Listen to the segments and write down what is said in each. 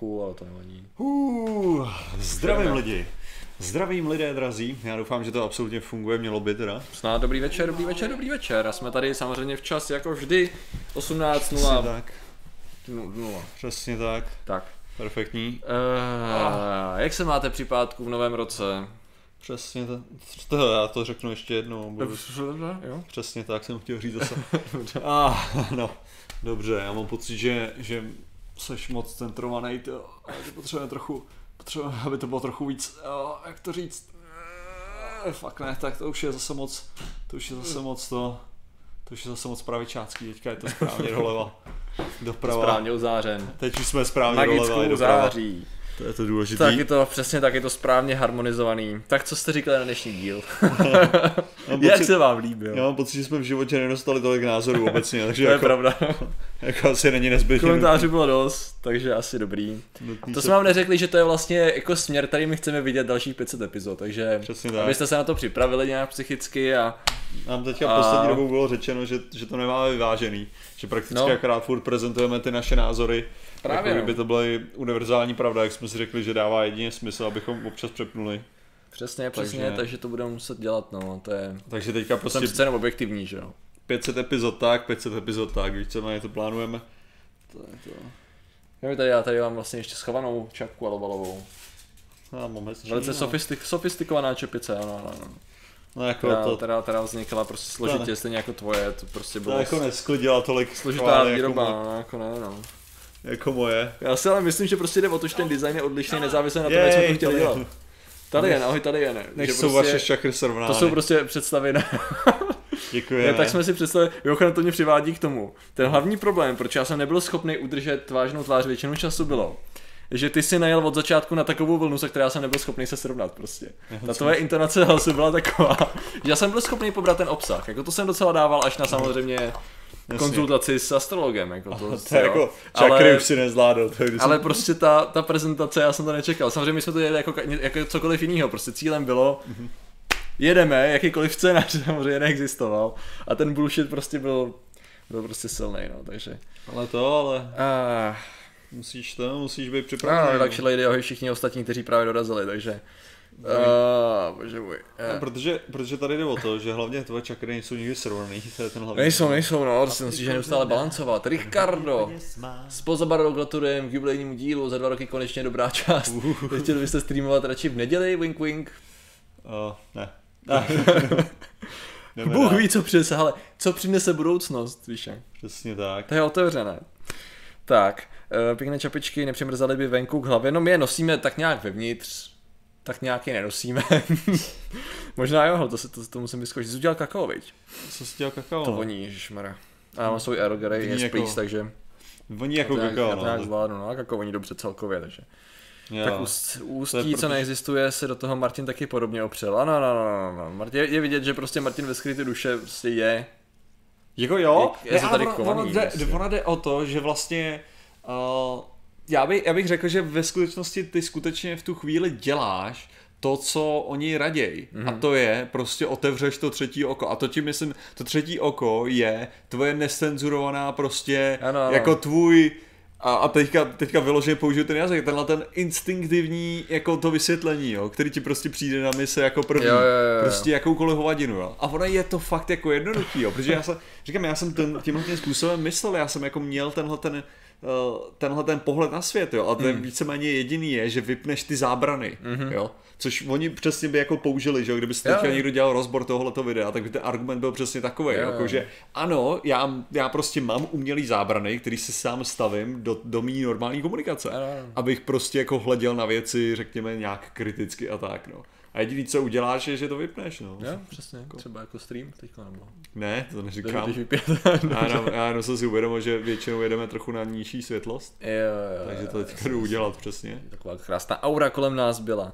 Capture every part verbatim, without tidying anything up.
chvilku, ale to nevadí. Uh, zdravím lidi. Zdravím lidé drazí, já doufám, že to absolutně funguje, mělo by teda. Snad dobrý večer, dobrý večer, dobrý večer. A jsme tady samozřejmě včas jako vždy osmnáct nula. Přesně tak. nula. Přesně tak. Tak. Perfektní. Uh, jak se máte při pátku v novém roce? Přesně tak. To, já to řeknu ještě jednou. Budu... Jo? Přesně tak jsem chtěl říct zase. ah, no, dobře, já mám pocit, že, že seš moc centrovaný, to, že potřebujeme trochu, potřebujeme, aby to bylo trochu víc, oh, jak to říct, eh, fakt ne, tak to už je zase moc, to už je zase moc to, to už je zase moc pravičácký, teďka je to správně doleva, doprava. Správně uzářen. Teď už jsme správně magickou doleva, je doprava. září. To je to důležitý. Tak je to přesně tak, je to správně harmonizovaný. Tak co jste říkali na dnešní díl? Jak pocit, se vám líbil? Já mám pocit, že jsme v životě nedostali tolik názorů obecně, takže to jako, je pravda. jako asi není nezbytně. Komentářů bylo dost, takže asi dobrý. Nutný To se... jsme vám neřekli, že to je vlastně jako směr, který my chceme vidět dalších pět set epizod, takže abyste se na to připravili nějak psychicky a... Nám teďka a... poslední dobou bylo řečeno, že, že to nemáme vyvážený, že prakticky no. akorát furt prezentujeme ty naše názory, právě jako no. kdyby to byly univerzální pravda, jak jsme si řekli, že dává jedině smysl, abychom občas přepnuli. Přesně, přesně, takže, takže to budeme muset dělat, no, to je... Takže teďka prostě... Jsem přece jenom objektivní, že jo. pět set epizod tak, pět set epizod tak, víceméně to plánujeme. To je to... Já, tady, já tady mám vlastně ještě schovanou čapku alobalovou. Já mám hezčí, velice no. sofistik, sofistikovaná čepice, ano, ano, ano. No jako teda, to... teda, teda vznikla prostě složitě, ne. Stejně jako tvoje, to prostě bylo... To jako nesklidila tolik složitá výroba, jako, no, jako ne, no. Jako moje. Já si ale myslím, že prostě jde o to, že ten design je odlišný, nezávisle na tom, jak jsme to chtěli dělat. Tady je, ahoj, tady je, ne. Než jsou prostě, vaše šakry srovnány. To jsou prostě představy, ne. Děkuji. Tak jsme si představili, Jochen to mě přivádí k tomu. Ten hlavní problém, proč já jsem nebyl schopný udržet vážnou tvář většinu času bylo, že ty si najel od začátku na takovou vlnu, se která jsem nebyl schopný se srovnat prostě. Ta tvoje intonace hlasu byla taková, že já jsem byl schopný pobrat ten obsah. Jako to jsem docela dával až na samozřejmě Jasně. konzultaci s astrologem. Jako to, to je jako čakry ale, už si nezvládl. To je, ale jsem... prostě ta, ta prezentace, já jsem to nečekal. Samozřejmě my jsme to dělali jako, jako cokoliv jiného. Prostě cílem bylo, mm-hmm. jedeme, jakýkoliv scénář samozřejmě neexistoval. A ten bullshit prostě byl, byl prostě silný, no, takže. Ale to, ale... Uh, Musíš to, musíš být připravený. No, redakční lady, ahoj všichni ostatní, kteří právě dorazili, takže... Uh, bože můj. No, protože, protože tady jde o to, že hlavně tvoje čakry nejsou nikdy srovnaný, to je ten hlavní. Nejsou, nejsou, no, to si musíš neustále balancovat. Ricardo, s Pozabarou gratulujeme k jubilejnímu dílu, za dva roky konečně dobrá část. Uh. Chtěli byste streamovat radši v neděli, wink wink? Uh, ne. Bůh ví, co přinese, ale co přinese budoucnost, víš jak? Přesně tak. To je otevřené. Tak, pěkné čapičky nepřemrzaly by venku k hlavě, no my je nosíme tak nějak vevnitř, tak nějak je nenosíme. Možná jo, to, se, to, to musím vyzkoušet. Jsi udělal kakao, viď? Co jsi dělal kakao? To voní, ježišmara. A já mám svůj Aerogery, je jako, splís, takže... Voní jako kakao, kakao, no. no. Já to nějak zvládnu, no, a kakao voní dobře celkově, takže... Jo. Tak úst, ústí, proto... co neexistuje, se do toho Martin taky podobně opřel. Ano, no, no, no, no. Martin, je, je vidět, že prostě Martin ve skryté duše prostě je... Jako jo, je, je, je tady ona, kovaný, ona, jde, ona jde o to, že vlastně... Uh, já, by, já bych řekl, že ve skutečnosti ty skutečně v tu chvíli děláš to, co oni raději. Mm. A to je, prostě otevřeš to třetí oko. A to ti myslím, to třetí oko je tvoje nescenzurovaná prostě, ano, ano. jako tvůj, a, a teďka, teďka vyloženě použiju ten jazyk, tenhle ten instinktivní, jako to vysvětlení, jo, který ti prostě přijde na mise jako první. Jo, jo, jo. Prostě jakoukoliv hovadinu, jo. A ono je to fakt jako jednoduchý, jo, protože já jsem, říkám, já jsem ten, tímhle tím způsobem myslel, já jsem jako měl tenhle ten tenhle ten pohled na svět, jo, a ten mm. víceméně jediný je, že vypneš ty zábrany, mm-hmm. jo, což oni přesně by jako použili, že jo, kdyby si teďka někdo dělal rozbor tohoto videa, tak by ten argument byl přesně takový, jo, jako, že ano, já, já prostě mám umělý zábrany, který si sám stavím do, do mý normální komunikace, jo. Abych prostě jako hleděl na věci, řekněme, nějak kriticky a tak, no. A jediný, co uděláš, je, že to vypneš, no. Jo, přesně, jako... třeba jako stream teďka nebo... Ne, to neříkám. Když vypět, já, jenom, já jenom jsem si uvědomil, že většinou jedeme trochu na nižší světlost. Jo, jo, takže to teďka jdu udělat přesně. Taková krásná aura kolem nás byla.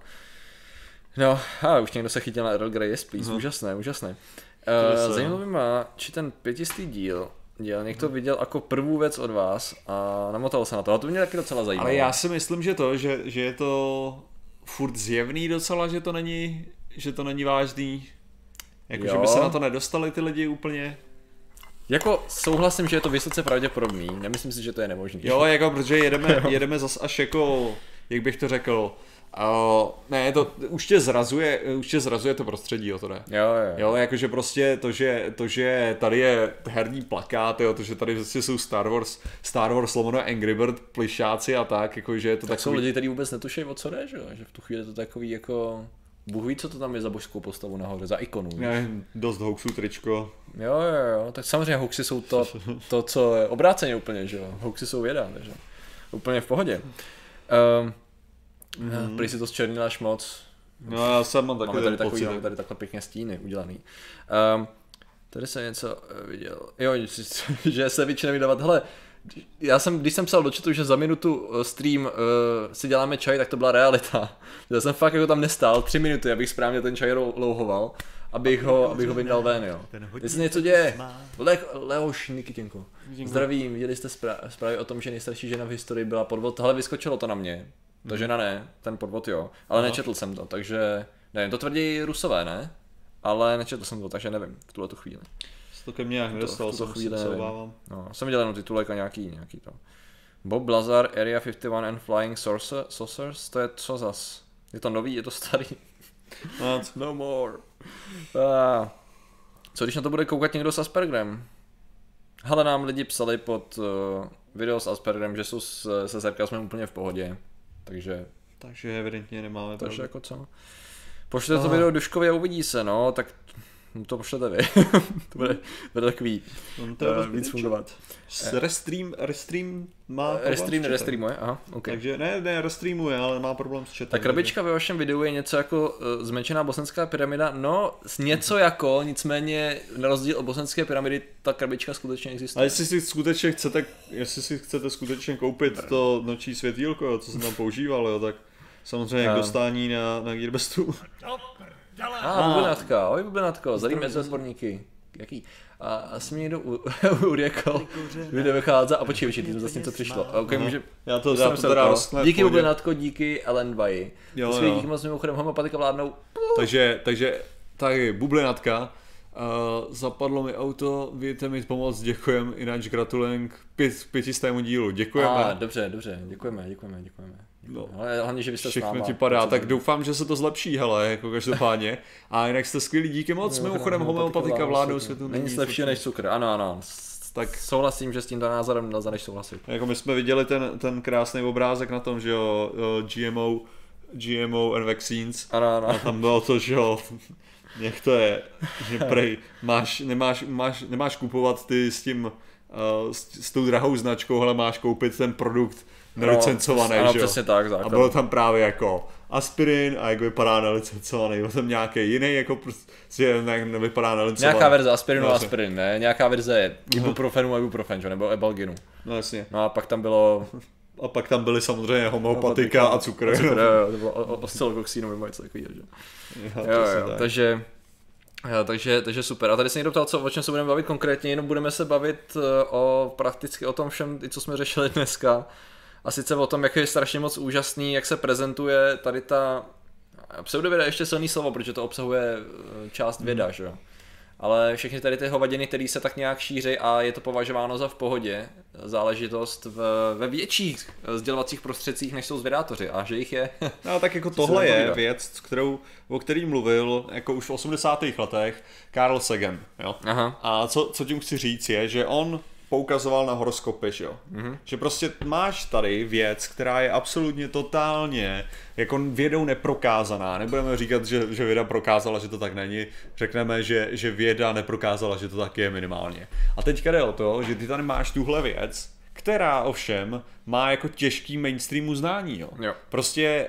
No, a už někdo se chytil na Earl Grey Please, uh-huh. úžasné, úžasné. Uh, zajímavé by má, či ten pětistý díl, díl někdo uh-huh. viděl jako první věc od vás a namotal se na to, a to mě taky docela zajímalo. Ale já si myslím, že to, že, že je to furt zjevný docela, že to není, že to není vážný. Jako, že by se na to nedostali ty lidi úplně. Jako souhlasím, že je to vysoce pravděpodobný, nemyslím si, že to je nemožný. Jo, jako protože jedeme, jedeme zas až jako, jak bych to řekl, Uh, ne, to už tě zrazuje, už tě zrazuje to prostředí, jo, to ne. Jo, jo. Jo, jakože prostě to, že, to, že tady je herní plakát, jo, to, že tady vlastně jsou Star Wars, Star Wars, lomeno Angry Bird, plišáci a tak, jakože je to tak takový... jsou lidi, kteří vůbec netuší, o co jde, že jo, že v tu chvíli je to takový jako... Bůh ví, co to tam je za božskou postavu nahoře, za ikonu. Ne, dost hoaxů tričko. Jo, jo, jo, tak samozřejmě hoaxy jsou to, to co je obráceně úplně, že jo, hoaxy jsou věda, takže úplně v pohodě. Um, Mm-hmm. Prý si to zčernil až moc. No já jsem mám takový máme tady pocit. Máme tady takhle pěkně stíny udělaný. Um, tady jsem něco viděl. Jo, že se většinou vydávat. Hele, já jsem, když jsem psal do chatu, že za minutu stream uh, si děláme čaj, tak to byla realita. Já jsem fakt jako tam nestál tři minuty, abych správně ten čaj louhoval, abych ho, abych ho vyndal ven, jo. Teď se něco děje. Le, Leoš Nikitěnko. Zdravím, viděli jste zprávy o tom, že nejstarší žena v historii byla podvod. Hele, vyskočilo to na mě. Ta žena ne, ten podvod jo, ale Aha. nečetl jsem to, takže nevím, to tvrdí Rusové, ne? Ale nečetl jsem to, takže nevím, v tuhle tu chvíli. To ke mně nějak nedostalo, to chvíli se obávám. No, jsem viděl jenom titulek a nějaký, nějaký to. Bob Lazar, Area padesát jedna and Flying Saucers, to je co zas? Je to nový, je to starý? No, no more. Ah. Co když na to bude koukat někdo s Aspergerem? Hele, nám lidi psali pod uh, video s Aspergerem, že jsou s, se sarkazmem úplně v pohodě. Takže... Takže evidentně nemáme Takže pravdu. jako co? Pošlete to video Duškovi a uvidí se, no, tak to pošlete vy. To bude, bude takový to uh, víc fungovat. Restream, Restream má Restream nerestreamuje, aha, ok. Takže ne, ne, restreamuje, ale má problém s chatem. Ta krabička ve vašem videu je něco jako uh, zmenšená bosenská pyramida, no něco jako, nicméně na rozdíl od bosenské pyramidy ta krabička skutečně existuje. A jestli si skutečně chcete, jestli si chcete skutečně koupit to noční světýlko, co jsem tam používal, jo, tak samozřejmě k dostání na, na Gearbestu. A ah, bublinatko, oj bublinatko, zdravím S V odborníky. Jaký? A asi mě někdo uvěkal, video vychází a počkej, počkej, ty zase něco přišlo. Okay, může... Já to, já to teda rozkne. Díky bublinatko, díky Ellen Bay. Svět díky moc mimochodem homeopatika vládnou. Takže, takže, tak bublinatka. Uh, zapadlo mi auto, víte mi pomoct, děkujem, jinak gratulujem k pět, pětistému dílu, děkujeme. A, dobře, dobře, děkujeme, děkujeme, děkujeme. No. Ale hlavně, že vy jste všechno ti padá, tak doufám, že se to zlepší, hele, jako každopádně. A jinak jste skvělí, díky moc, no, mimochodem homeopatika vládnou světu. Není nic lepšího než cukr, ano, ano. Tak souhlasím, že s tímto názorem nelze než souhlasit. Jako my jsme viděli ten, ten krásný obrázek na tom, že jo, G M O, G M O and vaccines. Ano, ano. A tam bylo to, že jo, jak to je, že prej, máš, nemáš, máš, nemáš kupovat ty s tím, uh, s, s tou drahou značkou, ale máš koupit ten produkt nelicencovaný, no, že jo. Přesně tak, základ. A bylo tam právě jako aspirin a jak vypadá nelicencovaný, byl tam nějaký jiný, jako prostě nevypadá nelicencovaný. Nějaká verze aspirinu a aspirin, ne? Nějaká verze ibuprofenu a ibuprofen, nebo ebalginu. No jasně. No a pak tam bylo... A pak tam byly samozřejmě homeopatika a cukr. A cukr, jo, to bylo oscilkoxínu nebo něco takového, že? Jo, jo, jo, tak. takže... Jo, takže, takže super. A tady se někdo ptal, co, o čem se budeme bavit konkrétně, jenom budeme se bavit o prakticky o tom všem, co jsme řešili dneska. A sice o tom, jak je strašně moc úžasný, jak se prezentuje tady ta pseudověda, ještě silný slovo, protože to obsahuje část věda, že jo. Ale všechny tady ty hovadiny, které se tak nějak šíří a je to považováno za v pohodě záležitost v, ve větších sdělovacích prostředcích, než jsou zvědátoři a že jich je. No tak jako tohle je věc, kterou, o který mluvil jako už v osmdesátých letech Carl Sagan, jo. Aha. A co, co tím chci říct je, že on poukazoval na horoskopy, že jo. Mm-hmm. Že prostě máš tady věc, která je absolutně totálně jako vědou neprokázaná. Nebudeme říkat, že, že věda prokázala, že to tak není. Řekneme, že, že věda neprokázala, že to tak je minimálně. A teďka jde o to, že ty tady máš tuhle věc, která ovšem má jako těžký mainstream uznání, jo. Jo. Prostě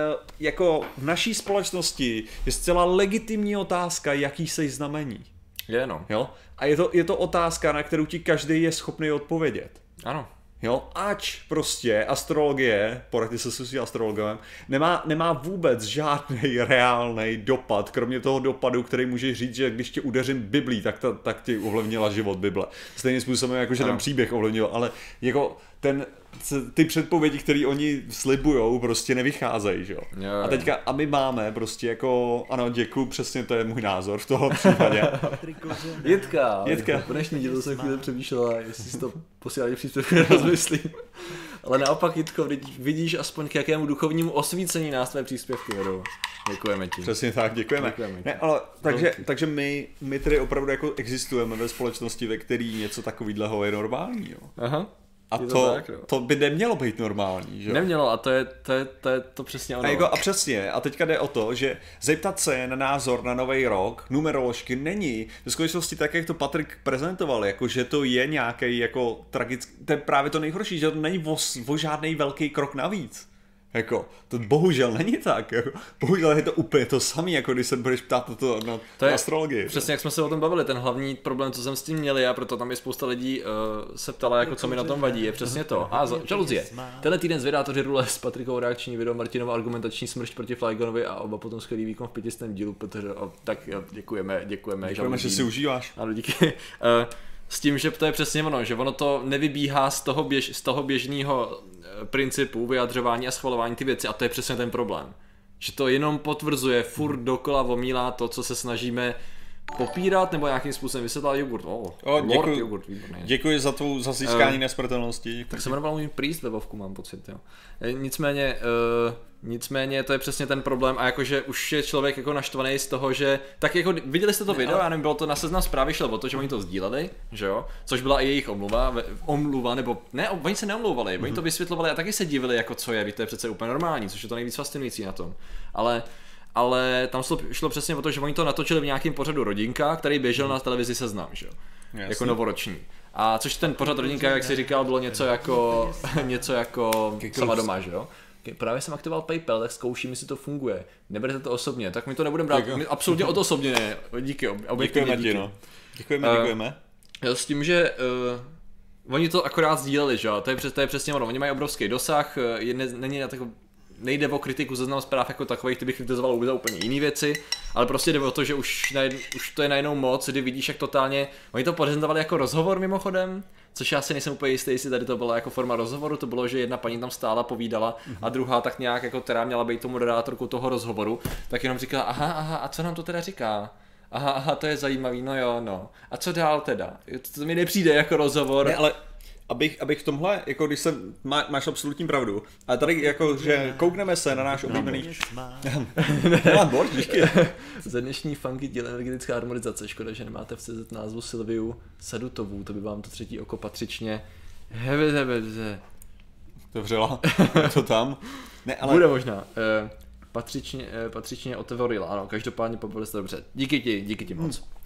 jako v naší společnosti je zcela legitimní otázka, jaký seš znamení. Je, no. Jo? A je to, je to otázka, na kterou ti každý je schopný odpovědět. Ano. Jo? Ač prostě astrologie, poraďte se s astrologem, nemá, nemá vůbec žádný reálný dopad, kromě toho dopadu, který můžeš říct, že když tě udeřím Biblí, tak, ta, tak ti ovlivnila život Bible. Stejným způsobem, jako že ten příběh ovlivnil, ale jako ten, ty předpovědi, které oni slibujou, prostě nevycházejí, že jo. Jo, a teďka, a my máme prostě jako, ano, děkuju, přesně to je můj názor v toho případě. Jitka, Jitka. Po dnešní dílu jsem chvíli přemýšlela, jestli si to posílání příspěvku nerozmyslím. Ale naopak, Jitko, vidíš aspoň k jakému duchovnímu osvícení nás tvé příspěvky vedou. Děkujeme ti. Přesně tak, děkujeme. děkujeme ne, ale, takže, takže my, my tedy opravdu jako existujeme ve společnosti, ve který něco takového je normální, jo. Aha. A to, to, tak, to by nemělo být normální, že? Nemělo a to je to, je, to, je to přesně ono. A, jako, a přesně, a teďka jde o to, že zeptat se na názor na nový rok, numeroložky není. V skutečnosti tak, jak to Patrik prezentoval, jako že to je nějaký jako tragický, to je právě to nejhorší, že to není o, o žádný velký krok navíc. Jako, to bohužel není tak, jako, bohužel je to úplně to samé, jako když se budeš ptát na, to, na to je astrologii. Přesně jak jsme se o tom bavili, ten hlavní problém, co jsem s tím měli a proto tam je spousta lidí uh, se ptala, jako co mi na tom vadí, je přesně to. A žaluzie. Tenhle týden zvědátoři rule s Patrikovou reakční video, Martinova argumentační smršť proti Flygonovi a oba potom skvělý výkon v pětistém dílu, protože o, tak jo, děkujeme, děkujeme. Děkujeme, že si užíváš. Ano, díky. uh, S tím, že to je přesně ono, že ono to nevybíhá z toho, běž, z toho běžného principu vyjadřování a schvalování ty věci a to je přesně ten problém. Že to jenom potvrzuje, furt dokola omílá to, co se snažíme popírat nebo nějakým způsobem vysvětlat jogurt. Oh, o, děkuji, Lord jogurt, výborný. Děkuji za tvou za získání uh, nesmrtelnosti. Tak se jmenoval můj priest ve Vovku, mám pocit. Jo. Nicméně, uh, nicméně to je přesně ten problém a jakože už je člověk jako naštvaný z toho, že tak jako viděli jste to video, já nevím, bylo to na Seznam Zprávy, šlo o to, že oni to sdíleli, že jo, což byla i jejich omluva, omluva nebo ne, oni se neomlouvali, mm-hmm. oni to vysvětlovali a taky se divili, jako co je, víte, to je přece úplně normální, což je to nejvíc fascinující na tom. Ale ale tam šlo, šlo přesně o to, že oni to natočili v nějakém pořadu Rodinka, který běžel na televizi Seznam, že jo, jako novoroční. A což ten pořad Rodinka, jak si říkal, bylo něco jako něco jako sama doma, že jo. Právě jsem aktivoval PayPal, tak zkouším, jestli to funguje. Neberte to osobně, tak my to nebudeme brát, my absolutně odosobně ne. Díky, objektivně díky. Díky. No. Děkujeme, děkujeme. Uh, s tím, že uh, oni to akorát sdíleli, že jo, to je, to je přesně ono, oni mají obrovský dosah, je, ne, není na takovou, nejde o kritiku Seznam Zpráv jako takových, ty bych kritizoval vůbec úplně jiné věci, ale prostě jde o to, že už, najed, už to je najednou moc, kdy vidíš, jak totálně, oni to prezentovali jako rozhovor mimochodem, což já si nejsem úplně jistý, jestli tady to byla jako forma rozhovoru, to bylo, že jedna paní tam stála, povídala a druhá tak nějak, jako která měla být tu moderátorkou toho rozhovoru, tak jenom říkala, aha, aha, a co nám to teda říká? Aha, aha, to je zajímavý, no jo, no. A co dál teda? To, to mi nepřijde jako rozhovor. Ne, ale abych, abych v tomhle, jako když jsem, má, máš absolutní pravdu, ale tady jako, že koukneme se na náš oblíbený... Nemám borč, díky. Za dnešní funky díl energetická harmonizace, škoda, že nemáte v C Z názvu Silviu Sadutovou, to by vám to třetí oko patřičně... Hebe, hebe, hebe. Dobřela, to tam. Ne, ale... Bude možná. E, patřičně, e, patřičně otevřela, ano, každopádně pobavili jste dobře. Díky ti, díky ti moc. Hmm.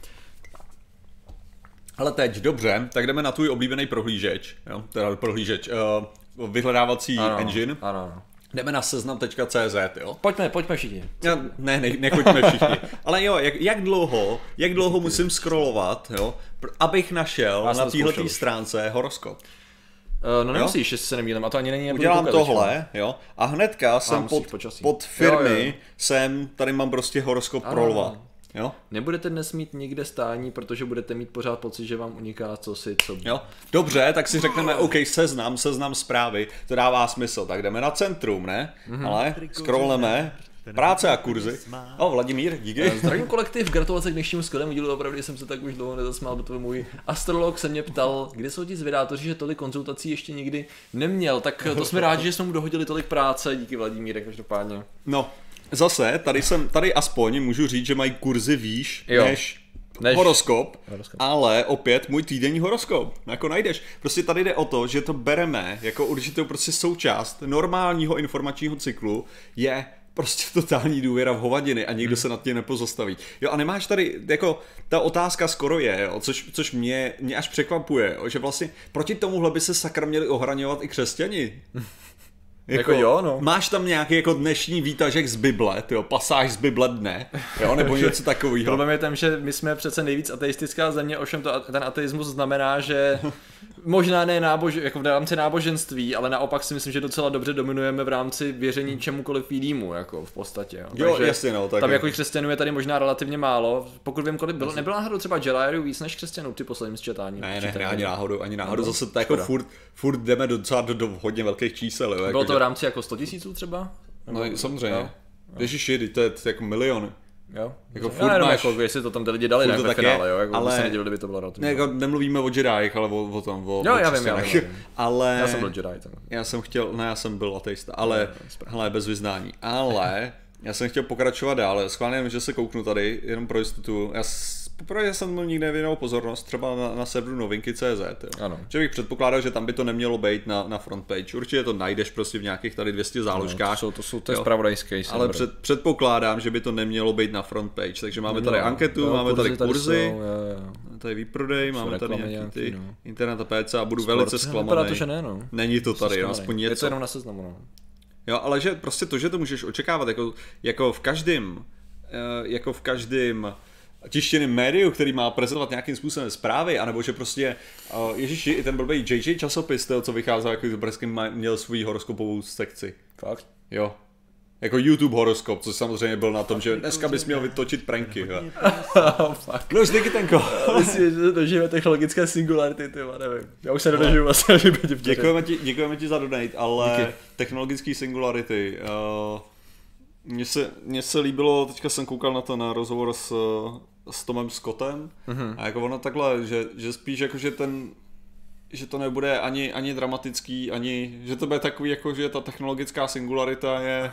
Ale teď, dobře, tak jdeme na tvůj oblíbený prohlížeč, jo, teda prohlížeč, uh, vyhledávací ano, engine. Ano, ano. Jdeme na seznam tečka cé zet, jo. Pojďme, pojďme všichni. Ja, ne, ne, nechoďme všichni. Ale jo, jak, jak dlouho, jak dlouho musím scrollovat, jo, abych našel na téhletý stránce horoskop. Uh, no nemusíš, jestli se nemýlím, a to ani není... Udělám tohle, jo, a hnedka jsem pod, pod firmy, jo, jo. jsem, tady mám prostě horoskop pro lva. Jo? Nebudete dnes mít nikde stání, protože budete mít pořád pocit, že vám uniká cosi, co... Jo? Dobře, tak si řekneme, OK, seznam, seznam zprávy, to dává smysl, tak jdeme na centrum, ne? Mm-hmm. Ale scrollneme, práce a kurzy. O, Vladimír, díky. Zdravím kolektiv, gratulace k dnešnímu skvělému dílu, opravdu jsem se tak už dlouho nezasmál, protože můj astrolog se mě ptal, kde jsou ti zvědátoři, že tolik konzultací ještě nikdy neměl, tak to jsme rádi, že jsme mu dohodili tolik práce, díky Vladimíre, každopádně. No. Zase, tady jsem, tady aspoň můžu říct, že mají kurzy výš jo. než, než horoskop, horoskop, ale opět můj týdenní horoskop, jako najdeš. Prostě tady jde o to, že to bereme jako určitou prostě součást normálního informačního cyklu, je prostě totální důvěra v hovadiny a nikdo hmm. se nad tím nepozastaví. Jo, a nemáš tady, jako ta otázka skoro je, jo, což, což mě, mě až překvapuje, jo, že vlastně proti tomuhle by se sakra měli ohraňovat i křesťani. Jako jo, no. Máš tam nějaký jako dnešní výtažek z Bible, tyjo, pasáž z Bible dne, jo, nebo něco takového. Problém je tam, že my jsme přece nejvíc ateistická země, ovšem to, ten ateismus znamená, že možná ne nábož, jako v rámci náboženství, ale naopak si myslím, že docela dobře dominujeme v rámci věření čemukoliv jinému, jako v podstatě. Jo, jo jasně, no. Tak tam je. Jako křesťanů je tady možná relativně málo, pokud vím, kolik bylo, nebylo náhodou třeba Jediů víc než křesťanů při posledním sčetání. Ne, ne, ne, ani náhodou, ani náhodou, zase to jako furt, furt jdeme docela do, do hodně velkých čísel. Jo, bylo jako, to v rámci jako sto tisíců třeba? No samozřejmě, Ježiši, to je jako miliony. Jo, jako furt já máš, jako, jestli to tam ty lidi dali ne, ve finále, jo, jako ale se nedělili, kdyby to bylo relativně. Ne, jako nemluvíme o Jediích, ale o, o tom, o, jo, o já vím, já vím, ale já jsem byl Jedi. Tak. Já jsem chtěl, ne, já jsem byl ateista, ale, hele, bez vyznání, ale já jsem chtěl pokračovat dál, schválně, že se kouknu tady, jenom pro jistotu, já poprvé jsem mu nikdy nevěnoval pozornost, třeba na, na serveru novinky tečka cé zet, jo. Že bych předpokládal, že tam by to nemělo být na, na front page, určitě to najdeš prostě v nějakých tady dvě stě záložkách. No, to jsou, to jsou to zpravodajské. Ale před, předpokládám, že by to nemělo být na front page, takže máme tady no, anketu, jo, máme tady kurzy, tady, jsou, jo, jo. tady výprodej, máme tady nějaký nějaký, ty no. internet a P C a budu Sport, velice zklamaný. To, že ne, no. Není to tady, no, aspoň něco. Je to jenom na seznamu, no. Jo, ale že prostě to, že to můžeš očekávat, jako, jako v každém, jako v každém tištěným médiu, který má prezentovat nějakým způsobem zprávy, anebo že prostě, uh, ježiši, i ten blbej J J časopis, toho, co vycházel jako brzky, měl svůj horoskopovou sekci. Fakt? Jo. Jako YouTube horoskop, což samozřejmě byl na tom, že dneska bys měl vytočit pranky. Oh, fuck. No už Nikitenko. Myslím, že dožijeme technologické singularity, ty nevím. Já už se nedožiju vlastně, že by ti děkujeme ti, děkujeme ti za donate, ale díky. Technologický singularity. Uh, mně se, mně se líbilo, teďka jsem koukal na to na rozhovor s, s Tomem Scottem mm-hmm. a jako ono takhle, že, že spíš jako, že ten že to nebude ani, ani dramatický, ani, že to bude takový jako, že ta technologická singularita je,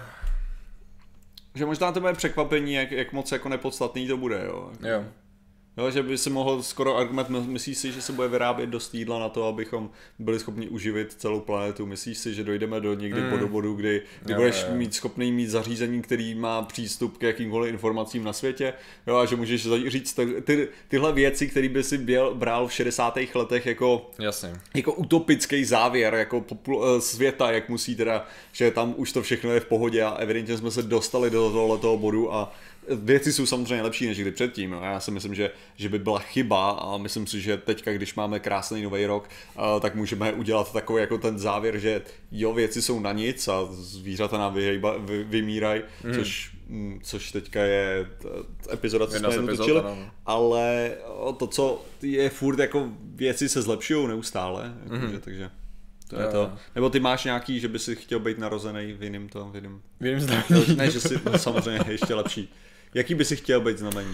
že možná to bude překvapení, jak, jak moc jako nepodstatný to bude, jo. Jo. Jo, že by se mohl skoro argument, myslíš si, že se bude vyrábět dost jídla na to, abychom byli schopni uživit celou planetu? Myslíš si, že dojdeme do někdy mm. do bodu, kdy, kdy jo, budeš jo. mít schopný mít zařízení, který má přístup k jakýmkoliv informacím na světě? Jo, a že můžeš říct ty, tyhle věci, které by si běl, bral v šedesátých letech jako, Jasně. jako utopický závěr jako popul- světa, jak musí teda, že tam už to všechno je v pohodě a evidentně jsme se dostali do tohoto bodu a věci jsou samozřejmě lepší než kdy předtím. Já si myslím, že, že by byla chyba a myslím si, že teďka, když máme krásný nový rok, tak můžeme udělat takový jako ten závěr, že jo, věci jsou na nic a zvířata nám vyhejba, vy, vymírají, mm. což, což teďka je epizoda, co jsme natočili, ale to, co je furt jako věci se zlepšují neustále, mm. takže, takže to je to. Nebo ty máš nějaký, že by si chtěl být narozený v jiným to, v jiným... V jiným znamení. Ne, že si, no, samozřejmě ještě lepší. Jaký by si chtěl být znamení?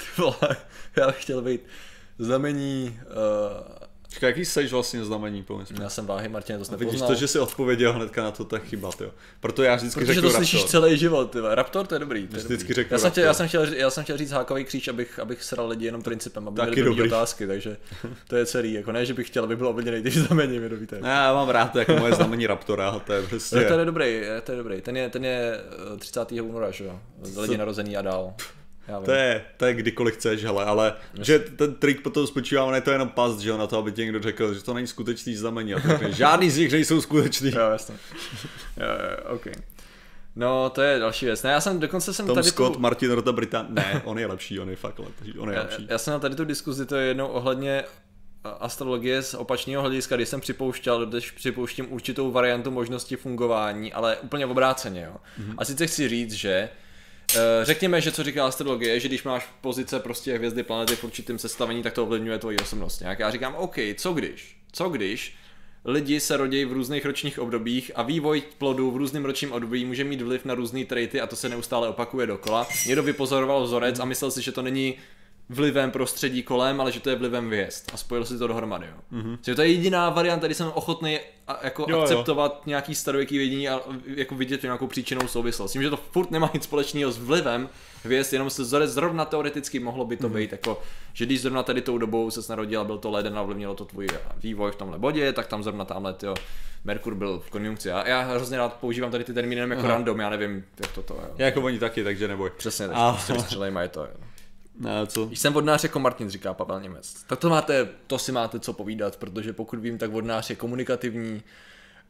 Já bych chtěl být znamení... Uh... Čekaj, jaký seš vlastně znamení? Pomysl? Já jsem váhy, Martin, to jsi nepoznal. Vidíš to, že jsi odpověděl hnedka na to, to je chyba, tyjo. Proto já vždycky Protože řeknu to Raptor. slyšíš celý život, tyjo. Raptor, to je dobrý. To je vždycky dobrý. řeknu já, jsem chtěl, Raptor. já, jsem chtěl, já jsem chtěl říct hákový kříž, abych, abych sral lidi jenom principem, aby Taky měli dobrý otázky, takže to je celý. Jako ne, že bych chtěl, aby bylo oblíbený ty znamení, mi dobíte. Ne, já mám rád to jako moje znamení Raptora, to je prostě... No, to je dobrý, to je dobrý. Ten je, ten je třicátého února, že jo. Lidi narozený a dál. To je, to je kdykoliv chceš, hele, ale yes. že ten trik potom spočívá, ne to je jenom past, že jo, na to, aby ti někdo řekl, že to není skutečný znamení, a tak, žádný z nich nejsou skutečný. Jo, jasně. Jo, jo, ok. No, to je další věc. Ne, já jsem dokonce jsem Tom tady Scott, tu... Martin Rota Britan, ne, on je lepší, on je fakt lepší, on je lepší. Já, já jsem na tady tu diskuzi, to je jednou ohledně astrologie z opačného hlediska, když jsem připouštěl, když připouštím určitou variantu možnosti fungování, ale úplně obráceně, jo. Mm-hmm. A sice chci říct, že řekněme, že co říká astrologie, že když máš pozice prostě hvězdy, planety v určitém sestavení, tak to ovlivňuje tvoji osobnost. Nějak já říkám, OK, co když? Co když lidi se rodí v různých ročních obdobích a vývoj plodů v různém ročním období může mít vliv na různé traity a to se neustále opakuje dokola. Někdo vypozoroval vzorec a myslel si, že to není vlivem prostředí kolem, ale že to je vlivem hvězd a spojil si to dohromady. Jo. Mm-hmm. Takže to je jediná varianta, kdy jsem ochotný a, jako jo, akceptovat jo. nějaký starověký vědění a jako vidět nějakou příčinou souvislost. Tím, že to furt nemá nic společného s vlivem hvězd, jenom se vzorec zrovna teoreticky mohlo by to mm-hmm. být, jako, že když zrovna tady tou dobou se narodil a byl to leden a ovlivnilo to tvůj vývoj v tomhle bodě, tak tam zrovna tamhle tyjo, Merkur byl v konjunkci. Já, já hrozně rád používám tady ty termíny jako Aha. random, já nevím, jak to to je. Jako oni taky, takže neboj. Přesně, takže prostě vystřelej mají to. Jo. No, co? Jsem vodnář jako Martin, říká Pavel Němec. Tak to máte, to si máte co povídat, protože pokud vím, tak vodnář je komunikativní,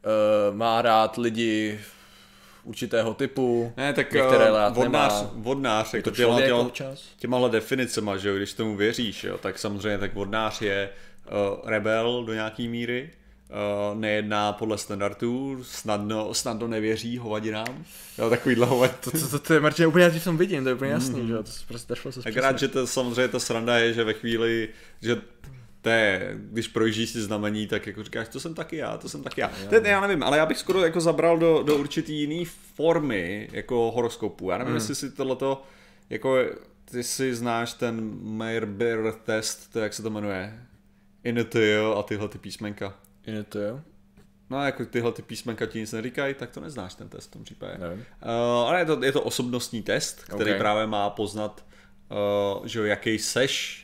uh, má rád lidi určitého typu, ne, tak některé rád vodnář, nemá. vodnář jako to těma, těma, občas? těmahle definicema, že jo, když tomu věříš, jo, tak samozřejmě tak vodnář je uh, rebel do nějaký míry, uh, nejedná podle standardů, snadno, snadno nevěří hovadinám, jo, takovýhle hovadin. To, to, to, to je Martin, úplně já v tom vidím, to je úplně jasný, mm. že jo, to prostě došlo se tak rád, že to samozřejmě ta sranda je, že ve chvíli, že to je, když projíždíš si znamení, tak jako říkáš, to jsem taky já, to jsem taky já. já. Teď já nevím, ale já bych skoro jako zabral do, do určitý jiný formy jako horoskopu. Já nevím, mm. jestli si tohleto, jako ty si znáš ten Meyer-Beer test, to jak se to jmenuje? Intuyo a tyhle ty písmenka. Intuyo? No jako tyhle ty písmenka ti nic neříkají, tak to neznáš ten test v tom případě. Nevím. Uh, ale je to, je to osobnostní test, který okay. právě má poznat, uh, že jaký seš,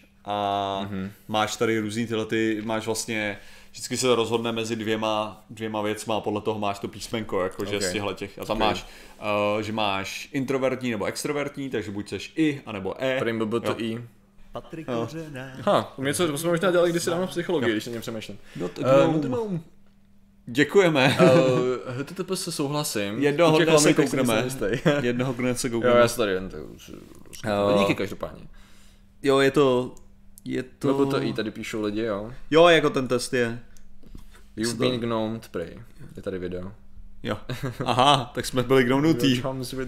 a mm-hmm. máš tady různý tyhle ty, máš vlastně, vždycky se rozhodne mezi dvěma, dvěma věcma a podle toho máš to písmenko, jakože okay. z těchhle těch. A tam okay. máš, uh, že máš introvertní nebo extrovertní, takže buď seš I, anebo E. Prvním by byl to I. Patrik Kořená. Ha, něco, to jsme možná dělali kdysi dávno v psychologii, jo. Když se něm přemýšlím. Uh, Děkujeme. Uh, H T T P se souhlasím. Jednoho dne se koukneme. Jednoho dne se koukneme. Jo, já se tady jen to už. Díky každopádně. Jo, je to... Je to... Nebo to i tady píšou lidi, jo. Jo, jako ten test je. You've been gnomed, prej. Je tady video. Jo. Aha, tak jsme byli gnomnutí.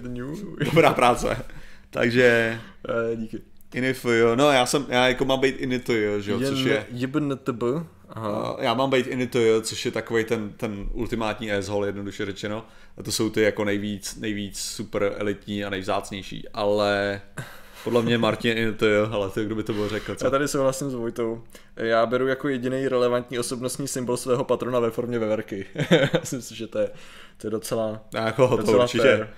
Dobrá práce. Takže... Uh, díky. Inituyo, no já jsem, já jako mám být Inituyo, že jo, což je... Jibnetb. Aha. Já mám být Inituyo, což je takovej ten, ten ultimátní asshole, jednoduše řečeno. A to jsou ty jako nejvíc, nejvíc super elitní a nejvzácnější, ale... Podle mě Martin Intuyo, ale to kdo by to byl řekl, co? Já tady souhlasím s Vojtou. Já beru jako jediný relevantní osobnostní symbol svého patrona ve formě veverky. Já si myslím, že to je, to je docela, jako, docela to určitě. Fair.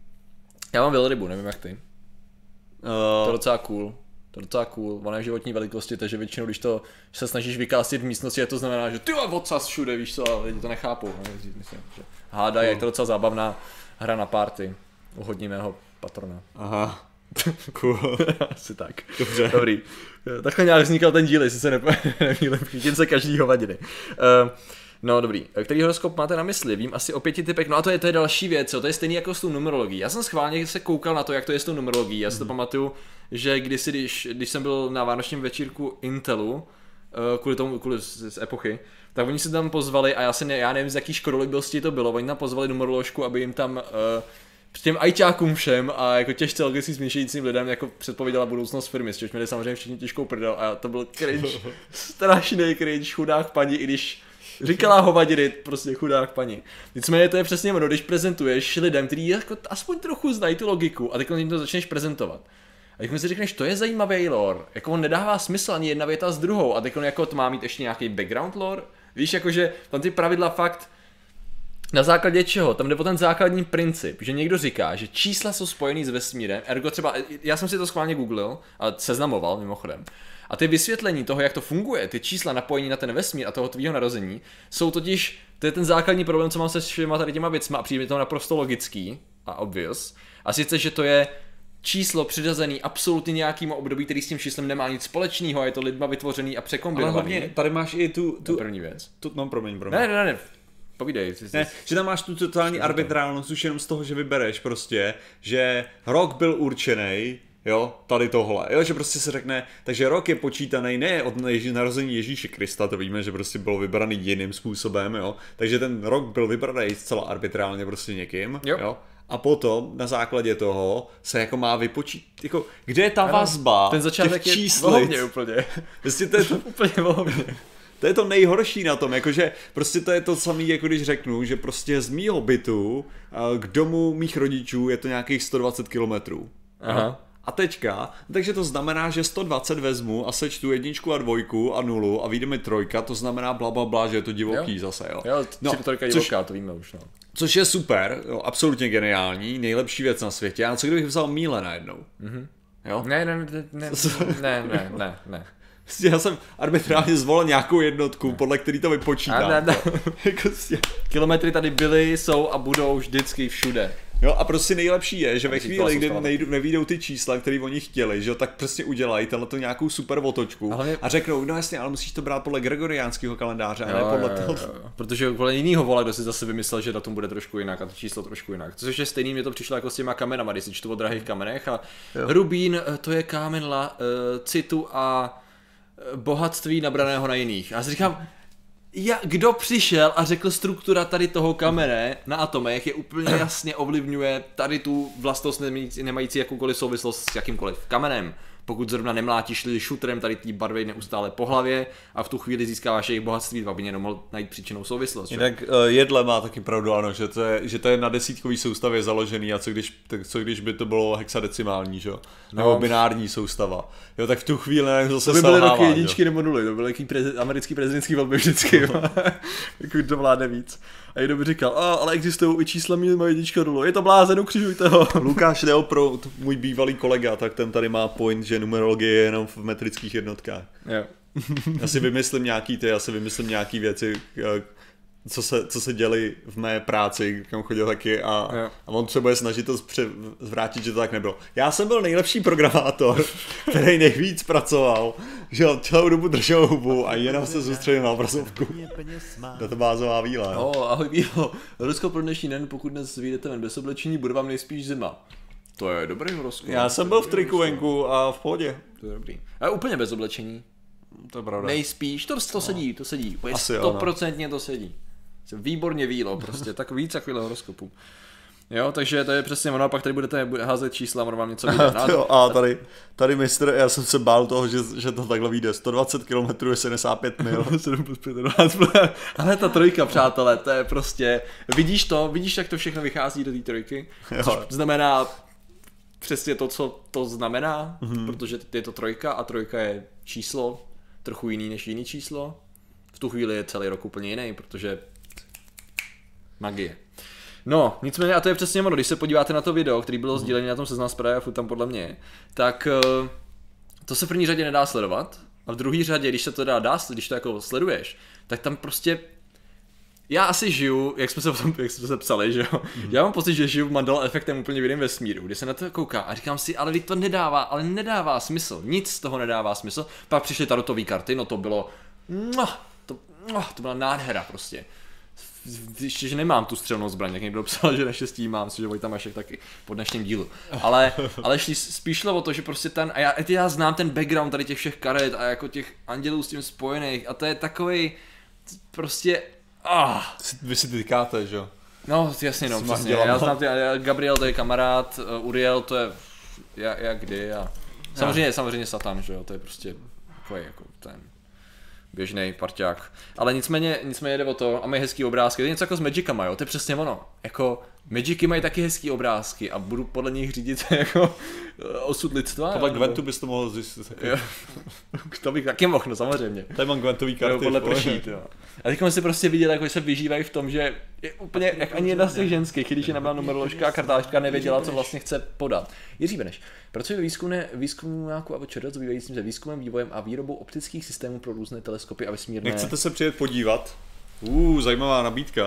Já mám velrybu, nevím jak ty. Uh... To je docela cool. To je docela cool. Ona je v životní velikosti, takže většinou, když to když se snažíš vykástit v místnosti, to znamená, že ty odsaz všude, víš co, a lidi to nechápou. Myslím, že hádaj, je to docela zábavná hra na party u hodně mého patrona. Aha. Cool. Asi tak. Dobře. Dobrý. Takhle nějak vznikal ten díl, jestli se nemýlím, chytím se každý hovadiny. Uh, no dobrý, který horoskop máte na mysli? Vím asi o pěti typech, no a to je, to je další věc, jo. To je stejný jako s tou numerologií. Já jsem schválně se koukal na to, jak to je s tou numerologií. Já si to mm. pamatuju, že kdysi, když, když jsem byl na vánočním večírku Intelu, uh, kvůli tomu, kvůli z, z epochy, tak oni se tam pozvali a já, si ne, já nevím z jaký škodolibosti to bylo, oni tam pozvali numeroložku, aby jim tam... Uh, těm ajťákům všem a jako těžce logicky smíšejícím lidem jako předpověděla budoucnost firmy, s čímž měli samozřejmě všichni těžkou prdel a to byl cringe, strašný cringe, chudák paní, i když říkala hovadiny, prostě chudák paní. Nicméně to je přesně ono, když prezentuješ lidem, kteří jako aspoň trochu znají tu logiku a teď jim to začneš prezentovat. A když si řekneš, to je zajímavý lore, jako on nedává smysl ani jedna věta s druhou a teď jako to má mít ještě nějaký background lore, víš, jakože tam ty pravidla fakt na základě čeho? Tam jde o ten základní princip, že někdo říká, že čísla jsou spojený s vesmírem, ergo třeba, já jsem si to schválně googlil a seznamoval mimochodem. A ty vysvětlení toho, jak to funguje, ty čísla napojení na ten vesmír a toho tvýho narození, jsou totiž, to je ten základní problém, co mám se všema tady těma věcma a přijde mi to naprosto logický a obvious. A sice, že to je číslo přiřazený absolutně nějakým období, který s tím číslem nemá nic společného a je to lidma vytvořený a překombinovaný. Ale hlavně tady máš i tu, tu první věc. Tu, no, promiň, promiň. Ne, ne, ne. Povídej. Jsi, ne, že tam máš tu totální arbitrálnost už jenom z toho, že vybereš prostě, že rok byl určený, jo, tady tohle, jo, že prostě se řekne, takže rok je počítaný ne od Ježí, narození Ježíše Krista, to víme, že prostě bylo vybraný jiným způsobem, jo, takže ten rok byl vybraný zcela arbitrálně prostě někým, jo, jo? A potom na základě toho se jako má vypočítat, jako, kde je ta ano, vazba ten začátek těch číslic? Je úplně. Prostě to je to úplně vohovně. To je to nejhorší na tom, jakože prostě to je to samé, jako když řeknu, že prostě z mýho bytu k domu mých rodičů je to nějakých sto dvacet kilometrů. Aha. A teďka, takže to znamená, že sto dvacet vezmu a sečtu jedničku a dvojku a nulu a vyjde mi trojka, to znamená bla bla bla, že je to divoký jo. zase, jo. Jo, no, trojka divoká, což, to víme už, no. Což je super, jo, absolutně geniální, nejlepší věc na světě, a co kdybych vzal míle najednou? Mhm. Jo? Ne, ne, ne, ne, ne, ne, ne, ne. Já jsem arbitrálně zvolil nějakou jednotku, podle který to vypočítám. Ne, ne, ne. Kilometry tady byly, jsou a budou vždycky všude. Jo, a prostě nejlepší je, že ve chvíli, kdy nejdu, nevídou ty čísla, které oni chtěli, že jo, tak prostě udělají to nějakou super otočku hlavně... a řeknou, no jasně, ale musíš to brát podle gregoriánského kalendáře, a ne podle jo, toho. Jo, jo. Protože podle jinýho vola, kdo si zase vymyslel, že datum bude trošku jinak a to číslo trošku jinak. Což je stejný, mě to přišlo jako s těma kamenama, když si čtu o drahých kamenech a jo. Rubín, to je kámen la, uh, citu a bohatství nabraného na jiných. A já si říkám, ja, kdo přišel a řekl struktura tady toho kamene na atomech je úplně jasně ovlivňuje tady tu vlastnost nemající, nemající jakoukoliv souvislost s jakýmkoliv kamenem. Pokud zrovna nemlátíš lidi šutrem tady té barvy neustále po hlavě a v tu chvíli získáváš jejich bohatství, aby jenom mohl najít příčinou souvislost. Jinak uh, jedle má taky pravdu, ano, že to je, že to je na desítkový soustavě založený a co když, tak, co když by to bylo hexadecimální, že jo? Nebo no. binární soustava. Jo, tak v tu chvíli nevím, zase to by byly roky jedničky nebo nuly, to byly jaký prezi, americký prezidentský volby vždycky, jako to vládne víc. A někdo by říkal, a, ale existují i čísla mimo jednička nulu, je to blázen, ukřižujte ho. Lukáš Leo pro můj bývalý kolega, tak ten tady má point, že numerologie je jenom v metrických jednotkách. Jo. Já si vymyslím nějaký ty, já si vymyslím nějaký věci, co se, co se děli v mé práci, kam chodil taky a, a on třeba je snažit to zvrátit, že to tak nebylo. Já jsem byl nejlepší programátor, který nejvíc pracoval, že celou dobu držel hubu a jenom se soustředil na obrazovku. Databázová víla. Jo. Oh, ahoj vílo. Horoskop pro dnešní den, pokud dnes vyjdete ven bez oblečení, bude vám nejspíš zima. To je dobrý horoskop. Já jsem byl v triku venku a v pohodě. To je dobrý. A úplně bez oblečení. To je pravda. Nejspíš, to, to sedí, to sedí. stoprocentně to sedí. Výborně vílo, prostě, tak víc takovýhle horoskopu. Jo, takže to je přesně ono, pak tady budete házet čísla, ono vám něco vyjde. No, a tady, tady mistr, já jsem se bál toho, že, že to takhle vyjde. sto dvacet kilometrů je sedmdesát pět mil. Ale ta trojka, přátelé, to je prostě, vidíš to, vidíš, jak to všechno vychází do té trojky? Což znamená přesně to, co to znamená, mm-hmm. protože je to trojka a trojka je číslo trochu jiný než jiný číslo. V tu chvíli je celý rok úplně jiný, protože magie. No, nicméně, a to je přesně ono, když se podíváte na to video, který bylo sdílené na tom Seznam zprávy a furt tam podle mě, tak to se v první řadě nedá sledovat a v druhé řadě, když se to dá, dá, když to jako sleduješ, tak tam prostě já asi žiju, jak jsme se, jak jsme se psali, že jo, mm-hmm. já mám pocit, že žiju Mandela efektem úplně v jiném vesmíru, kdy se na to kouká a říkám si, ale to nedává, ale nedává smysl, nic z toho nedává smysl, pak přišly tarotové karty, no to bylo, to, to byla nádhera prostě. Ještě, že nemám tu střelnou zbraň, jak někdo psal, že naštěstí mám, což je Vojta Mašek taky po dnešním dílu. Ale, ale šli, spíš šlo o to, že prostě ten, a já, já znám ten background tady těch všech karet a jako těch andělů s tím spojených a to je takovej prostě, ah. Vy si tykáte, že jo? No, jasně no, přesně, já znám ty, Gabriel to je kamarád, Uriel to je, jak, jak kdy a samozřejmě, samozřejmě Satan, že jo, to je prostě takový jako ten běžnej parťák. Ale nicméně, nicméně jde o to a mají hezký obrázky. To je něco jako s Magicama, jo? To je přesně ono. Jako Magicy mají taky hezký obrázky a budu podle nich řídit jako osud lidstva. Podle Gwentu bys to mohl zjistit taky. To bych taky mohl, no samozřejmě. Tady mám Gwentový karty. Jo, podle pršít, jo. A teď jsme si prostě viděli, jak se vyžívají v tom, že je úplně, jak ani jedna z těch ženských, když je nabyla numeroložka a kartářka, nevěděla, co vlastně chce podat. Jiří Beneš pracuje ve výzkumné výzkumnáku a večer zabývajícím se výzkumem, vývojem a výrobou optických systémů pro různé teleskopy a vesmírné. Nechcete se přijet podívat? Uh, zajímavá nabídka.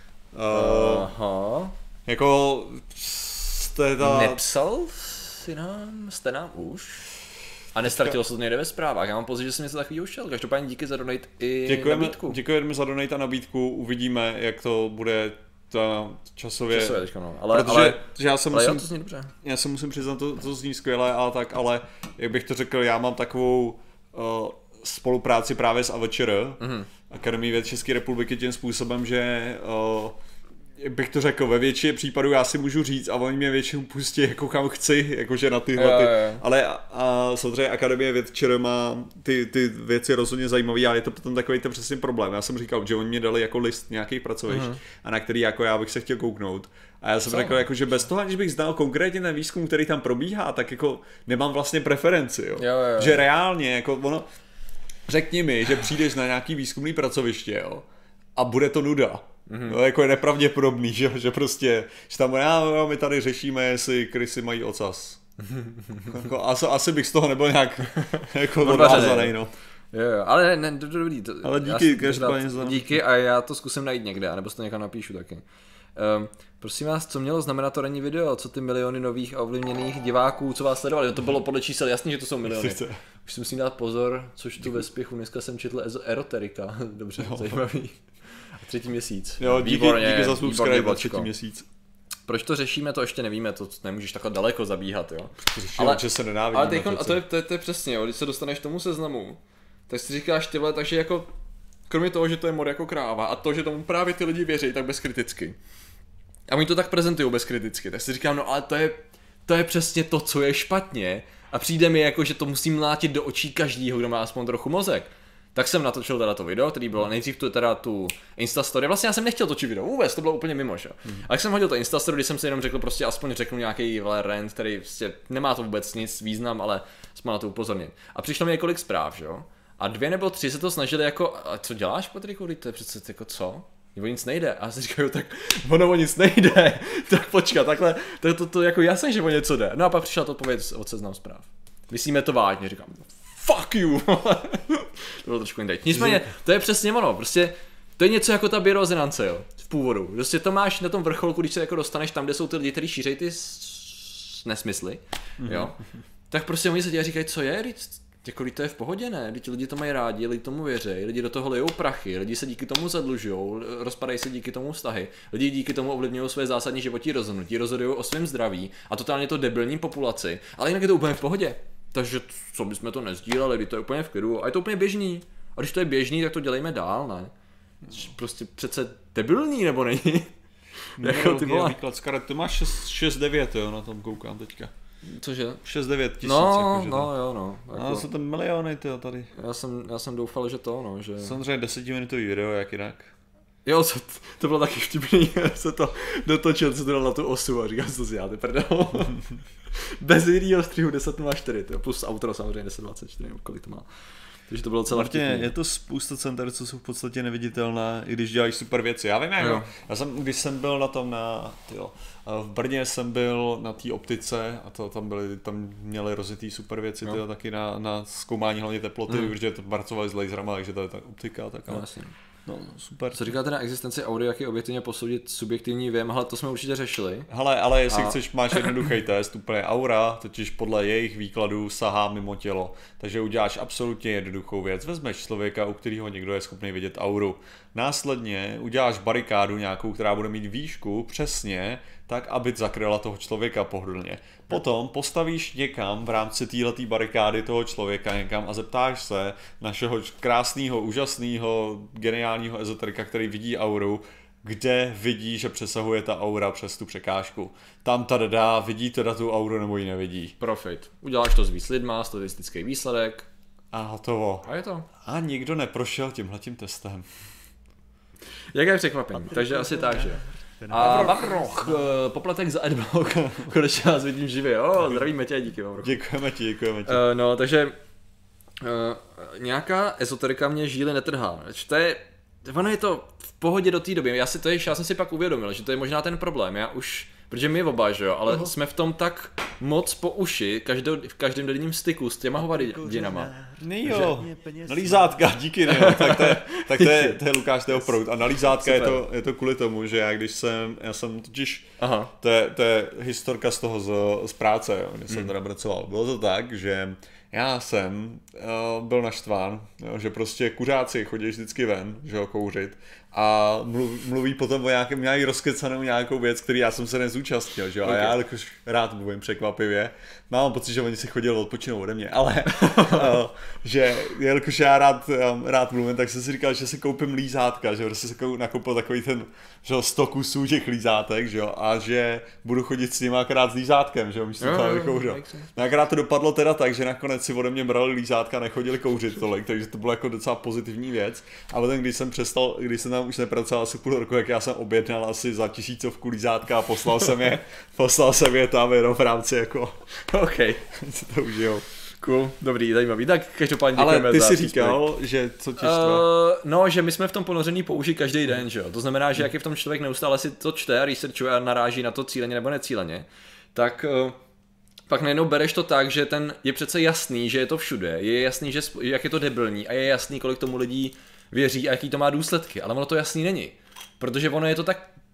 Uh, Aha. Jako jste ta... Nepsal si nám, jste nám už? A nestratilo se to někde ve zprávách. Já mám pocit, že jsem něco takového ušel. Každopádně díky za donate i děkujeme, nabídku. Děkujeme za donate a nabídku. Uvidíme, jak to bude ta časově. Časově teďka, no. Ale, Protože, ale, já se ale musím, jo, to zní dobře. Já se musím přiznat, to, to zní skvěle, ale tak, ale jak bych to řekl, já mám takovou uh, spolupráci právě s A V Č R, mm-hmm. Akademii věd České republiky, tím způsobem, že uh, jak bych to řekl, ve většině případů já si můžu říct a oni mě většinou pustí jako kam chci, jakože na tyhle ty, ale a, a samozřejmě Akademie věd ČR má ty, ty věci rozhodně zajímavé, ale je to potom takový ten přesně problém. Já jsem říkal, že oni mě dali jako list nějakých pracovišť uh-huh. a na který jako já bych se chtěl kouknout. A já jsem Co? řekl, jako, že bez toho, aniž bych znal konkrétně ten výzkum, který tam probíhá, tak jako nemám vlastně preferenci, jo. Jo, jo, jo. Že reálně, jako ono, řekni mi, že přijdeš na nějaký výzkumný pracoviště, jo, a bude to nuda. Mm-hmm. No, jako je nepravděpodobný, že, že prostě, že tam já, my tady řešíme, jestli krysy mají ocas. Jako, asi, asi bych z toho nebyl nějak jako odvázaný, no. Jo, jo, ale ne, dobrý. To, ale díky, každopádně za... Díky a já to zkusím najít někde, anebo si to někam napíšu taky. Um, prosím vás, co mělo znamenat to ranní video? Co ty miliony nových a ovlivněných diváků, co vás sledovali? To bylo podle čísel, jasný, že to jsou miliony. Už si musím dát pozor, což tu ve spěchu, dneska jsem četl eroterika. Dobře, jo. Zajímavý. A třetí měsíc. Jo, díky, výborně, díky za subscribe třetí měsíc. Proč to řešíme, to ještě nevíme, to nemůžeš takhle daleko zabíhat, jo. Řešíme, ale, že se nenávidíme. Ale teďkon, a to je, to, je, to je přesně, jo, když se dostaneš k tomu seznamu, tak si říkáš tyhle, takže jako, kromě toho, že to je mod jako kráva a to, že tomu právě ty lidi věří, tak bezkriticky. A oni to tak prezentují bezkriticky, tak si říkám, no ale to je, to je přesně to, co je špatně a přijde mi jako, že to musím mlátit do očí každýho, kdo má aspoň trochu mozek. Tak jsem natočil teda to video, který bylo nejdřív tu, teda tu Instastory. Vlastně já jsem nechtěl točit video vůbec, to bylo úplně mimo, že? Mm. A jak jsem hodil to Instastory, když jsem si jenom řekl, prostě aspoň řeknu nějaký rant, který prostě nemá to vůbec nic význam, ale jsme na to upozornit. A přišlo mi několik zpráv, že jo? A dvě nebo tři se to snažili jako, a co děláš, Patriku, to je přece jako co? O nic nejde. A já si říkaju, tak ono o nic nejde. Tak počkat, takhle, to, to, to jako jasně, že o něco jde. No a pak přišla to odpověď od Seznam Zpráv. Myslíme to vážně, říkám. Fuck you! To bylo trošku jinak. Nicméně, to je přesně ono, prostě to je něco jako ta biorezonance, jo, v původu. Prostě to máš na tom vrcholku, když se jako dostaneš tam, kde jsou ty lidi, kteří šířejí ty nesmysly, jo, tak prostě oni se tě říkají, co je, jako to je v pohodě, ne, ti lidi to mají rádi, lidi tomu věří, lidi do toho lijou prachy, lidi se díky tomu zadlužují, rozpadají se díky tomu vztahy, lidi díky tomu ovlivňují své zásadní životní rozhodnutí, rozhodují o svém zdraví a totálně to debilní populaci, ale jinak je to úplně v pohodě. Takže co bychom to nezdíleli, když to je úplně v klidu a je to úplně běžný. A když to je běžný, tak to dělejme dál, ne? Prostě přece debilní, nebo není? Jako ty vole. Ty máš šest devět, jo, na tom koukám teďka. Cože? šest devět tisíc. No, jako, no, jo, no. Jako... No, jsou to miliony, tyjo, tady. Já jsem, já jsem doufal, že to, no, že... Samozřejmě desetiminutový video, jak jinak. Jo, to, to bylo taky vtipný, se to dotočil, co to dal na tu osu a říkal, co si já, ty prdel. Bez jinýho střihu deset nula čtyři, plus outro samozřejmě deset dvacet čtyři, kolik to má. Takže to bylo celé vtipný. Je to spousta center, co jsou v podstatě neviditelná, i když dělají super věci. Já vím, jak já jsem, když jsem byl na tom na, tyjo, v Brně jsem byl na té optice a to tam byly, tam měli rozjetý super věci, tyjo, taky na, na zkoumání hlavně teploty, hmm. protože to pracovali s laserama, takže to je ta optika, tak ale... No, No, super. Co říkáte na existenci audio, jak je objektivně posoudit subjektivní věm? Hele, to jsme určitě řešili. Hele, ale jestli a... chceš, máš jednoduchý test, úplně aura, totiž podle jejich výkladů sahá mimo tělo. Takže uděláš absolutně jednoduchou věc. Vezmeš člověka, u kterého někdo je schopný vidět auru. Následně uděláš barikádu nějakou, která bude mít výšku přesně, tak, aby zakryla toho člověka pohodlně. Potom postavíš někam v rámci téhletý barikády toho člověka někam a zeptáš se našeho krásného, úžasného, geniálního ezoterika, který vidí auru, kde vidí, že přesahuje ta aura přes tu překážku. Tam tady dá, vidí teda tu auru nebo ji nevidí. Profit. Uděláš to s víc lidma, statistický výsledek. A hotovo. A je to. A nikdo neprošel tímhletím testem. Jaké překvapení, takže asi tak, že? A Vavroch, poplatek za adblock, konečně vás vidím živě, o, zdravíme tě, díky Vavroch. Děkujeme ti, děkujeme ti. Uh, no, takže uh, nějaká ezoterika mě žíly netrhá, to je, ono je to v pohodě do té doby, já, si to je, já jsem si pak uvědomil, že to je možná ten problém, já už, protože my oba, že jo, ale uh-huh. jsme v tom tak moc po uši, každou, v každém denním styku s těma hovadinama. Nejo, na lízátka, díky Nejo, tak to je, tak to je, to je Lukáš Teo Prout a na lízátka je to, je to kvůli tomu, že já když jsem, já jsem totiž, Aha. To, je, to je historka z toho z, z práce, jo, kde jsem hmm. teda pracoval. Bylo to tak, že já jsem uh, byl naštván, jo, že prostě kuřáci chodí vždycky ven, že ho kouřit a mluví, mluví potom o nějakém, nějaký rozkecanou nějakou věc, který já jsem se nezúčastnil, že jo, okay. A já jakož rád mluvím překvapivě, mám pocit, že oni si chodili odpočinou ode mě, ale uh, že jelikož já rád, um, rád mluvím, tak jsem si říkal, že si koupím lízátka, že prostě si nakoupil takový ten, že jo, sto kusů těch lízátek, že jo, a že budu chodit s nimi akorát s lízátkem, že jo, místo toho, aby kouřil. Akorát to dopadlo teda tak, že nakonec si ode mě brali lízátka a nechodili kouřit tolik, takže to bylo jako docela pozitivní věc. A potom, když jsem přestal, když jsem tam už nepracoval asi půl roku, jak já jsem objednal asi za tisícovku lízátka a poslal jsem je, poslal jsem je tam jenom v rámci jako, OK, si to užijou. Cool, dobrý, zajímavý. Tak každopádně děkujeme. Ale ty jsi říkal, že co tě štve? Uh, no, že my jsme v tom ponoření po uši každý den, že jo. To znamená, že jak je v tom člověk neustále si to čte a researchuje a naráží na to cíleně nebo necíleně, tak uh, pak najednou bereš to tak, že ten je přece jasný, že je to všude, je jasný, že jak je to debilní a je jasný, kolik tomu lidí věří a jaký to má důsledky, ale ono to jasný není. Protože ono je to tak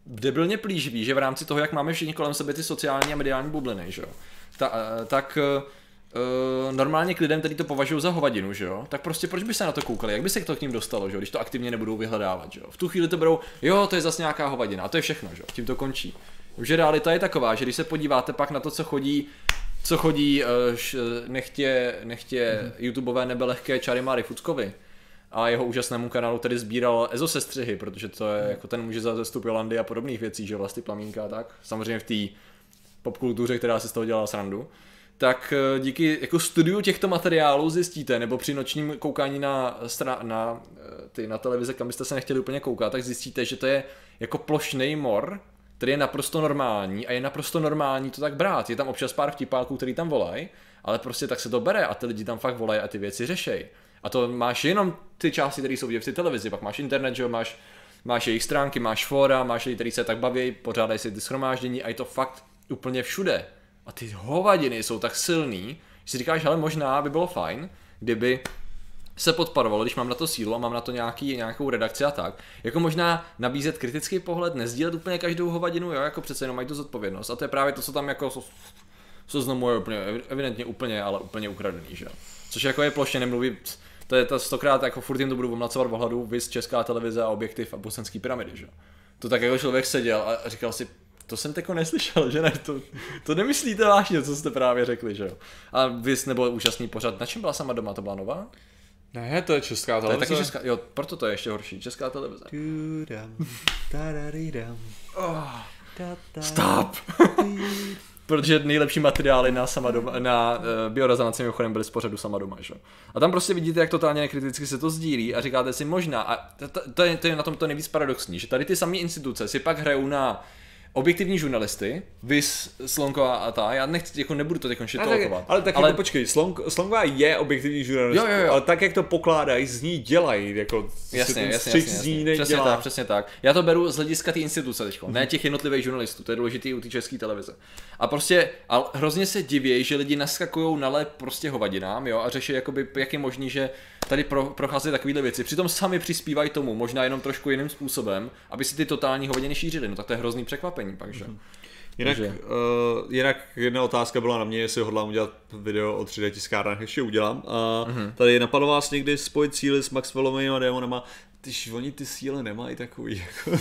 debilně plíživý, že v rámci toho, jak máme všichni kolem sebe ty sociální a mediální bubliny, že jo, Ta, tak uh, normálně k lidem, kteří to považují za hovadinu, že jo, tak prostě proč by se na to koukali, jak by se to k ním dostalo, že jo, když to aktivně nebudou vyhledávat, že jo. V tu chvíli to berou, jo, to je zase nějaká hovadina a to je všechno, že jo, tím to končí. Že realita je taková, že když se podíváte pak na to, co chodí, co chodí uh, š, nechtě, nechtě mm-hmm. YouTubeové nebelehké Čarimary Fuckovi a jeho úžasnému kanálu, který sbíral Ezo sestřihy, protože to je jako ten muž za zestup Jolandy a podobných věcí, že vlastně Plamínka a tak, samozřejmě v té popkultuře, která si z toho dělala srandu, tak díky jako studiu těchto materiálů zjistíte, nebo při nočním koukání na, na, na, ty, na televize, kam byste se nechtěli úplně koukat, tak zjistíte, že to je jako plošnej mor, který je naprosto normální a je naprosto normální to tak brát. Je tam občas pár vtipáků, který tam volají, ale prostě tak se to bere a ty lidi tam fakt volají a ty věci řešej. A to máš jenom ty části, které jsou v té televizi, pak máš internet, že jo, máš, máš jejich stránky, máš fóra, máš lidi, kteří se tak baví, pořádají si ty shromáždění a je to fakt úplně všude. A ty hovadiny jsou tak silný, že si říkáš, hele, možná by bylo fajn, kdyby se podporovalo, když mám na to sílu a mám na to nějaký, nějakou redakci a tak, jako možná nabízet kritický pohled, nezdílet úplně každou hovadinu, jo, jako přece jenom mají tu zodpovědnost. A to je právě to, co tam jako seznamuje úplně, evidentně úplně, ale úplně ukradený, že? Což jako je plošně, nemluví, to je to stokrát, jako furt jim to budu omlacovat v ohladu, viz Česká televize a Objektiv a Bosenský pyramidy, že? To tak jako člověk seděl a říkal si, to jsem teko neslyšel, že ne, to, to nemyslíte vážně, co jste právě řekli, že jo. A viz nebo úžasný pořad, na čem byla Sama doma, to byla nová? Ne, to je Česká televize. To je taky Česká, jo, proto to je ještě horší, Česká televize. Oh, stop! Protože nejlepší materiály na, sama doma, na uh, biorezonanci mimochodem byly z pořadu Sama doma, že? A tam prostě vidíte, jak totálně nekriticky se to sdílí a říkáte si možná, a to, to, to, je, to je na tom to nejvíc paradoxní, že tady ty samé instituce si pak hrajou na objektivní žurnalisty, vys Slonková a ta, já nechci, jako nebudu to teď šitolkovat. Ale tak ale... jako počkej, Slonk, Slonková je objektivní žurnalist, jo, jo, jo. Ale tak, jak to pokládají, z ní dělají, jako jasně, jasně, jasně, z ní jasně. Přesně tak, přesně tak. Já to beru z hlediska té instituce teďko, mm-hmm. ne těch jednotlivých žurnalistů, to je důležitý u té České televize. A prostě, a hrozně se diví, že lidi naskakujou na lep prostě hovadinám, jo, a řeší, jakoby, jak je možný, že tady pro, prochází takovéhle věci. Přitom sami přispívají tomu, možná jenom trošku jiným způsobem, aby si ty totální hovadiny šířili. No tak to je hrozný překvapení, takže. Mm-hmm. Jinak, takže... Uh, jinak jedna otázka byla na mě, jestli hodlám udělat video o tři dé tiskárnách, ještě udělám. Uh, mm-hmm. Tady napadlo vás někdy spojit síly s Maxwellovými démonama. Tyž oni ty síly nemají takový. Jako...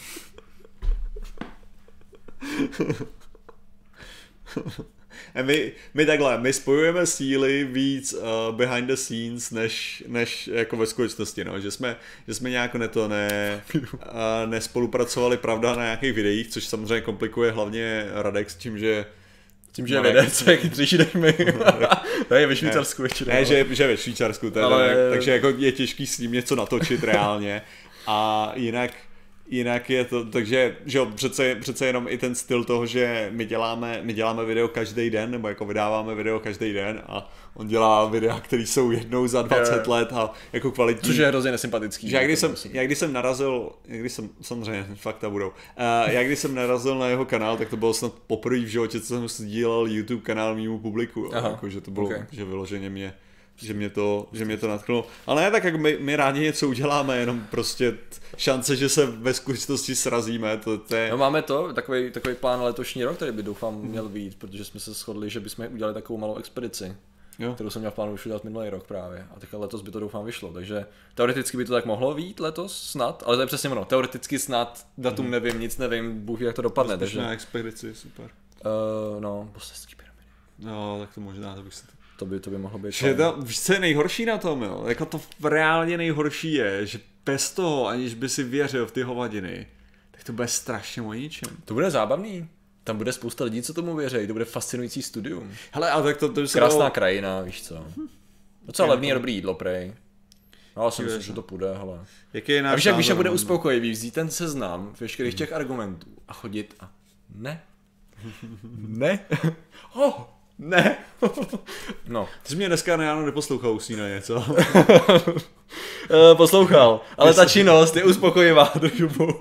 My, my takhle, my spojujeme síly víc uh, behind the scenes, než, než jako ve skutečnosti, no, že jsme, že jsme nějak neto ne, uh, nespolupracovali, pravda, na nějakých videích, což samozřejmě komplikuje hlavně Radek s tím, že tím, že je vědec, jak chytřejší než my. To je ve Švýcarsku většinou. Ne, ne že, že ve Švýcarsku, to je ale... tak, takže jako je těžký s ním něco natočit reálně. A jinak Jinak je to, takže že jo, přece, přece jenom i ten styl toho, že my děláme, my děláme video každý den, nebo jako vydáváme video každý den a on dělá videa, které jsou jednou za dvacet let a jako kvalitní. Což je hrozně nesympatický. Že já když jsem, já když jsem narazil, jak když jsem, samozřejmě fakta budou, uh, já když jsem narazil na jeho kanál, tak to bylo snad poprvé v životě, co jsem sdílel YouTube kanál mýmu publiku, jako, že to bylo, okay. Že vyloženě mě že mě to, že mě to nadchnulo. Ale ne tak, jak my, my rádi něco uděláme, jenom prostě šance, že se ve skutečnosti srazíme. To, to je... No máme to, takový, takový plán letošní rok, který by doufám měl být, protože jsme se shodli, že bychom udělali takovou malou expedici, jo. Kterou jsem měl v plánu už udělat minulý rok právě. A teďka letos by to doufám vyšlo, takže teoreticky by to tak mohlo být letos snad, ale to je přesně ono, teoreticky snad, datum mm. nevím, nic nevím, Bůh ví, jak to dopadne. Takže na expedici, super. Uh, no, Bosenský pyramidy. No, tak to možná, to bych se to... To by, to by mohlo být. Že to, víš, co je nejhorší na tom, jo? Jako to reálně nejhorší je, že bez toho, aniž by si věřil v ty hovadiny, tak to bude strašně o ničem. To bude zábavný. Tam bude spousta lidí, co tomu věří, to bude fascinující studium. Hele, a tak to, to krásná dalo... krajina, víš co. Docela levný a dobrý jídlo, prej. No, já si myslím, že to půjde, hele. Jaký je náš a víš, jak, víš, jak bude uspokojivý, vzít ten seznam veškerých těch argumentů a chodit a ne. Ne. Oh. Ne. No. Ty jsi mě dneska ráno neposlouchal usína něco. Poslouchal, ale ta činnost je uspokojivá do žubu.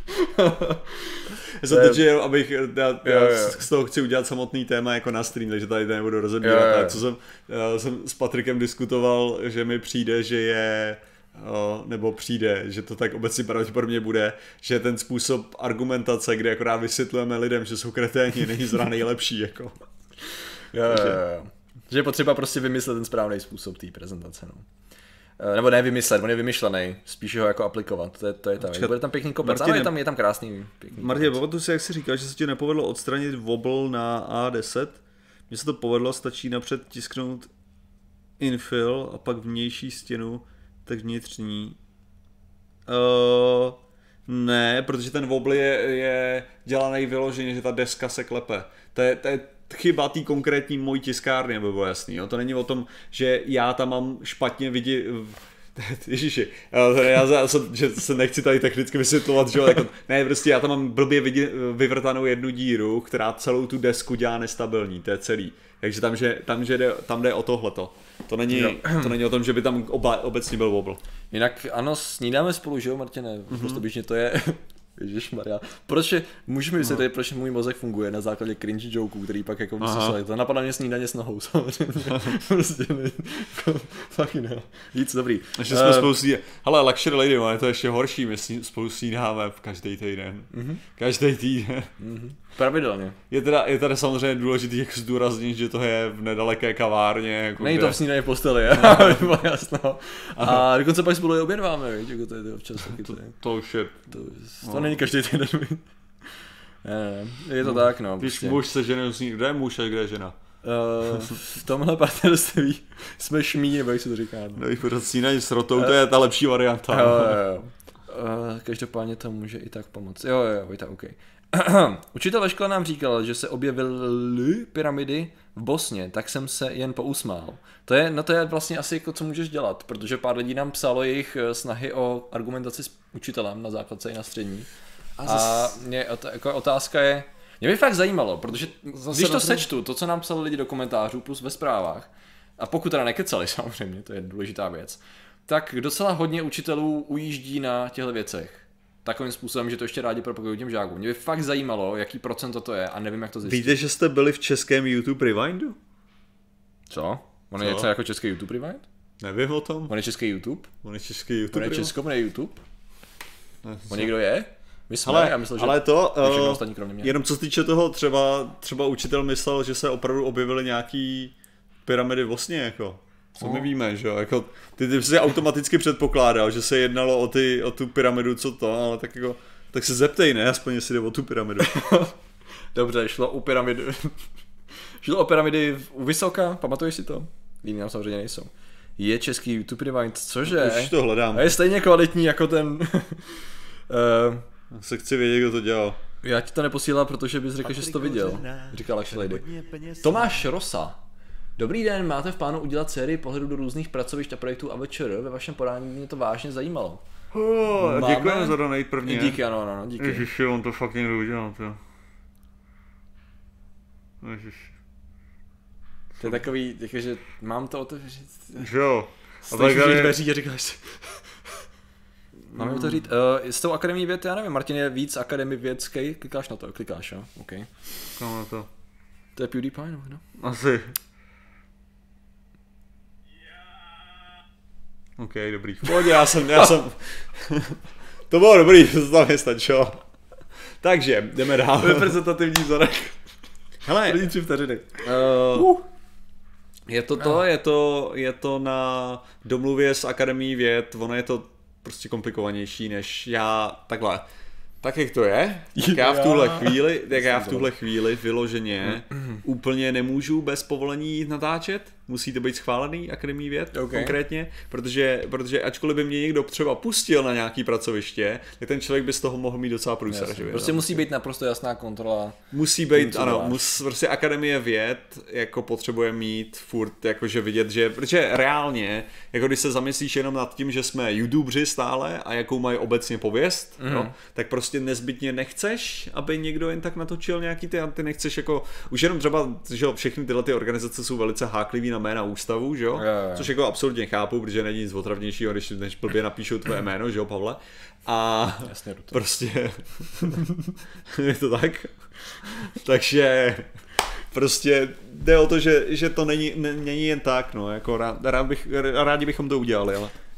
Já jsem teď, že abych, já, já z toho chci udělat samotný téma jako na stream, takže tady to nebudu rozebírat. Ale co jsem, já jsem s Patrikem diskutoval, že mi přijde, že je o, nebo přijde, že to tak obecně pravděpodobně bude, že ten způsob argumentace, kde akorát vysvětlujeme lidem, že jsou kreténi, není zrovna nejlepší, jako. Jo, jo, jo. Že je potřeba prostě vymyslet ten správný způsob té prezentace, no. Nebo ne vymyslet, on je vymyšlený, spíš ho jako aplikovat, to je, to je ta věc. Bude tam pěkný kopec, ale je tam, je tam krásný pěkný Martin, pamatuju si, jak jsi říkal, že se ti nepovedlo odstranit wobble na A deset. Mně se to povedlo, stačí napřed tisknout infill a pak vnější stěnu, tak vnitřní. Uh, ne, protože ten wobble je, je dělaný vyloženě, že ta deska se klepe. To je, to je chyba té konkrétní mojí tiskárny, aby bylo jasný. Jo? To není o tom, že já tam mám špatně vidět. Ježiši, já se, že se nechci tady technicky vysvětlovat, že jako, ne, prostě já tam mám blbě vidě, vyvrtanou jednu díru, která celou tu desku dělá nestabilní, to je celý. Takže tam, že, tam, že jde, tam jde o tohleto. To není, to není o tom, že by tam oba, obecně byl wobble. Jinak ano, snídáme spolu, že jo, Martine? Mm-hmm. Prostě běžně to je... Ježišmarja. Proč je, můžeme vysvětlit, no. proč můj mozek funguje na základě cringe joků, který pak jako musí to napadá mě snídaně s nohou, samozřejmě. Prostě ne, fakt ne. Víc dobrý. Ještě jsme uh, spolu snídáme. Hele, Luxury Lady, je to ještě horší, my spolu snídáme každý týden. Uh-huh. Každý týden. Uh-huh. Pravidelně. Je teda, je teda samozřejmě důležité jako zdůraznit, že to je v nedaleké kavárně. Jako není kde... to v snídaně v posteli, je? No. Jasno. A dokonce pak spolu je obědváme, víš, jako to je to občas taky to, to už je... To, to no. není každý týden. Ne, ne, je to no. tak, no. Když prostě. muž se ženou sní, kde je muž a kde je žena? Uh, v tomhle partnerství jsme šmí, nebo jak se to říká. No, no i pořád snídaní s rotou, uh, to je ta lepší varianta. Jo, jo, jo. Uh, každopádně to může i tak pomoct. Jo, jo, jo, tak OK. Učitel ve škole nám říkal, že se objevily pyramidy v Bosně, tak jsem se jen pousmál. To je, no to je vlastně asi jako co můžeš dělat, protože pár lidí nám psalo jejich snahy o argumentaci s učitelem na základce i na střední. A, a mě jako otázka je, mě by fakt zajímalo, protože když to sečtu, to, co nám psali lidi do komentářů plus ve zprávách, a pokud teda nekecali samozřejmě, to je důležitá věc, tak docela hodně učitelů ujíždí na těchto věcech. Takovým způsobem, že to ještě rádi propagují těm žákům. Mě by fakt zajímalo, jaký procento to je a nevím, jak to zjistit. Víte, že jste byli v českém YouTube Rewindu? Co? On je něco jako český YouTube Rewind? Nevím o tom. On je český YouTube? On je český YouTube. On je Česko, on je YouTube? Ne, on někdo je? My jsme, ale, já myslel, že ale to, uh, ostatní kromě mě. Jenom co se týče toho, třeba, třeba učitel myslel, že se opravdu objevily nějaký pyramidy v Bosně, jako. Co oh. my víme, že jo, jako, ty, ty si automaticky předpokládal, že se jednalo o, ty, o tu pyramidu, co to, ale tak jako, tak se zeptej, ne, aspoň jestli jde o tu pyramidu. Dobře, šlo o pyramidy, šlo o pyramidy u Vysoka, pamatuješ si to? Jiný nám samozřejmě nejsou. Je český YouTube Rewind, cože? Už to hledám. A je stejně kvalitní jako ten... uh, Já se chci vědět, kdo to dělal. Já ti to neposílal, protože bys řekl, že jsi to viděl, říkala Lady. Tomáš Rosa. Dobrý den, máte v plánu udělat sérii pohledu do různých pracovišť a projektů A V Č R? Ve vašem podání mě to vážně zajímalo. Oh, děkujeme za to nejprvně. Díky, ano, ano, díky. Ježiši, on to fakt někdo udělal, to. Ježiši. To je takový, jakože mám to otevřít. Jo. A tak je... dveří a říkáš si. Máme mm. to říct. Uh, s tou akademií věd, já nevím, Martin je víc akademii vědský, klikáš na to, klikáš, jo, OK. Klikám na to. To je PewDiePie, no? Asi. OK, dobrý. Pohodě, já jsem, já jsem... To bylo dobrý, to tam je stačilo. Takže, jdeme dál. Reprezentativní vzorek. Hele. První tři vteřiny. Uh, uh. Je to to, je to, je to na domluvě s Akademií věd, ono je to prostě komplikovanější než já, takhle. Tak jak to je, tak já v tuhle chvíli, tak já v tuhle chvíli vyloženě úplně nemůžu bez povolení jít natáčet. Musí to být schválený Akademií věd, okay. Konkrétně, protože, protože ačkoliv by mě někdo třeba pustil na nějaký pracoviště, tak ten člověk by z toho mohl mít docela průser. Že prostě musí být naprosto jasná kontrola. Musí být, ano, mus, prostě Akademie věd jako potřebuje mít furt jakože vidět, že, protože reálně, jako když se zamyslíš jenom nad tím, že jsme YouTubeři stále a jakou mají obecně pověst, mm. no, tak prostě nezbytně nechceš, aby někdo jen tak natočil nějaký ty, a ty nechceš jako, už jenom třeba, že všechny tyhle ty organizace jsou velice háklivý na jména ústavu, že jo? Je, je. Což jako absolutně chápu, protože není nic otravnějšího, když než blbě napíšou tvoje jméno, že jo, Pavle? A jasně, prostě je to tak. Takže prostě jde o to, že, že to není, není jen tak, no, jako rád, rád bych, rádi bychom to udělali, ale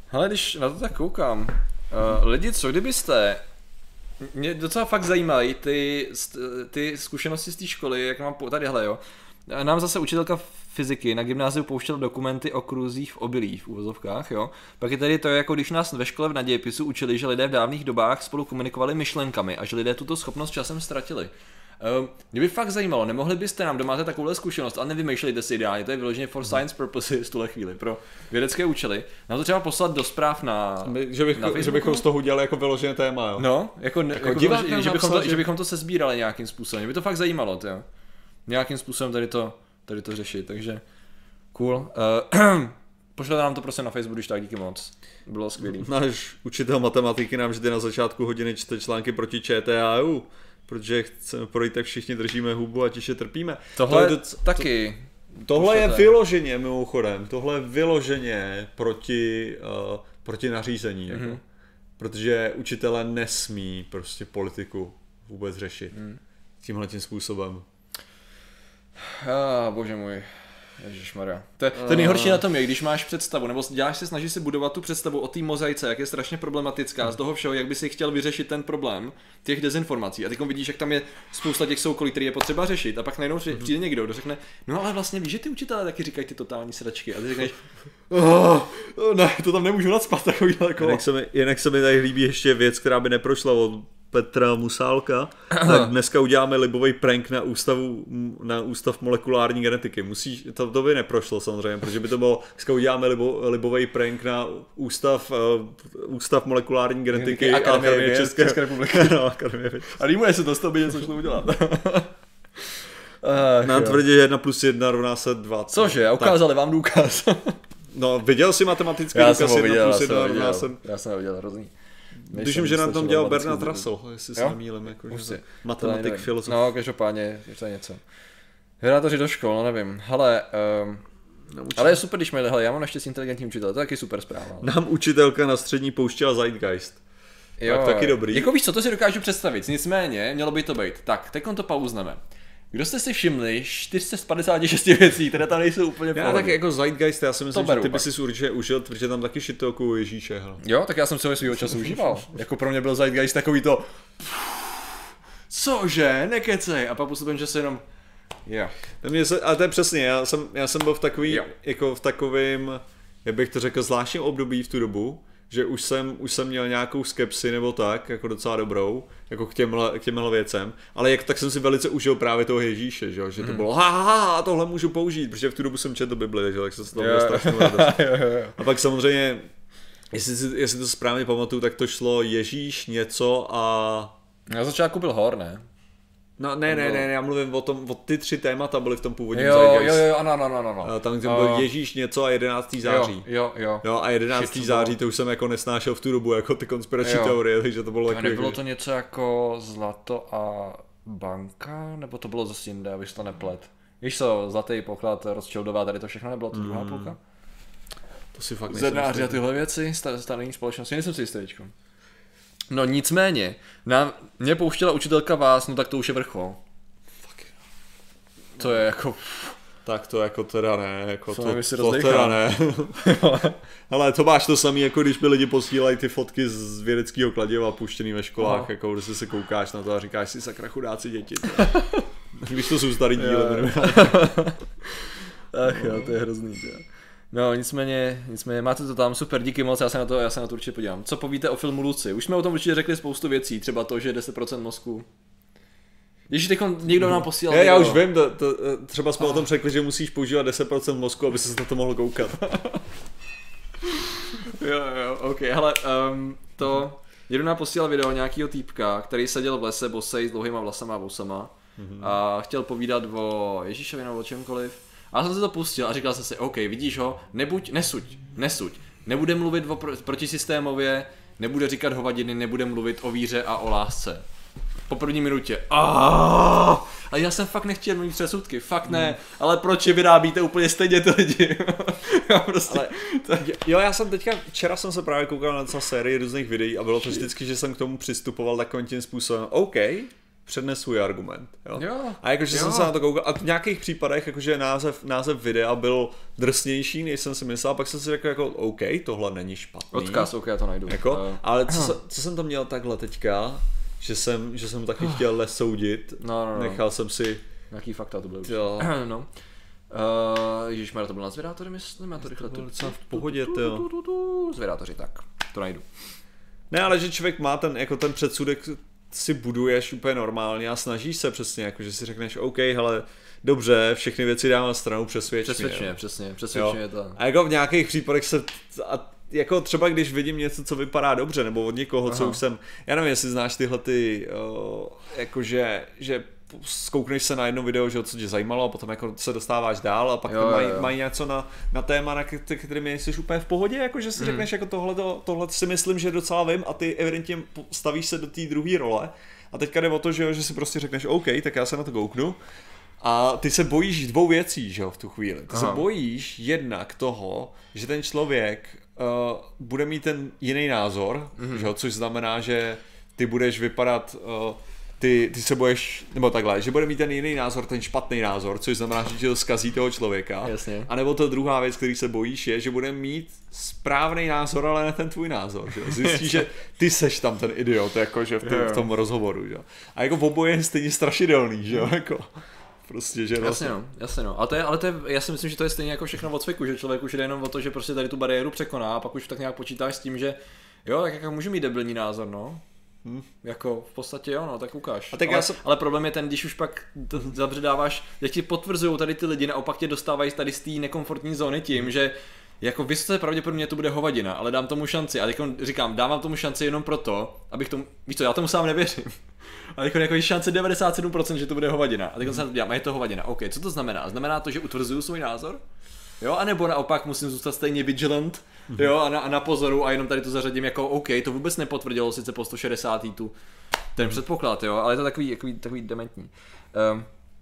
Hele, když na to tak koukám, uh, lidi, co kdybyste, mě docela fakt zajímají ty, ty zkušenosti z té školy, jak mám tadyhle, jo. Nám zase učitelka fyziky na gymnáziu pouštěla dokumenty o kruzích v obilí v uvozovkách, jo. Pak je tady to, jako když nás ve škole v nadějepisu učili, že lidé v dávných dobách spolu komunikovali myšlenkami a že lidé tuto schopnost časem ztratili. Uh, mě by fakt zajímalo, nemohli byste nám, kdo máte takovouhle zkušenost, ale nevymýšlejte si ideálně, to je vyloženě for science purposes v tuhle chvíli, pro vědecké účely, nám to třeba poslat do zpráv na, že, bych, na že bychom z toho udělali jako vyložené téma, jo? No, jako, jako, jako divák, že, že, bychom to, že... že bychom to sezbírali nějakým způsobem, mě by to fakt zajímalo, tyjo. Nějakým způsobem tady to, tady to řešit, takže cool. Uh, Pošlete nám to prosím na Facebook, když tak, díky moc. Bylo skvělý. Náš učitel matematiky nám vždy na začátku hodiny čte články proti ČTAU, protože chceme projít, tak všichni držíme hubu a tiše trpíme. Tohle to je doc- taky. Tohle je vyloženě, mimochodem, tohle je vyloženě proti, uh, proti nařízení, jako. Mm-hmm. Protože učitelé nesmí prostě politiku vůbec řešit mm. tímhle tím způsobem. Ah, bože můj. Ježišmarja. To, to nejhorší na tom je, když máš představu, nebo děláš se, snažíš si budovat tu představu o té mozaice, jak je strašně problematická, z toho všeho, jak by si chtěl vyřešit ten problém těch dezinformací. A teď vidíš, jak tam je spousta těch soukolí, které je potřeba řešit. A pak najednou přijde někdo, kdo řekne, no ale vlastně víš, že ty učitelé taky říkají ty totální sračky. A ty řekneš, oh, ne, to tam nemůžu nacpat takovýhle kolo. Jinak se, mi, jinak se mi tady líbí ještě věc, která by neprošla od Petra Musálka, tak dneska uděláme libový prank na ústavu, na ústav molekulární genetiky. Musíš, to, to by neprošlo samozřejmě, protože by to bylo, dneska uděláme libo, libový prank na ústav, uh, ústav molekulární genetiky Akademie věd České, České republiky. No, Akademie věd. A rýmuje se to, z toho by něco šlo udělat. Nám tvrdí, že jedna plus jedna rovná se dva. Cože, ukázali vám důkaz. No, viděl jsi matematický já důkaz jsem jedna plus jedna rovná se... Já jsem ho viděl, hrozný. Tuším, že na tom dělal Bernard Russell, jestli se nemýlím, jako matematik, filozof. No, každopádně, to je něco. Vydátoři do škol, no nevím. Hele, um, ale je super, když měli, hele, já mám naštěstí inteligentní učitel, to je taky super zpráva. Nám učitelka na střední pouštěla Zeitgeist. Jo, tak taky dobrý. Jako víš co, to si dokážu představit, nicméně, mělo by to být. Tak, teď to pauzneme. Kdo jste si všimli čtyři sta padesát šest věcí, které tam nejsou úplně já tak jako Zeitgeist, já si myslím, že ty by si určitě užil, protože tam taky šitoku Ježíše. Hele. Jo, tak já jsem celý svýho času užíval. Jako pro mě byl Zeitgeist takový to cože, nekecej, a pak působím, že se jenom jo. Se, ale to je přesně, já jsem, já jsem byl v takový, jo. jako v takovým, jak bych to řekl, zvláštním období v tu dobu, že už jsem, už jsem měl nějakou skepsi nebo tak, jako docela dobrou, jako k těmhle, k těmhle věcem, ale jak, tak jsem si velice užil právě toho Ježíše, že, že to bylo ha, ha, ha, tohle můžu použít, protože v tu dobu jsem četl Bibli, že, tak jsem se to bylo strašně radost. A pak samozřejmě, jestli, si, jestli to správně pamatuju, tak to šlo Ježíš něco a... Na začátku byl hor, ne? No ne, ne, ne, ne, já mluvím o tom, o ty tři témata byly v tom původním jo, Zeitgeist. Jo, jo, ano, ano, ano, ano. Tam byl uh, Ježíš něco a jedenáctého září. Jo, jo, jo. A jedenáctého září to už jsem jako nesnášel v tu dobu, jako ty konspirační teorie, takže to bylo takový. A nebylo to něco jako zlato a banka? Nebo to bylo zase jinde, abych to neplet? Víš co, zlatý poklad, Rothschildová, tady to všechno nebylo, to mm. druhá půlka? To si fakt Zednáři a tyhle věci, starý společnosti, nejsem si jistečko. No nicméně, nám, mě pouštěla učitelka vás, no tak to už je vrchol. To je jako... Tak to jako teda ne, jako co to, to, to teda ne. Ale to máš to samý, jako když mi lidi posílají ty fotky z vědeckého kladiva puštěný ve školách, Aha. jako když se koukáš na to a říkáš si sakra chudáci děti. Když to jsou starý díly. Ach jo, to je hrozný. Tě. No nicméně, nicméně, máte to tam, super, díky moc, já se na to, já se na to určitě podívám. Co povíte o filmu Lucy? Už jsme o tom určitě řekli spoustu věcí, třeba to, že deset procent mozku. Když teď někdo nám posílal. Já, já už vím, to, to, třeba jsme oh. o tom řekli, že musíš používat deset procent mozku, aby se na to mohl koukat. jo, jo, ok, hele, um, to, někdo nám posílal video nějakýho týpka, který seděl v lese bosej s dlouhýma vlasama a vousama mm-hmm. a chtěl povídat o Ježíšovi nebo o čemkoliv. A já jsem se to pustil a říkal jsem si, OK, vidíš ho, nebuď, nesuď, nesuď, nebude mluvit o pro, protisystémově, nebude říkat hovadiny, nebude mluvit o víře a o lásce. Po první minutě. Aaaa! A já jsem fakt nechtěl mít přesudky, fakt ne, mm. ale proč je vyrábíte úplně stejně ty lidi? já prostě, ale, to... Jo, já jsem teďka, včera jsem se právě koukal na celou sérii různých videí a bylo to vždycky, že jsem k tomu přistupoval takovým tím způsobem, OK, přednes svůj argument. Jo? Jo, a jakože jo. jsem se na to koukal a v nějakých případech jakože název, název videa byl drsnější, než jsem si myslel, a pak jsem si řekl jako OK, tohle není špatný. Odkaz, OK, já to najdu. Jako, Uh, ale co, se, co jsem to měl takhle teďka, že jsem, že jsem taky chtěl lesoudit, no, no, no. nechal jsem si... Nějaký fakta to byly. Jo. no. Uh, Ježišmarja, to byl na zvědátory, myslím, já to rychle tu. Docela v pohodě, jo. Zvědátoři, tak, to najdu. Ne, ale že člověk má ten, jako ten předsudek, si buduješ úplně normálně a snažíš se přesně, jako že si řekneš OK, hele, dobře, všechny věci dám na stranu, přesvědč mě. Přesvědčně, přesně, přesvědčně to. A jako v nějakých případech se, a jako třeba když vidím něco, co vypadá dobře, nebo od někoho, Aha. co už jsem, já nevím, jestli znáš tyhle ty, uh, jakože, že zkoukneš se na jedno video, že co tě zajímalo a potom jako se dostáváš dál a pak jo, mají, mají něco na, na téma, na kterým jsi úplně v pohodě, jako že si mm. řekneš jako tohle, tohle si myslím, že docela vím a ty evidentně stavíš se do té druhé role a teďka jde o to, že, že si prostě řekneš OK, tak já se na to kouknu a ty se bojíš dvou věcí, že jo, v tu chvíli. Ty Aha. se bojíš jednak toho, že ten člověk uh, bude mít ten jiný názor, mm. že jo, což znamená, že ty budeš vypadat uh, Ty, ty se budeš, nebo takhle, že bude mít ten jiný názor, ten špatný názor, což znamená, že ti to zkazí toho člověka. Jasně. A nebo to druhá věc, který se bojíš, je, že bude mít správný názor, ale ne ten tvůj názor. Že? Zjistíš, že ty seš tam ten idiot, jakože v, v tom rozhovoru. Že? A jako v oboje je stejně strašidelný, že jo, jako. Prostě, že jasně vlastně... no, jasně no. Ale, to je, ale to je, já si myslím, že to je stejně jako všechno od cviku, že člověk už jde jenom o to, že prostě tady tu bariéru překoná a pak už tak nějak počítáš s tím, že jo, tak jako můžu mít debilní názor, no. Hmm. Jako v podstatě jo, no, tak ukáž. A tak ale, já jsem... ale problém je ten, když už pak zabředáváš, jak ti potvrzují tady ty lidi, naopak tě dostávají tady z té nekomfortní zóny tím, hmm. že jako vysoce pravděpodobně to bude hovadina, ale dám tomu šanci. A teď říkám, dávám tomu šanci jenom proto, abych tomu, víš co, já tomu sám nevěřím. A teď jako je šance devadesát sedm procent, že to bude hovadina. A teď hmm. se to dělám, a je to hovadina. OK, co to znamená? Znamená to, že utvrzuju svůj názor? Jo, anebo naopak musím zůstat stejně vigilant, mm-hmm. jo, a na, a na pozoru a jenom tady to zařadím jako OK, to vůbec nepotvrdilo sice po sto šedesát tu ten mm-hmm. předpoklad, jo, ale je to takový, takový, takový dementní. Um,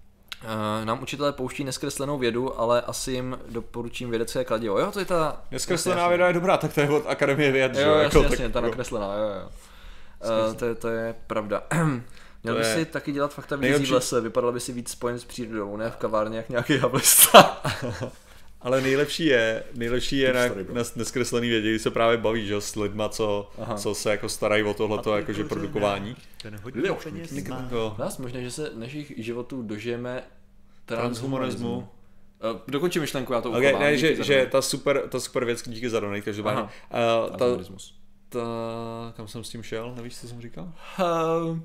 uh, nám učitelé pouští neskreslenou vědu, ale asi jim doporučím vědecké kladivo. Jo, to je ta... Neskreslená věda je dobrá, tak to je od Akademie věd, jo, že? Jo, jasně, jako, jasně, tak, ta nakreslená, jo, jo. Uh, to, je, to je pravda. Měl by je... si taky dělat fakta v lese, vypadalo by si víc spojen s přírodou, ne v kavárně jak nějaký havlista. Ale nejlepší je, nejlepší je na, na neskreslený vědě, když se právě baví, že, s lidma, co, co se jako starají o tohleto jakože produkování. Ten hodně peněz má. Nás možná, že se našich životů dožijeme transhumanismu. Dokončím myšlenku, já to okay, ne, že, že ta super, ta super věc, díky za donate, každopádně. Uh, ta, ta, kam jsem s tím šel? Nevíš, co jsem říkal? Uh,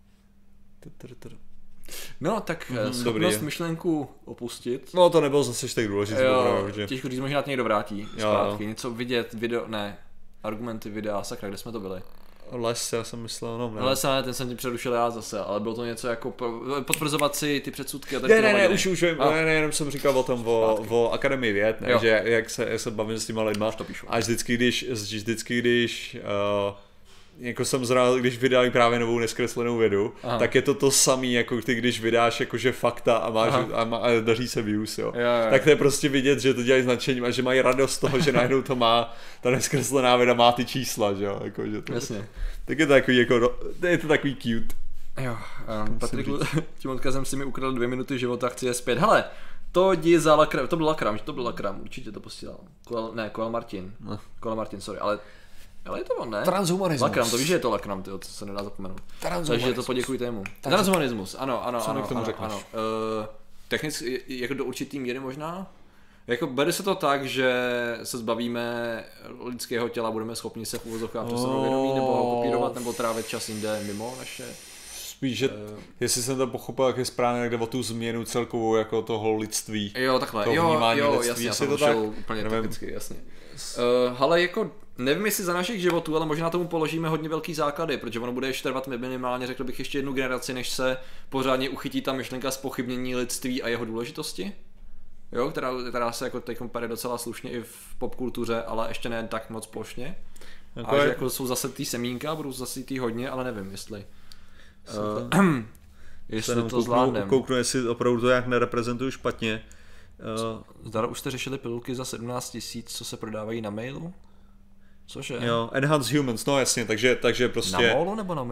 No, tak mm, schopnost dobrý. myšlenku opustit. No, to nebylo zase tak důležité. Jo, že... těžko říct, možná to někdo vrátí zpátky. Něco vidět, video, ne, argumenty, videa, sakra, kde jsme to byli? Les, já jsem myslel, no ne. Les, ne, ten jsem ti přerušil já zase, ale bylo to něco jako potvrzovat si ty předsudky a tady ne, ne, ne, už, už, a... ne, ne, jenom jsem říkal o tom, o, o Akademii věd, ne, že jak se, jak se bavím s těma lidma a vždycky, když, vždycky, když uh, jako jsem zrál, když vydali právě novou neskreslenou vědu, Aha. tak je to to samý, jako ty, když vydáš jakože fakta a, máš, a, má, a daří se views, jo. Jo, jo. Tak to je prostě vidět, že to dělají značením a že mají radost z toho, že najednou to má, ta neskreslená věda má ty čísla, že jo. Jako, že to, jasně. Tak je to takový, jako, je to takový cute. Jo, um, Patriku, tím odkazem si mi ukradl dvě minuty života, chci je zpět. Hele, to jdi za Lakram, to byl Lakram, to byl Lakram, určitě to posílal. Koel, ne, Koel Martin, no. Koel Martin, sorry, ale Ale je to on, ne? Transhumanismus. Lakram, to víš, že je to Lakram, tyjo, co se nedá zapomenout. Takže to poděkujte jemu. Transhumanismus, ano, ano, co ano, k tomu ano, ano. Uh, technicky, jako do určitý míry možná. Jako bere se to tak, že se zbavíme lidského těla, budeme schopni se v úvozovkách přesunout vědomí, nebo ho kopírovat, nebo trávit čas jinde mimo naše... Spíš, že uh, jestli jsem to pochopil, jak je správně, tak jde o tu změnu celkovou jako toho lidství. Jo, takhle, toho jo, jo, lidství, jasně, já to tak? úplně technicky, jasně. Uh, ale jako, nevím jestli za našich životů, ale možná tomu položíme hodně velký základy, protože ono bude ještě trvat minimálně, řekl bych, ještě jednu generaci, než se pořádně uchytí ta myšlenka zpochybnění lidství a jeho důležitosti. Jo, která, která se jako teď pere docela slušně i v popkultuře, ale ještě ne tak moc plošně. Jako a je... že jako jsou zase ty semínka, budou zase ty hodně, ale nevím, jestli... Uh, jestli to kouknu, zvládnem. Kouknu, jestli opravdu to jak nereprezentuju špatně. Uh, Zdara, už jste řešili pilulky za sedmnáct tisíc, co se prodávají na mailu? Cože? Jo, Enhanced Humans, no jasně, takže, takže prostě... Na mailu nebo na mailu?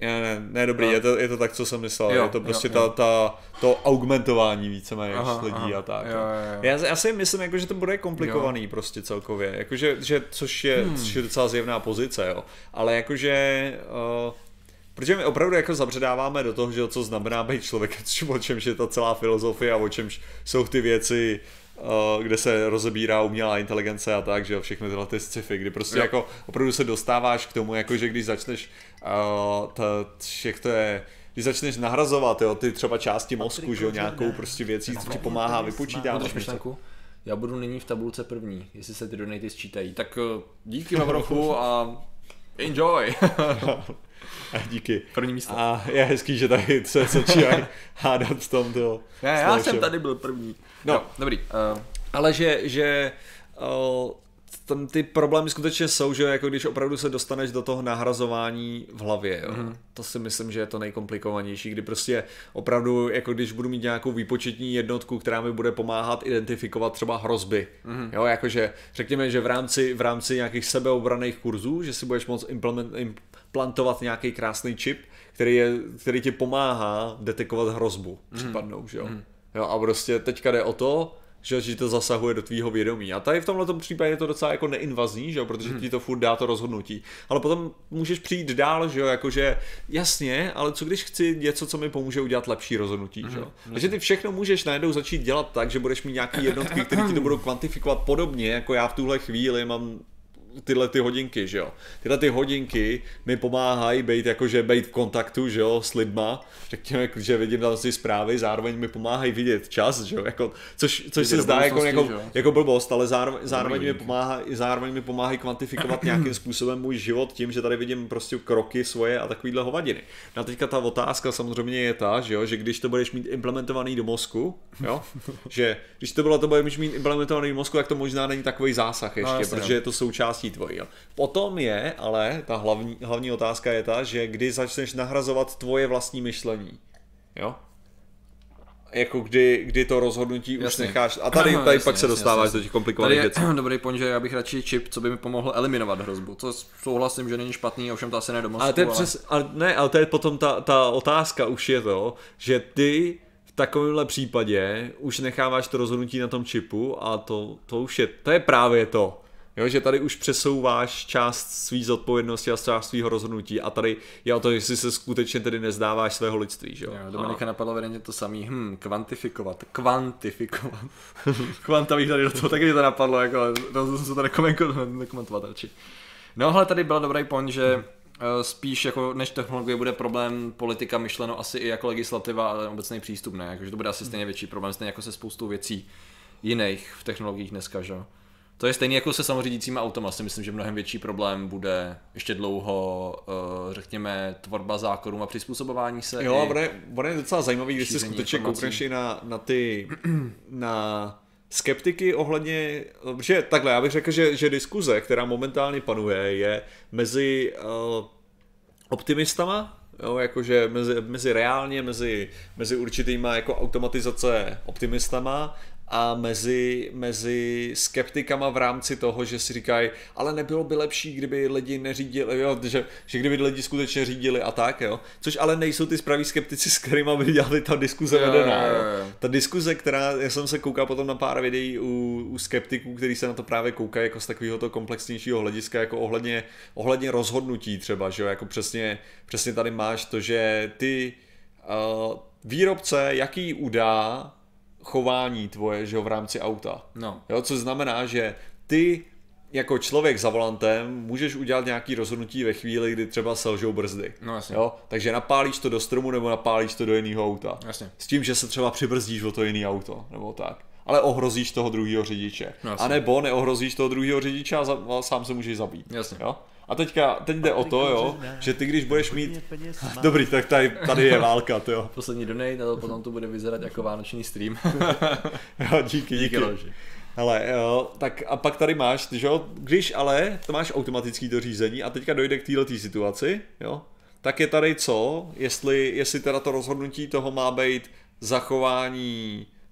Ne, ne, ne dobrý, no. je, to, je to tak, co jsem myslel, jo, je to prostě jo, ta, jo. Ta, to augmentování víceméně Aha, lidí aha. a tak. Jo, jo, jo. Já, já si myslím, jako, že to bude komplikovaný jo. prostě celkově, jakože, že, což, je, hmm. což je docela zjevná pozice, jo. Ale jakože, uh, protože my opravdu jako zabředáváme do toho, že co znamená být člověk, o čemž je ta celá filozofie a o čemž jsou ty věci, Uh, kde se rozebírá umělá inteligence a tak, že jo, všechny tyhle ty sci-fi, kdy prostě jo. jako opravdu se dostáváš k tomu, jako že když začneš uh, ta, jak to je, když začneš nahrazovat, jo, ty třeba části mozku, že jo, nějakou prostě věcí, co ti pomáhá vypočítávat. Já budu nyní v tabulce první, jestli se ty donaty sčítají, tak uh, díky Mavrochu a enjoy. Díky. První místo. A je hezký, že tady se začínají hádat v tom to. Ne, já jsem tady byl první. No, no dobrý. Uh, ale že, že uh, tam ty problémy skutečně jsou, že jako když opravdu se dostaneš do toho nahrazování v hlavě, jo. Mm-hmm. To si myslím, že je to nejkomplikovanější, kdy prostě opravdu, jako když budu mít nějakou výpočetní jednotku, která mi bude pomáhat identifikovat třeba hrozby, mm-hmm. jo, jakože řekněme, že v rámci, v rámci nějakých sebeobranných kurzů, že si budeš moct implement, implantovat nějaký krásný čip, který, je, který ti pomáhá detekovat hrozbu mm-hmm. případnou, že jo. Mm-hmm. Jo, a prostě teďka jde o to, že, že to zasahuje do tvýho vědomí. A tady v tomhle případě je to docela jako neinvazní, že jo, protože ti to furt dá to rozhodnutí. Ale potom můžeš přijít dál, že jo, jakože jasně, ale co když chci něco, co mi pomůže udělat lepší rozhodnutí, že jo. Takže ty všechno můžeš najednou začít dělat tak, že budeš mít nějaký jednotky, které ti to budou kvantifikovat podobně, jako já v tuhle chvíli mám tyhle ty hodinky, že jo. Tyhle ty hodinky mi pomáhají být jakože být v kontaktu, že jo, s lidma. Řekněme, že vidím tam ty zprávy, zároveň mi pomáhají vidět čas, že jo, jako, což, což se zdá jako, jako, jako blbost, ale zároveň, zároveň, mi pomáhá, zároveň mi pomáhají kvantifikovat nějakým způsobem můj život tím, že tady vidím prostě kroky svoje a takovýhle hovadiny. No a teďka ta otázka samozřejmě je ta, že jo, že když to budeš mít implementovaný do mozku, jo, že když to bylo to budeš mít implementovaný do mozku, tak to možná není takový zásah ještě, no, jasně, protože je to součástí tvojí. Jo. Potom je, ale ta hlavní, hlavní otázka je ta, že kdy začneš nahrazovat tvoje vlastní myšlení. Jo? Jako kdy, kdy to rozhodnutí jasně. už necháš. A tady, tady jasně, pak se dostáváš jasně, do těch komplikovaných věcí. Tady je dobrý point, že já bych radši čip, co by mi pomohl eliminovat hrozbu. To souhlasím, že není špatný, ovšem to asi ne do mozku. Ale to je přes, ale ne, ale to je potom ta, ta otázka už je to, že ty v takovémhle případě už necháváš to rozhodnutí na tom čipu a to, to už je, to je právě to. Jo, že tady už přesouváš část svý zodpovědnosti a část svýho rozhodnutí a tady je o to, jestli se skutečně tedy nezdáváš svého lidství, že jo. jo Dominika napadlo vedení to samý, hm, kvantifikovat, kvantifikovat. Kvanta bych tady do toho, taky mi to napadlo, jako, to jsem se to nekomentovat radši. No, ale tady byl dobrý point, že hmm. spíš jako než technologie bude problém politika myšleno asi i jako legislativa, ale obecný přístup, ne, jakože to bude asi stejně větší problém, stejně jako se spoustou věcí jiných v technologiích dneska, že jo. To je stejně jako se samořídícíma automa, si myslím, že mnohem větší problém bude ještě dlouho, řekněme, tvorba zákonů a přizpůsobování se. Jo, bude, bude docela zajímavý, když si skutečně koukneš i na, na ty, na skeptiky ohledně, že takhle, já bych řekl, že, že diskuze, která momentálně panuje, je mezi uh, optimistama, jo, jakože mezi, mezi reálně, mezi, mezi určitýma jako automatizace optimistama, a mezi, mezi skeptikama v rámci toho, že si říkají, ale nebylo by lepší, kdyby lidi neřídili, jo, že, že kdyby lidi skutečně řídili a tak, jo. Což ale nejsou ty spraví skeptici, s kterými by dělali ta diskuze vedená, jo. Ta diskuze, která, já jsem se koukal potom na pár videí u, u skeptiků, kteří se na to právě koukají jako z takového toho komplexnějšího hlediska, jako ohledně, ohledně rozhodnutí třeba, že jo, jako přesně, přesně tady máš to, že ty uh, výrobce, jaký udá chování tvoje, že jo, v rámci auta. No. Jo, což znamená, že ty jako člověk za volantem můžeš udělat nějaký rozhodnutí ve chvíli, kdy třeba selžou brzdy. No, jasně. Jo? Takže napálíš to do stromu nebo napálíš to do jiného auta. Jasně. S tím, že se třeba přibrzdíš o to jiné auto, nebo tak. Ale ohrozíš toho druhého řidiče. No, a nebo neohrozíš toho druhého řidiče a, za, a sám se můžeš zabít. Jasně. Jo? A teďka, teď jde o to, jo, že ty když budeš mít... Dobrý, tak tady, tady je válka, to jo. Poslední donate, a potom to bude vyzerat jako vánoční stream. Jo, díky, díky. díky. Hele, jo, tak a pak tady máš, že jo, když ale to máš automatický to řízení a teďka dojde k této situaci, jo, tak je tady co, jestli, jestli teda to rozhodnutí toho má být zachování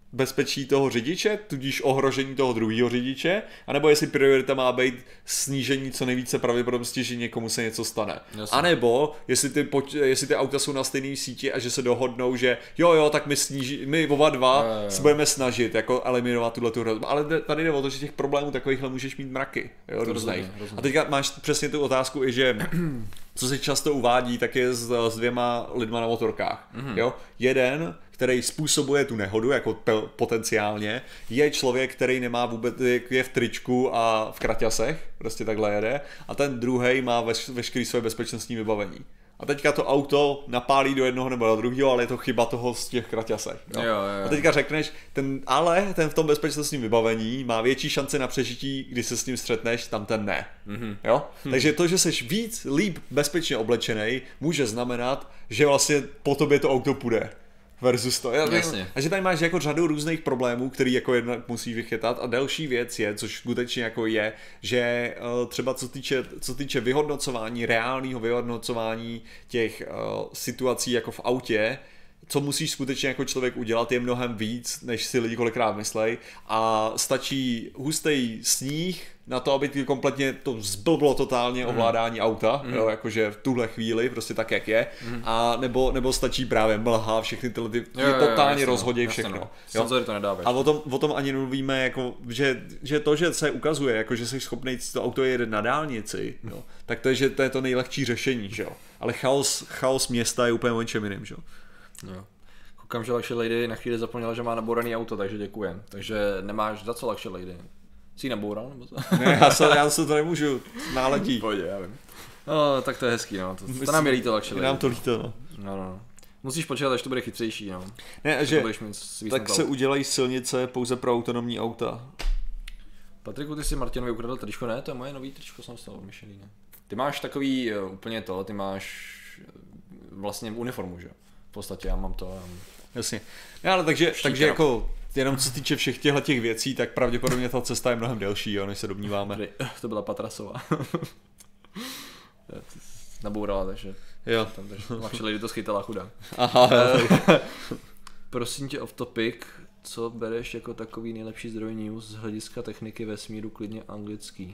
bezpečí toho řidiče, tudíž ohrožení toho druhého řidiče, anebo jestli priorita má být snížení co nejvíce pravděpodobnosti, že někomu se něco stane. Jasně. A nebo jestli ty, jestli ty auta jsou na stejné síti a že se dohodnou, že jo jo, tak my sníží, my oba dva jo, jo. se budeme snažit jako eliminovat tuhle tu hrozbu. Ale tady jde o to, že těch problémů takovýchhle můžeš mít mraky. Jo, různých. A teďka máš přesně tu otázku i, že co se často uvádí, tak je s, s dvěma lidma na motorkách. Mm-hmm. Jo? Jeden, který způsobuje tu nehodu jako pe- potenciálně, je člověk, který nemá vůbec, je v tričku a v kraťasech, prostě takhle jede, a ten druhej má veš- veškerý své bezpečnostní vybavení. A teďka to auto napálí do jednoho nebo do druhého, ale je to chyba toho z těch kraťasech. Jo? Jo, jo, jo. A teďka řekneš, ten, ale ten v tom bezpečnostním vybavení má větší šance na přežití, když se s ním střetneš, tam ten ne. Mm-hmm. Jo? Hm. Takže to, že jsi víc líp bezpečně oblečený, může znamenat, že vlastně po tobě to auto půjde. Versus to. Jasně. A že tady máš jako řadu různých problémů, který jako jednak musíš vychytat, a další věc je, což skutečně jako je, že uh, třeba co týče, co týče vyhodnocování, reálného vyhodnocování těch uh, situací jako v autě, co musíš skutečně jako člověk udělat, je mnohem víc, než si lidi kolikrát myslej, a stačí hustý sníh na to, aby ty kompletně to zblblo totálně mm. ovládání auta, mm. jo, jakože v tuhle chvíli, prostě tak, jak je, mm. a nebo, nebo stačí právě mlha, všechny tyhle ty jo, jo, totálně jasně, rozhodějí jasně, všechno. No. Senzory to nedávají. A o tom, o tom ani nemluvíme, jako, že, že to, že se ukazuje, jako, že jsi schopný to auto jedet na dálnici, jo, tak to je, že to je to nejlehčí řešení, že jo. Ale chaos, chaos města je úplně o něčem jiným, že jo. Jo. Koukám, že Luxury Lady na chvíli zapomněla, že má nabouraný auto, takže děkujem. Takže nemáš za co Luxury Lady. Jsi ji naboural, nebo co? Ne, já se, já se to nemůžu, náletí. Pojď, já vím. No, tak to je hezký, no. To, to, to nám je líto Luxury Lady. Nám to líto, no. No, no. Musíš počítat, až to bude chytřejší, no. Ne, že tak se aut. udělají silnice pouze pro autonomní auta. Patriku, ty si Martinovi ukradl tričko, ne? To je moje nový tričko, jsem stal od Michelina. Ty máš takový uh, úplně to, ty máš vlastně uniformu, že? V podstatě já mám to. Já mám... Jasně. Ne, ale takže, takže jako jenom co se týče všech těchto těch věcí, tak pravděpodobně ta cesta je mnohem delší, jo, než se domníváme. To byla Patrasová. Nabourala, takže jo. Tam Luxury Lady to schytala, chudá. Aha, prosím tě, off topic, co bereš jako takový nejlepší zdroj news z hlediska techniky vesmíru, klidně anglický?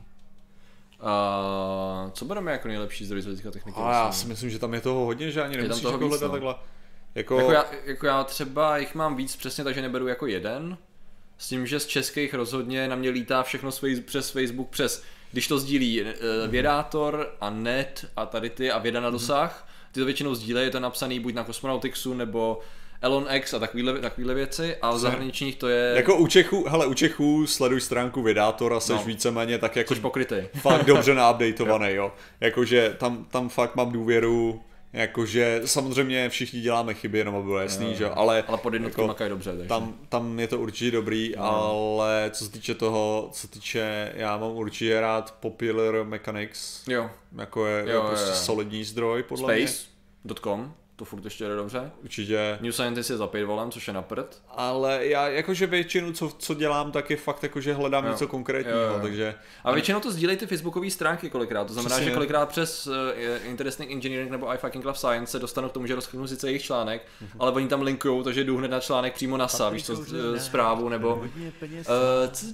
A co bereme jako nejlepší zdroj z hlediska techniky vesmíru? Já si myslím, že tam je toho hodně, že ani nemusíš jako hledat takhle. Jako... Jako, já, jako já třeba jich mám víc přesně, takže neberu jako jeden. S tím, že z českých rozhodně na mě lítá všechno přes Facebook, přes, když to sdílí uh, Vědátor a Net a tady ty a Věda na dosah, ty to většinou sdílejí, je to napsaný buď na Cosmonautixu nebo Elon X a takovýhle, takovýhle věci, a v zahraničních to je... Jako u Čechů, hele, u Čechů sleduj stránku Vědátor a seš no. víceméně tak jako... Což pokrytej. Fakt dobře naupdatovaný, jo. Jakože tam, tam fakt mám důvěru. Jakože samozřejmě všichni děláme chyby, jenom aby bylo jasný, jo, že? Ale, ale pod jednotky jako, makají dobře. Takže. Tam, tam je to určitě dobrý, no. Ale co se týče toho, co se týče, já mám určitě rád Popular Mechanics, jo. Jako je, jo, je prostě jo, jo. solidní zdroj, podle Space. mě. Space dot com, to furt ještě jde dobře. Určitě. New Scientist je za pět volem, což je na prd. Ale já jakože většinu, co, co dělám, tak je fakt jakože hledám jo. něco konkrétního, jo, jo. takže... A většinou to sdílejí ty facebookové stránky kolikrát, to znamená, přesně. že kolikrát přes uh, Interesting Engineering nebo I fucking love Science se dostanu k tomu, že rozkliknu sice jejich článek, mm-hmm. ale oni tam linkujou, takže jdu hned na článek přímo na S A, víš co, zprávu, nebo... Uh, co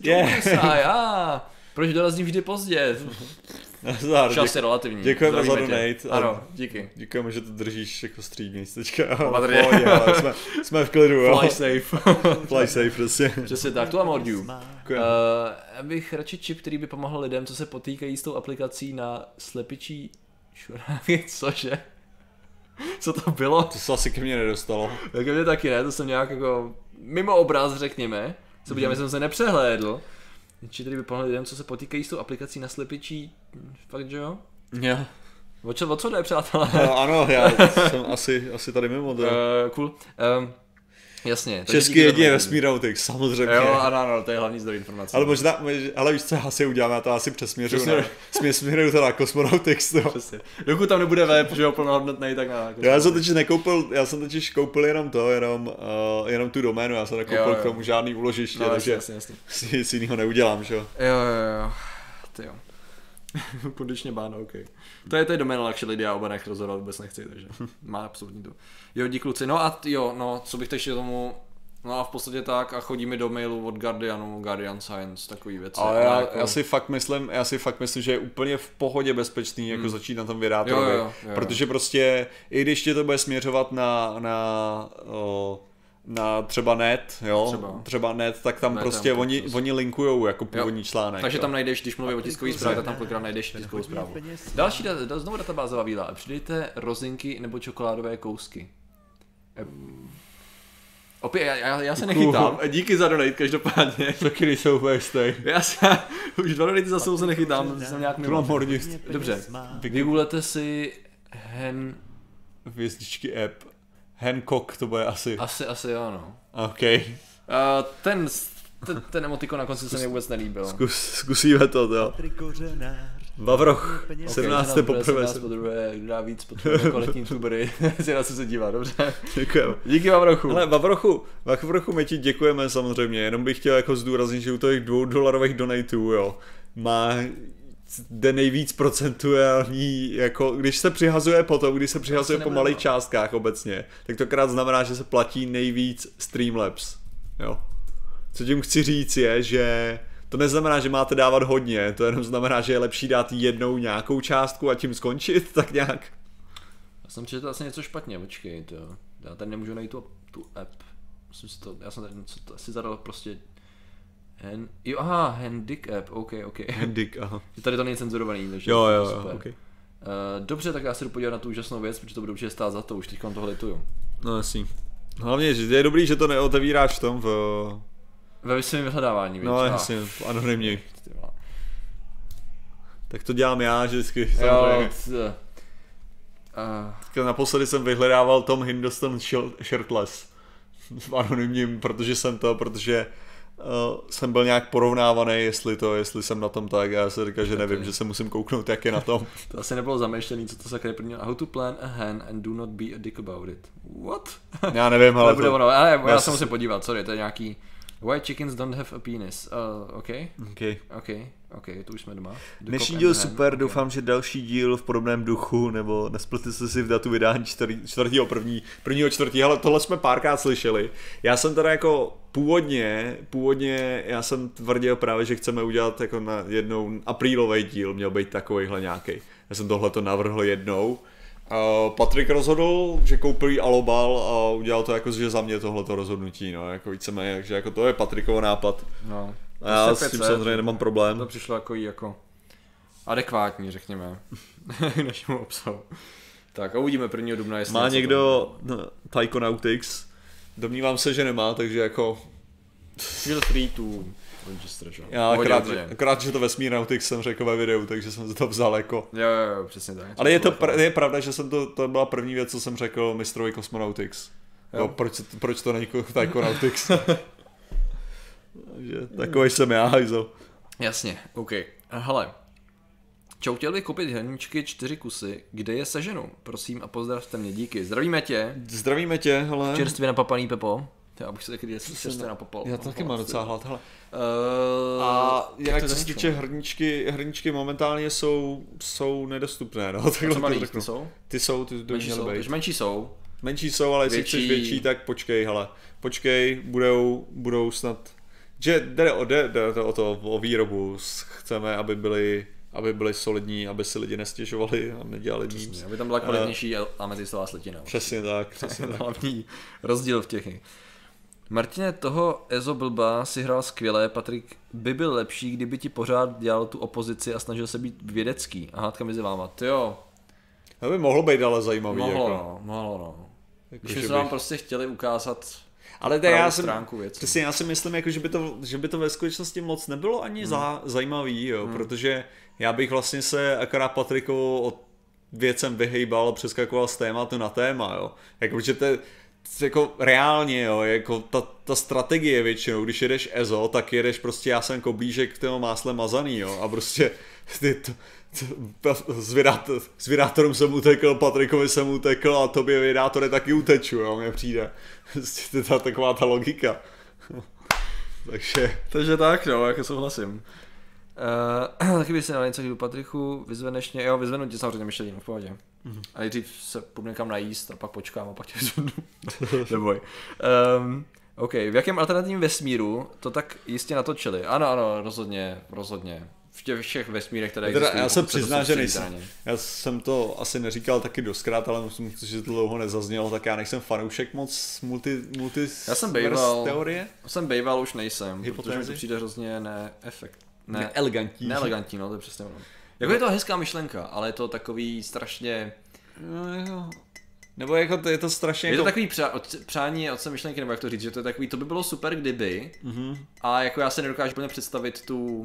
yeah. Proč dorazím vždy pozdě? Zdar, Čas je relativní. Děkujeme za donate. Ano, díky. Děkujeme, že to držíš jako střídnic teďka. Pohodě, jsme, jsme v klidu, jo. Fly safe. Fly safe, prostě. Přesně tak, to mám od you. Uh, abych radši čip, který by pomohl lidem, co se potýkají s tou aplikací na slepičí šuráky, cože? Co to bylo? To se asi ke mně nedostalo. Tak ke mně taky ne, to jsem nějak jako mimo obraz, řekněme. Co podíváme, mm-hmm. jsem se nepřehlédl. Či tady by pomohli lidem, co se potýkají s tou aplikací na slepičí, fakt, že jo? Jo. O co, o co jde, přátelé? No, ano, já jsem asi, asi tady mimo to. Uh, cool. Um, jasně. Český jedině Vesmírautix, samozřejmě. Jo, ano, ano, to je hlavní zdroj informací. Ale možná, ale víš co, já si udělám, já to asi přesměřuju. Přesměr. Směřuju to na Cosmonautix, no. Přesně. Dokud tam nebude web, že jo, plnohodnotnej, tak na Já jsem totiž nekoupil, já jsem totiž koupil jenom to, jenom, uh, jenom tu doménu, já jsem nekoupil jo, jo. k tomu žádný úložiště, no, takže jasně, jasně. si nic jiného neudělám, že jo. Jo, jo, jo, ty jo. Konečně báno, ok. To je, to je doména Luxury Lady, já oba nech rozhodovat vůbec nechci, takže má absolutní to. Jo, díky kluci. No a jo, no, co bych ještě tomu No a v podstatě tak a chodíme do mailu od Guardianu, Guardian Science, takový věci. Ale já, jako... já, si fakt myslím, já si fakt myslím, že je úplně v pohodě bezpečný jako hmm. začít na tom vydátovi. Jo, jo, jo, jo. Protože prostě, i když tě to bude směřovat na, na, o, na třeba net, jo, třeba, třeba net, tak tam net, prostě tam oni, oni linkujou jako původní jo. článek. Takže jo. tam najdeš, když mluví o tiskový zprávě, tak tam kolikrát najdeš tiskovou zprávu. Další, da, znovu databázová výla. Přidejte rozinky nebo čokoládové kousky. Opět, já, já, já se nechytám. Díky za donate, každopádně. Taky jsou úplně stej. Já se, už dva donate za sebou se nechytám, jsem nějak mimo. Dobře, vygooglete si hen... Hvězdičky app. Hancock to bude asi. Asi, asi jo, no. OK. Uh, ten, ten, ten emotikon na konci se mi vůbec nelíbil. Zkus, zkusíme to, jo. Vavroch, sedmnácté okay, poprvé. sedmnáct po druhé, kdo dá víc, potřebuje jako letní tubery. Si na co se dívá, dobře. Děkujeme. Díky Vavrochu. Hele, Vavrochu, Vavrochu, my ti děkujeme samozřejmě, jenom bych chtěl jako zdůraznit, že u těch dvou dolarových donatů, jo, má jde nejvíc procentuální, jako když se přihazuje potom, když se přihazuje po malých částkách obecně, tak to krát znamená, že se platí nejvíc Streamlabs, jo. Co tím chci říct je, že to neznamená, že máte dávat hodně, to jenom znamená, že je lepší dát jednou nějakou částku a tím skončit, tak nějak. Já jsem četl asi něco špatně, počkej, to. Já tady nemůžu najít tu, tu app. Myslím si to, já jsem tady něco to asi zadal prostě Hen, jo, aha, Hendik app, ok, ok. Hendik, aha. Tady to není cenzurovaný, takže jo, to jo, super. jo, okay. Uh, dobře, tak já se jdu podívat na tu úžasnou věc, protože to bude určitě stát za to, už teďka toho lituju. No jasný. Hlavně, že je dobrý, že to neotevíráš v tom v... Ve svém vyhledávání, víš? No jasně, anonymně. Tak to dělám já, že vždycky. Jo, uh... Naposledy jsem vyhledával Tom Hiddleston shirtless v anonymním, protože jsem to, protože uh, jsem byl nějak porovnávaný, jestli to, jestli jsem na tom tak, já se říkal, že nevím, okay. Že se musím kouknout, jak je na tom. To asi nebylo zamýšlený, co to sakra je první. How to plan a hen and do not be a dick about it. What? Já nevím, ale to... ono, ale já, já se musím podívat, sorry, to je nějaký Why chickens don't have a penis. Uh, OK. OK. OK. OK, to už jsme doma. The Dnešní díl super, okay. Doufám, že další díl v podobném duchu, nebo nespletli jste si v datu vydání čtvrtého první, prvního čtvrtý, ale tohle jsme párkrát slyšeli. Já jsem teda jako původně, původně já jsem tvrdil právě, že chceme udělat jako na jednou aprílový díl, měl být takovejhle nějaký. Já jsem tohleto navrhl jednou. Uh, Patrik rozhodl, že koupil Alobal a udělal to jako, že za mě tohleto rozhodnutí, no, jako víceméně, takže jako to je Patrikov nápad. No. A já s tím samozřejmě nemám problém. To přišlo jako jako adekvátní, řekněme, k našemu obsahu. Tak a uvidíme prvního dubna, jestli má někdo no, Tyconautics? Domnívám se, že nemá, takže jako... Feel free to register, že? Já akorát, akorát, že to Vesmír Nautics jsem řekl ve videu, takže jsem se to vzal jako... Jo, jo, jo, přesně tak. Ale je to pr- je pravda, že jsem to, to byla první věc, co jsem řekl mistrovi Cosmonautics. Jo. Proč, proč to není Tyconautics? Takže takový jsem já, hajzel. Jasně, OK. Hele, čau, chtěl bych koupit hrníčky čtyři kusy, kde je seženu? Prosím a pozdravte mě, díky. Zdravíme tě. Zdravíme tě, hele. Čerstvě napapaný Pepo. Já bych se taky čerstvě napapal. Já taky mám docela hlad, hele. Uh, a jinak co se týče hrníčky, hrníčky momentálně jsou, jsou nedostupné, no. Co malý, ty jsou? Ty jsou, ty by měly být. Menší jsou. Menší jsou, ale jestli chceš větší, tak počkej, hele. Počkej, budou, budou snad... Že jde o, jde, jde o to, o výrobu, chceme, aby byly, aby byly solidní, aby si lidi nestěžovali a nedělali memes. Aby tam byla kvalitnější uh, ametystová slitina. Přesně tak, přesně tak. Hlavní rozdíl v těch. Martine, toho Ezo blba si hrál skvěle, Patrik by byl lepší, kdyby ti pořád dělal tu opozici a snažil se být vědecký. A hádka mezi váma, tyjo. To by mohlo být ale zajímavý. Mohlo, jako. no, mohlo, no. Jako, Když jsme vám prostě chtěli ukázat ale to já jsem, věci. Přesně, já si myslím, jako, že, by to, že by to ve skutečnosti moc nebylo ani hmm. za, zajímavý, jo, hmm. protože já bych vlastně se akorát Patrikovo od věcem vyhejbal, přeskakoval z tématu na téma, jo. Jako, protože to, to jako reálně, jo, jako ta, ta strategie většinou, když jedeš Ezo, tak jedeš prostě, já jsem koblížek k tomu másle mazaný, jo, a prostě ty to, s, vydátor, s vydátorem jsem utekl, Patrikovi jsem utekl a tobě vydátore taky uteču, jo, mně přijde. To je taková ta logika. Takže... Takže tak, no, jako souhlasím. Uh, taky by si dal něco k Patrichu, vyzveneš mě, jo, vyzvenu tě samozřejmě myšlení, v pohodě. Mm-hmm. A nejdřív se půjdu někam najíst a pak počkám a pak tě vyzvenu. Neboj. Um, OK, v jakém alternativním vesmíru to tak jistě natočili? Ano, ano, rozhodně, rozhodně. V těch všech vesmírech, které teda, existují. Já jsem přiznal, že nejsem. Já jsem to asi neříkal taky doskrát, ale musím říct, že to dlouho nezaznělo, tak já nejsem fanoušek moc multi, multi já jsem bejval, teorie. Já jsem bejval, už nejsem, Hypotézy? Protože mi to přijde hrozně neefekt. Ne, neelegantní. Neelegantní, no, to je přesně ono. Jako je to hezká myšlenka, ale je to takový strašně... No, jo. Nebo jako to, je to strašně... Je jako... to takový přá, přání otce myšlenky, nebo jak to říct, že to je takový, to by bylo super kdyby, mm-hmm. a jako já se nedokážu plně představit tu...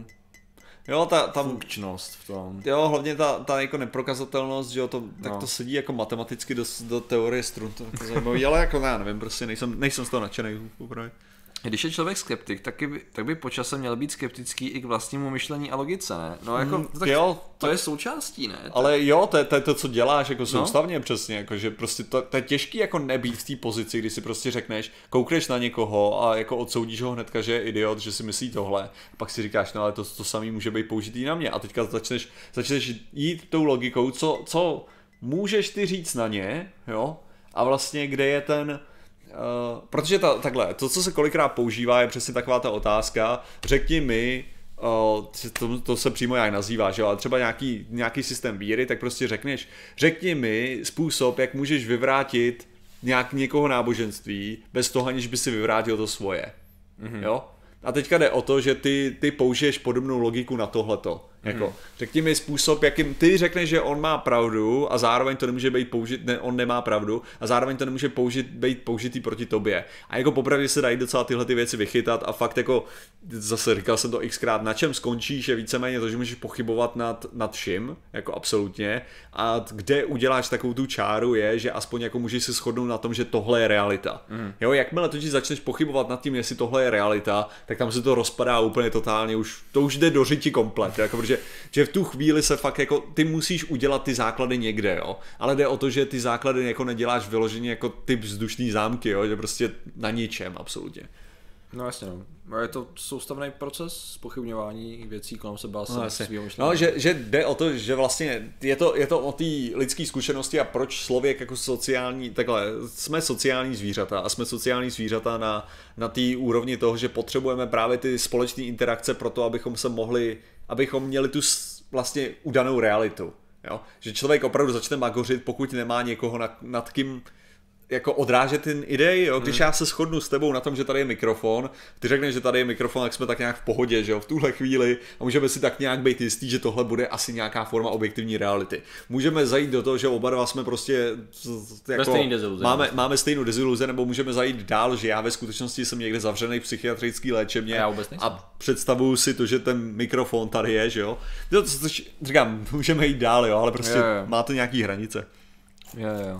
Jo, ta, ta funkčnost v tom. Jo, hlavně ta, ta jako neprokazatelnost, že jo, to, tak no. to sedí jako matematicky do, do teorie strun, to je zajímavý, ale jako já nevím, prostě nejsem, nejsem z toho nadšený. Úplně. Když je člověk skeptik, tak by, tak by po čase měl být skeptický i k vlastnímu myšlení a logice, ne? No jako, mm, tak jo, to je součástí, ne? Ale jo, to je, to je to, co děláš jako soustavně no. Přesně, jako, že prostě to, to je těžký jako nebýt v té pozici, kdy si prostě řekneš, koukneš na někoho a jako odsoudíš ho hnedka, že je idiot, že si myslí tohle, a pak si říkáš, no ale to, to samý může být použitý na mě a teďka začneš, začneš jít tou logikou, co, co můžeš ty říct na ně, jo, a vlastně kde je ten... Uh, protože ta, takhle, to, co se kolikrát používá, je přesně taková ta otázka, řekni mi, uh, to, to se přímo jak nazývá, že jo, ale třeba nějaký, nějaký systém víry, tak prostě řekneš, řekni mi způsob, jak můžeš vyvrátit nějak někoho náboženství, bez toho, aniž by si vyvrátil to svoje, mm-hmm. jo. A teďka jde o to, že ty, ty použiješ podobnou logiku na tohleto. Jako, hmm. Řekni mi způsob, jakým ty řekneš, že on má pravdu a zároveň to nemůže být použit, ne, on nemá pravdu a zároveň to nemůže použit, být použitý proti tobě. A jako popravdě se dají docela tyhle ty věci vychytat a fakt jako, zase říkal jsem to xkrát, na čem skončíš je víceméně to, že můžeš pochybovat nad, nad vším, jako absolutně, a kde uděláš takovou tu čáru je, že aspoň jako můžeš se shodnout na tom, že tohle je realita. Hmm. Jo, jakmile totiž začneš pochybovat nad tím, jestli tohle je realita, tak tam se to rozpadá úplně totálně, už to už jde do řiti komplet, jako protože že v tu chvíli se fakt jako, ty musíš udělat ty základy někde, jo, ale jde o to, že ty základy jako neděláš vyloženě jako typ vzdušný zámky, jo, že prostě na ničem absolutně. No jasně, no. Je to soustavný proces zpochybňování věcí kolem sebe a no, svýho myšlení. No, že, že jde o to, že vlastně je to, je to o té lidské zkušenosti a proč člověk jako sociální, takhle, jsme sociální zvířata a jsme sociální zvířata na, na té úrovni toho, že potřebujeme právě ty společné interakce pro to, abychom se mohli, abychom měli tu vlastně udanou realitu. Jo? Že člověk opravdu začne magořit, pokud nemá někoho, nad, nad kým jako odrážet ten idej, jo? Když hmm. já se shodnu s tebou na tom, že tady je mikrofon, ty řekneš, že tady je mikrofon, tak jsme tak nějak v pohodě, že jo, v tuhle chvíli a můžeme si tak nějak být jistý, že tohle bude asi nějaká forma objektivní reality. Můžeme zajít do toho, že oba dva jsme prostě jako, máme, máme stejnou deziluzi, nebo můžeme zajít dál, že já ve skutečnosti jsem někde zavřený v psychiatrický léčebně a, a představuju si to, že ten mikrofon tady je, že jo. To, to, to, říkám, můžeme jít dál, jo, ale prostě jo, jo. Má to nějaký hranice. Jo, jo.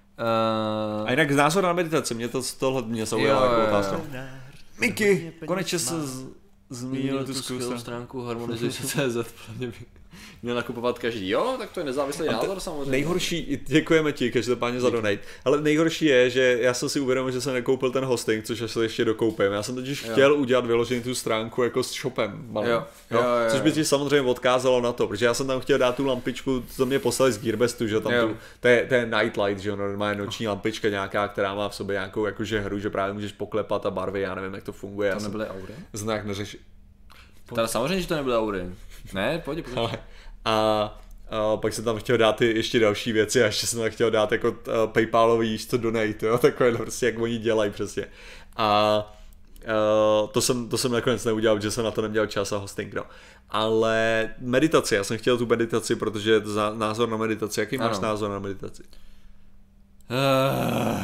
Uh... A jinak názor na meditaci, mě to tohle mě zaujalo jako otázka. Miky, konečně se z... zmínil tu skvělou stránku harmonizace tečka cé zet, mě měl nakupovat každý. Jo, tak to je nezávislý názor samozřejmě. Nejhorší, děkujeme ti každopádně za donate, ale nejhorší je, že já jsem si uvědomil, že jsem nekoupil ten hosting, což až se ještě dokoupím. Já jsem totiž jo. chtěl udělat vyloženě tu stránku jako s shopem malým, jo. Jo, jo, jo, což by ti samozřejmě odkázalo na to, protože já jsem tam chtěl dát tu lampičku, co mě poslali z Gearbestu, že tam tu, to je, to je nightlight, že normálně noční lampička nějaká, která má v sobě nějakou jakože hru, že právě můžeš poklepat a barvy, já nevím, jak to funguje. To nebyly aury? Znak neřeš. Teda samozřejmě, že to nebyly aury. Ne, pojď, pojď. A, a pak jsem tam chtěl dát ty ještě další věci a ještě jsem tam chtěl dát jako uh, PayPalový jížto donate, jo, takové prostě, jak oni dělají přesně. A uh, to, jsem, to jsem nakonec neudělal, že jsem na to neměl čas a hosting, no. Ale meditaci, já jsem chtěl tu meditaci, protože je to za, názor na meditaci. Jaký máš ano. názor na meditaci? Uh, uh,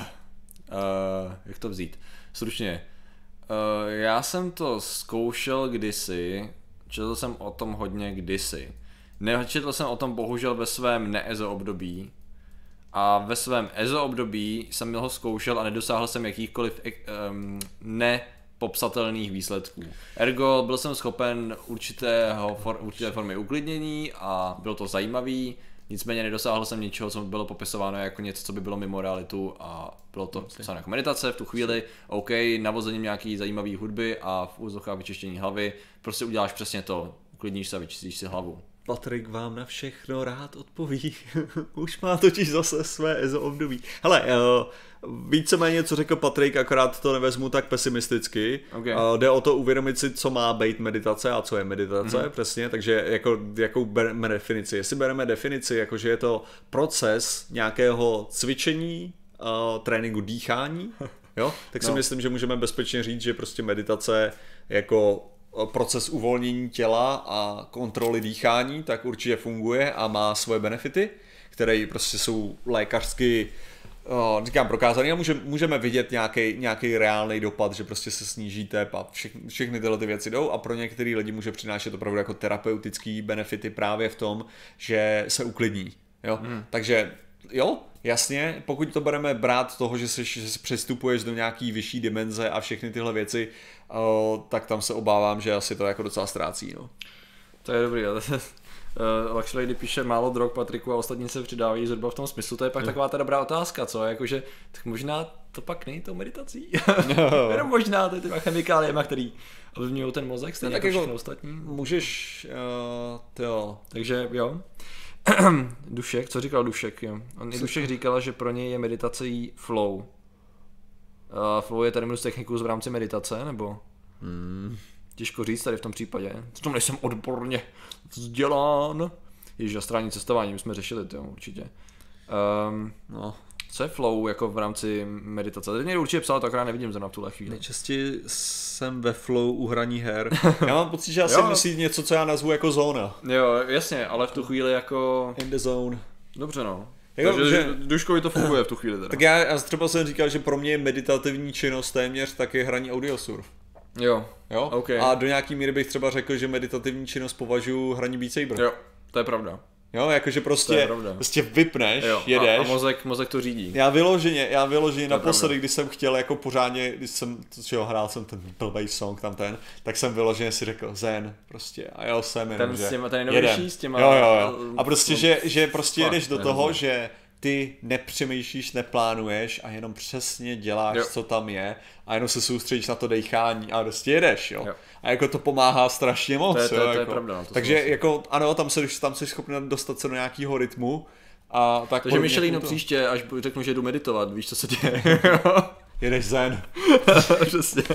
jak to vzít? Stručně. Uh, já jsem to zkoušel kdysi, četl jsem o tom hodně kdysi. Nečetl jsem o tom bohužel ve svém ne-ezo období a ve svém ezo období jsem ho zkoušel a nedosáhl jsem jakýchkoliv um, nepopsatelných výsledků. Ergo byl jsem schopen určitého, for, určité formy uklidnění a bylo to zajímavý, nicméně nedosáhl jsem ničeho, co bylo popisováno jako něco, co by bylo mimo realitu a bylo to psáno jako meditace v tu chvíli, OK, navozením nějaký zajímavý hudby a v úzokách vyčištění hlavy, prostě uděláš přesně to, uklidníš se a vyčistíš si hlavu. Patrik vám na všechno rád odpoví. Už má totiž zase své E Z O období. Hele, uh, víceméně, co řekl Patrik, akorát to nevezmu tak pesimisticky. Okay. Uh, jde o to uvědomit si, co má být meditace a co je meditace, mm-hmm. přesně. Takže jako, jakou bereme definici. Jestli bereme definici, jako že je to proces nějakého cvičení, uh, tréninku dýchání, jo? Tak si no. myslím, že můžeme bezpečně říct, že prostě meditace jako proces uvolnění těla a kontroly dýchání, tak určitě funguje a má svoje benefity, které prostě jsou lékařsky, uh, říkám, prokázané a můžeme, můžeme vidět nějaký, nějaký reálný dopad, že prostě se sníží tep a všechny, všechny tyhle ty věci jdou a pro některý lidi může přinášet opravdu jako terapeutický benefity právě v tom, že se uklidní. Jo? Mm. Takže jo, jasně, pokud to bereme brát toho, že se, že se přestupuješ do nějaký vyšší dimenze a všechny tyhle věci, uh, tak tam se obávám, že asi to jako docela ztrácí. No. To je dobrý, ale uh, Luxury Lady píše málo drog Patriku a ostatní se přidávají zhruba v tom smyslu, to je pak taková ta dobrá otázka, co? Jakože, tak možná to pak není tou meditací. No. Jenom možná to je těma chemikáliema, který ovlivňují ten mozek, stejně jako všechno ostatní. Můžeš, uh, to. Takže jo. Dušek, co říkal Dušek? Jo. On i Dušek říkala, že pro něj je meditací flow. Uh, flow je terminus technicus v rámci meditace, nebo? Hmm. Těžko říct tady v tom případě. V tom nejsem odborně vzdělán. Ježiš, astrální cestování, my jsme řešili to, určitě. Um, no. Co je flow jako v rámci meditace? Tady někdo určitě psal, tak já nevidím zrovna v tuhle chvíli. Nejčastěji jsem ve flow u hraní her. Já mám pocit, že asi myslí něco, co já nazvu jako zóna. Jo, jasně, ale v tu chvíli jako... In the zone. Dobře no. Jako, Takže že... Duškovi to funguje v tu chvíli teda. Tak já, já třeba jsem říkal, že pro mě je meditativní činnost téměř taky hraní audiosurf. Jo, jo? Okay. A do nějaký míry bych třeba řekl, že meditativní činnost považuji hraní Beat Saber. Jo, to je pravda. Jo, jakože prostě, prostě vypneš, jo, jedeš. A, a mozek, mozek to řídí. Já vyloženě, já vyloženě naposledy, když jsem chtěl jako pořádně, když jsem, čo, hrál jsem ten blbej song tam ten, tak jsem vyloženě si řekl zen, prostě a jel jsem jenom, ten že s těma, ten nejnovější s těma... Jo, jo, jo. A prostě, že, že prostě jedeš do toho, že ty nepřemýšlíš, neplánuješ a jenom přesně děláš, jo. co tam je a jenom se soustředíš na to dejchání a prostě jedeš, jo. jo. A jako to pomáhá strašně moc, to je, to, jo. To je, jako. to je pravda. To Takže jako ano, tam, se, tam jsi schopný dostat se do nějakého rytmu. A tak Takže Michelino to... příště, až řeknu, že jdu meditovat, víš, co se děje. Jedeš zen. Přesně.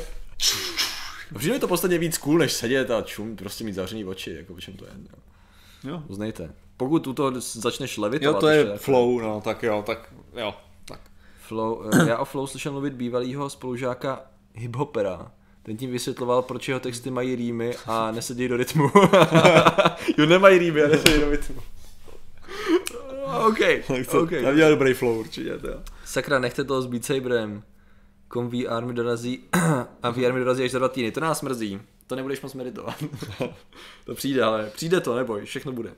Přijde mi to podstatně víc cool, než sedět a čum, prostě mít zavřený oči, jako o čem to je. Jo. Uznejte. Pokud u toho začneš levitovat. Jo, to je ještě, flow, no, tak jo, tak jo, tak. Flow, já o flow slyšel mluvit bývalýho spolužáka hiphopera. Ten tím vysvětloval, proč jeho texty mají rýmy a nesedí do rytmu. Jo, nemají rýmy a nesedí do rytmu. OK, OK. Tam dělá dobrý flow určitě, to jo. Sakra, nechte to s Beat Saberem. Kom V R mi dorazí a V R mi dorazí až za dva týdny. To nás mrzí. To nebudeš moc meditovat. To přijde, ale přijde to, neboj, všechno bude.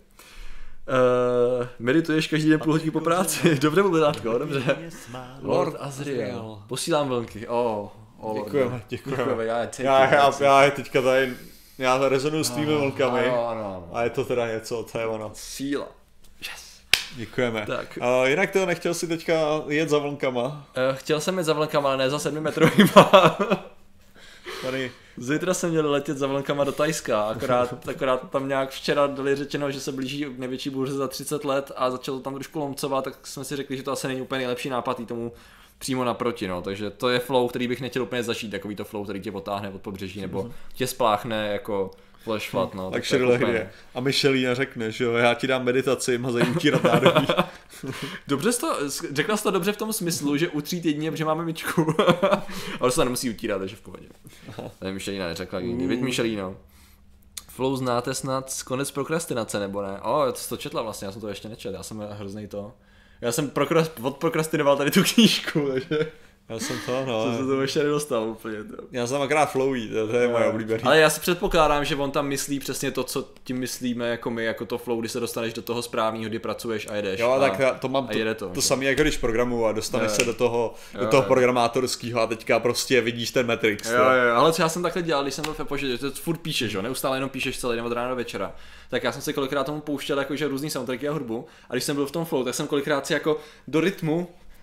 Uh, medituješ každý den půl hodiny po práci. Dobře, Bublinátko, dobře. Lord Azriel. Posílám vlnky. Oh, oh, děkujeme, děkujeme. děkujeme. Já, já, já, já je teďka tady, já rezonuju s tvými vlnkami. Ano, ano, ano. A je to teda něco, to je ono. Síla. Yes. Děkujeme. Tak. Uh, jinak to nechtěl si teďka jet za vlnkama? Uh, chtěl jsem jet za vlnkama, ale ne za sedmimetrovýma. Tady. Zítra jsem měl letět za vlnkama do Thajska, akorát, akorát tam nějak včera dali řečeno, že se blíží největší bouře za třicet let a začalo to tam trošku lomcovat, tak jsme si řekli, že to asi není úplně nejlepší nápad jít tomu přímo naproti, no. Takže to je flow, který bych nechtěl úplně začít, takový to flow, který tě potáhne od pobřeží nebo tě spláchne jako flash flood, no. Tak šerlehrie. A Michelina řekne, že jo, já ti dám meditaci, mazají utírat nádobí. Dobře jsi to, řekla jsi to dobře v tom smyslu, že utřít jedině, protože máme myčku. Ale se to nemusí utírat, takže v pohodě. To je Michelina neřekla nikdy. Víď Michelino. Flow znáte snad konec prokrastinace, nebo ne? O, ty jsi to četla vlastně, já jsem to ještě nečetl, já jsem hrozný to. Já jsem prokrast, odprokrastinoval tady tu knížku, takže... Já jsem to, no. Jsem se to ještě nedostal úplně. To. Já jsem akorát flowy, to, to je moje oblíbený. Ale já si předpokládám, že on tam myslí přesně to, co tím myslíme jako my, jako to flow, kdy se dostaneš do toho správného, kdy pracuješ a jedeš. Jo, a, tak to mám, a jede to. To, to samé jako když programu a dostaneš jo, se do toho, jo, do toho programátorského a teďka prostě vidíš ten Matrix. Jo, jo, ale co já jsem takhle dělal, když jsem byl v Epože, že to furt píšeš, jo, neustále jenom píšeš celý den od rána do večera. Tak já jsem se kolikrát tomu pouštěl jakože různý soundtracky a hudbu a když jsem byl v tom flow, tak jsem kolikrát si jako do rytmu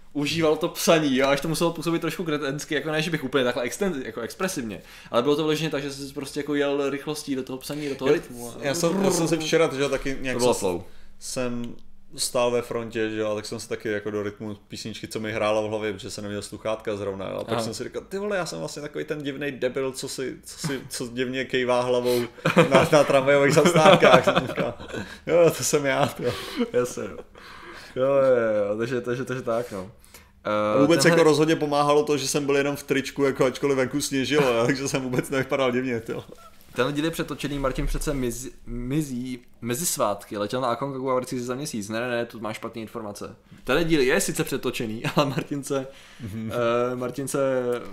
užíval to psaní, jo, až to muselo působit trošku kretensky, jako ne, že bych úplně takhle exten, jako expresivně, ale bylo to vloženě tak, že jsi prostě jako jel rychlostí do toho psaní, do toho rytmu. Já, já, jsem, já jsem si včera, že taky nějak jsem, flow. jsem stál ve frontě, že jo, tak jsem se taky jako do rytmu písničky, co mi hrála v hlavě, protože jsem neměl sluchátka zrovna, a pak jsem si říkal, ty vole, já jsem vlastně takový ten divnej debil, co si, co si, co divně kejvá hlavou na, na tramvajových zastávkách, jsem říkal, jo, to jsem já, jo. Jasně, jo. Jo, jo, jo, takže, takže, takže tak, no. Uh, vůbec tenhle... jako rozhodně pomáhalo to, že jsem byl jenom v tričku, jako ačkoliv venku sněžilo, takže jsem vůbec nevypadal divně, jo. Tenhle díl je přetočený, Martin přece mizí, mizí mezi svátky, letěl na Akonkagu a vrcí za měsíc. Ne, ne, ne, tu máš špatné informace. Tenhle díl je sice přetočený, ale Martin se, mm-hmm. uh, Martin se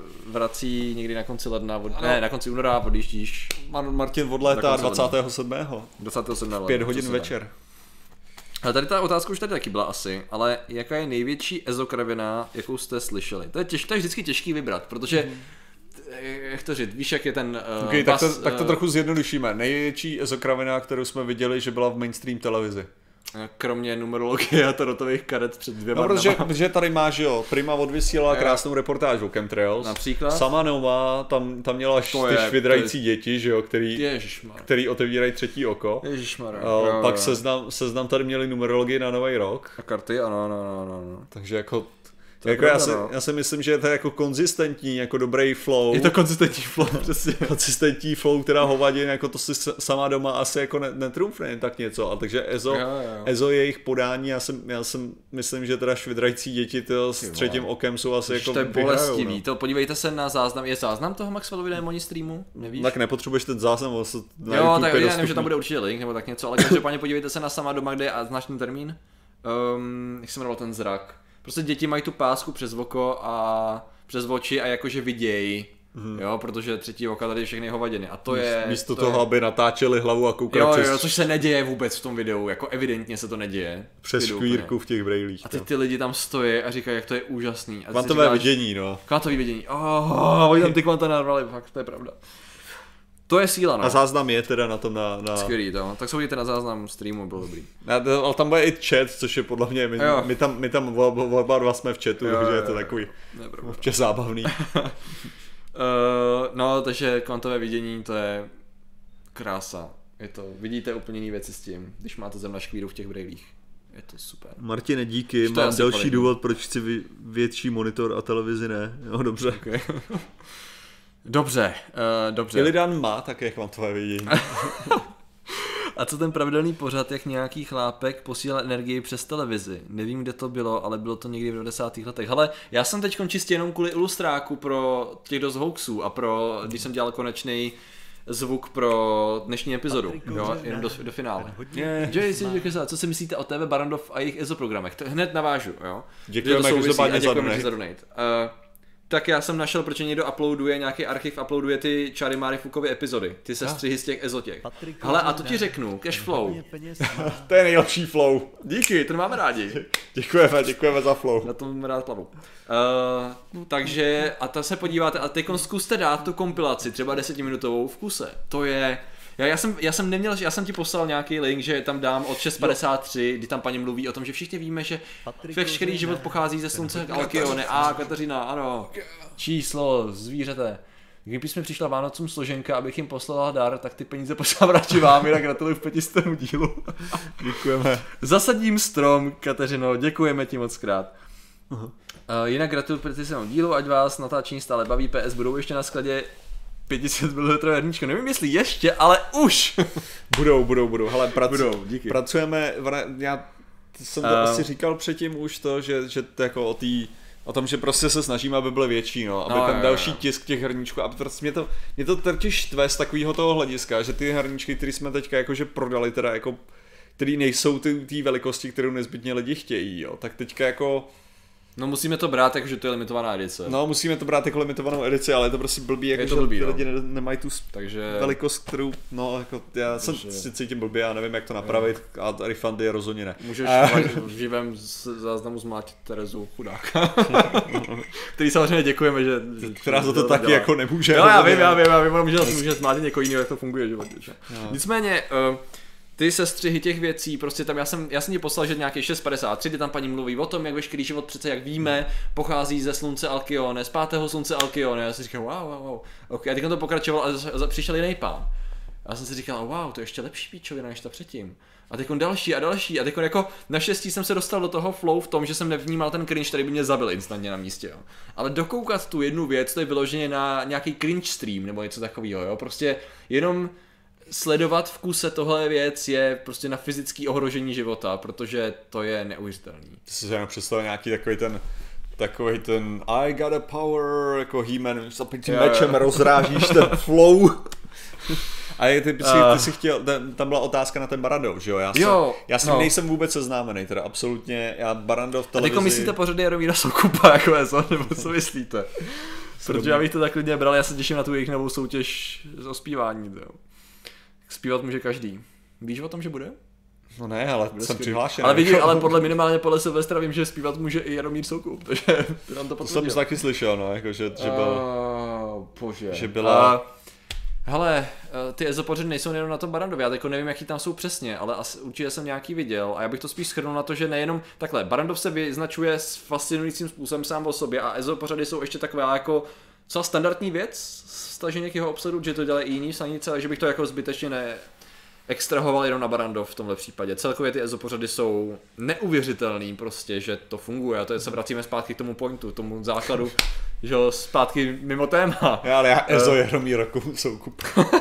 vrací někdy na konci ledna, od, ne, na konci února, odjíždíš. Martin odlétá dvacátého sedmého dvacátého sedmého pět hodin večer. Ale tady ta otázka už tady taky byla asi, ale jaká je největší ezokravina, jakou jste slyšeli? To je, těž, to je vždycky těžký vybrat, protože mm. jak to říct, víš, jak je ten uh, okay, pas, tak, to, tak to trochu zjednodušíme. Největší ezokravina, kterou jsme viděli, že byla v mainstream televizi. Kromě numerologie a tarotových karet před dvěma no, protože, protože tady máš, jo, Prima odvysílala krásnou reportáž o chemtrails. Například? Sama Nova, tam, tam měla to ty je, švidrající je... děti, že jo, který, který otevírají třetí oko. Ježišmar. Uh, pak seznam, seznam tady měli numerologii na Nový rok. A karty, ano, ano, ano. ano. Takže jako... Jako pravda, já, si, no. já si myslím, že to je jako konzistentní, jako dobrý flow. Je to konzistentní flow, přesně. Konzistentní flow, která hovadin, jako to si sama doma asi jako netrumfne tak něco. A takže Ezo, jo, jo. Ezo jejich podání, já jsem, já jsem myslím, že teda švidrající děti to s třetím okem jsou asi jako to je bolestivý, no. To podívejte se na záznam, je záznam toho Maxwellovy démoni streamu? Nevíš? Tak nepotřebuješ ten záznam, na jo, tak já nevím, že tam bude určitě link nebo tak něco, ale každopádně podívejte se na sama doma, kde a znáš ten termín? Um, jak se jmenoval ten zrak? Prostě děti mají tu pásku přes oko a přes oči a jakože vidějí, mm. jo, protože třetí oka tady všechny hovadiny a to je... Místo to toho, je... aby natáčeli hlavu a koukali jo, přes... Jo, což se neděje vůbec v tom videu, jako evidentně se to neděje. Přes škvírku v těch brejlích. A ty ty lidi tam stojí a říkají, jak to je úžasný. Kvantové vidění, no. Kvantové vidění, oh, oni tam ty kvanta narvali, fakt, to je pravda. To je síla, no. A záznam je teda na tom na... na... Skvělý, to. Tak se uvidíte na záznam streamu, bylo dobrý. Ale tam bude i chat, což je podle mě, my, my tam, my tam oba dva jsme v chatu, jo, takže jo, je to takový včas zábavný. uh, no, takže kvantové vidění, to je krása. Je to, vidíte úplně jiné věci s tím, když máte zem na škvíru v těch brejlích. Je to super. Martine, díky, mám další kvalitní. důvod, proč chci větší monitor a televizi ne. Jo, dobře. Okay. Dobře, uh, dobře. Ilidan má také kvantové vidění. A co ten pravidelný pořad, jak nějaký chlápek posílal energii přes televizi? Nevím, kde to bylo, ale bylo to někdy v devadesátých letech. Hele, já jsem teď čistě jenom kvůli ilustráku pro těch dost hoaxů a pro, když jsem dělal konečný zvuk pro dnešní epizodu, jo, jenom do, do finále. Co si myslíte o T V Barandov a jejich ezoprogramech? To hned navážu, jo. Děkujeme, že děkujeme za donate. Uh, tak já jsem našel, proč někdo uploaduje, nějaký archiv uploaduje ty Čary Máry Fukovy epizody, ty sestřihy z těch ezotěk. Hele, a to ti řeknu, Cashflow. To je nejlepší flow. Díky, to máme rádi. Děkujeme, děkujeme za flow. Na tom rád plavu. Uh, takže, a to se podíváte, a teď zkuste dát tu kompilaci, třeba desetiminutovou v kuse. To je... Já, já, jsem, já jsem neměl, já jsem ti poslal nějaký link, že tam dám od šest padesát tři, kdy tam paní mluví o tom, že všichni víme, že veškerý život pochází ze slunce Alkyone. A Kateřina, ano, číslo, zvířete. Když mi přišla Vánocům složenka, abych jim poslala dar, tak ty peníze poslám radši vám, jinak gratuluju v pětistému dílu. Děkujeme. Zasadím strom, Kateřino, děkujeme ti moc krát. Uh-huh. Uh, jinak gratuluju v pětistému dílu, ať vás natáčení stále baví, P S budou ještě na skladě pět set mililitrů herníčko, nevím jestli ještě, ale už! budou, budou, budou, hele, prac, budou, díky. Pracujeme, já jsem to uh, asi říkal předtím už to, že, že to jako o tý, o tom, že prostě se snažíme, aby byly větší, no, aby no, ten jo, další jo. tisk těch hrníčků, a prostě mě to, mě to totiž štve z takového toho hlediska, že ty hrníčky, které jsme teďka jakože prodali, teda jako, který nejsou ty, ty velikosti, kterou nezbytně lidi chtějí, jo, tak teďka jako... No musíme to brát jako, že to je limitovaná edice. No musíme to brát jako limitovanou edici, ale je to prostě blbý, jako je to blbý, že no. lidi nemají tu Takže... velikost, kterou, no jako já Takže... jsem si cítím blbě, já nevím jak to napravit a refundy rozhodně ne. Můžeš v živém záznamu zmlátit Terezu chudáka, který samozřejmě děkujeme, že... Která za to, to taky dělá. Jako nemůže. No já vím, já vím, já vím, může, může zmlátit někoho jiného, jak to funguje, že? Nicméně... Uh, ty sestřihy těch věcí, prostě tam já jsem, já jsem ti poslal, že nějaký šest padesát tři, kdy tam paní mluví o tom, jak veškerý život přece, jak víme, pochází ze slunce Alkyone, z pátého slunce Alkyone. Já si říkal, wow, wow, wow. Okay. A teď to pokračoval a přišel jiný pán. A já jsem si říkal, wow, to je ještě lepší píčovina než ta předtím. A teď další a další. A teď jako naštěstí jsem se dostal do toho flow v tom, že jsem nevnímal ten cringe, který by mě zabil instantně na místě. Jo. Ale dokoukat tu jednu věc, to je vyloženě na nějaký cringe stream nebo něco takového. Jo. Prostě jenom sledovat v kuse tohle věc je prostě na fyzické ohrožení života, protože to je neuvěřitelný. Ty si jenom představil nějaký takový ten takový ten I got a power, jako He-Man, tím mečem rozrážíš ten flow. A je, ty, ty, ty si chtěl, tam byla otázka na ten Barrandov, že jo? Já, jsem, jo, já s ním no. nejsem vůbec seznámený, teda absolutně, já Barrandov v televizi... A teďko myslíte pořady Jaromíra Soukupa, jako je to, nebo co myslíte? Protože já bych to tak klidně bral, já se těším na tu jejich novou soutěž o zpívání, jo. Zpívat může každý. Víš o tom, že bude? No ne, ale bude jsem přihlášený. Ale, vidí, ale podle minimálně podle Silvestra vím, že zpívat může i Jaromír Soukup, takže tam to potvrdil. To jsem taky slyšel, no, jako, že, že byl... Uh, bože. Že byla... Uh, hele, ty ezopořady nejsou jenom na tom Barrandově, já teď nevím, jaký tam jsou přesně, ale asi, určitě jsem nějaký viděl a já bych to spíš shrnul na to, že nejenom takhle, Barrandov se vyznačuje s fascinujícím způsobem sám o sobě a ezopořady jsou ještě takové jako co standardní věc, staženě k jeho obsadu, že to dělají i jiný sanice, takže bych to jako zbytečně ne extrahoval jenom na Barrandov v tomhle případě. Celkově ty ezopořady jsou neuvěřitelný prostě, že to funguje a to je, se vracíme zpátky k tomu pointu, tomu základu, že jo, zpátky mimo téma. Já, ale já Ezo Jaromír Soukup.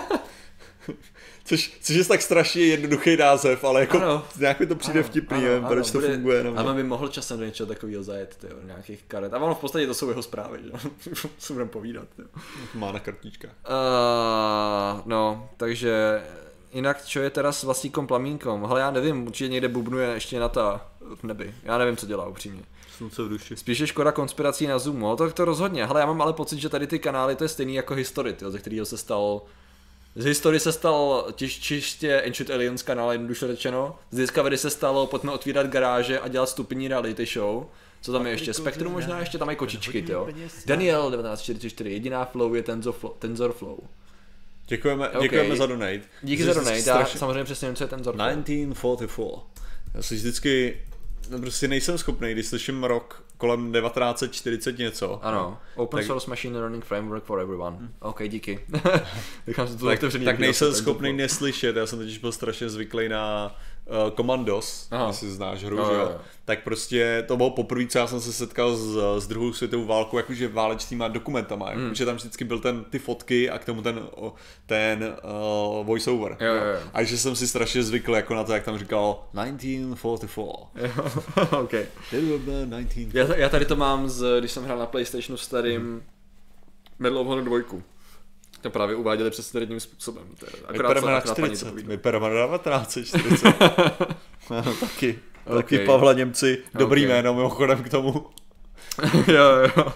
Což, což je tak strašně jednoduchý název, ale jako ano, nějak mi to přijde ano, vtipný, ano, nevím, ano, proč to bude, funguje. Nevím. Ale by mohl časem do něčeho takového zajet, tyjo, nějakých karet. A ono v podstatě to jsou jeho zprávy, že co budeme povídat. Tyjo. Má na kartičkách. Uh, no, takže jinak, čo je teda s Vlastíkom Plamínkom? Hele, já nevím, určitě někde bubnuje ještě na ta v nebi. Já nevím, co dělá upřímně. Slunce v duši. Spíš je škoda konspirací na Zoomu, no, to, to rozhodně. Hele, já mám ale pocit, že tady ty kanály, to je stejný jako History, tyjo, ze kterého se stal... Z History se stal čiš, čistě Ancient Aliens kanál, jednoduše řečeno. Z Discovery se stalo, pojďme otvírat garáže a dělat stupidní reality show. Co tam je ještě? Spektrum možná, ještě tam mají kočičky, jo. Daniel devatenáct čtyřicet čtyři, jediná flow je TensorFlow. TensorFlow. Děkujeme, okay. Děkujeme za donate. Díky za donate, já samozřejmě přesně nevím, co je TensorFlow. devatenáct set čtyřicet čtyři. Já si vždycky, no prostě nejsem schopný, když slyším rok kolem devatenáct set čtyřicet něco. Ano, Open tak... Source Machine Learning Framework for Everyone. Hmm. OK, díky. tak tak nejsem schopný neslyšet, já jsem totiž byl strašně zvyklý na uh, Commandos, jestli znáš hru, no, že jo? jo. Tak prostě to bylo poprvé, co já jsem se setkal s, s druhou světovou válkou, jakože válečnýma dokumentama, hmm. jakože tam vždycky byl ten, ty fotky a k tomu ten, ten uh, voiceover. Jo, jo, jo. A že jsem si strašně zvykl jako na to, jak tam říkal devatenáct set čtyřicet čtyři. OK. Já, já tady to mám, z, když jsem hrál na PlayStationu starým hmm. Medal of Honor dva. To právě uváděli přesně jedním způsobem. Vypadám na čtyřicet. Vypadám na devatenáct set čtyřicet. No, taky. Okay. Taky Pavla Němci. Dobrý okay. Jméno mimochodem k tomu. Jo, jo.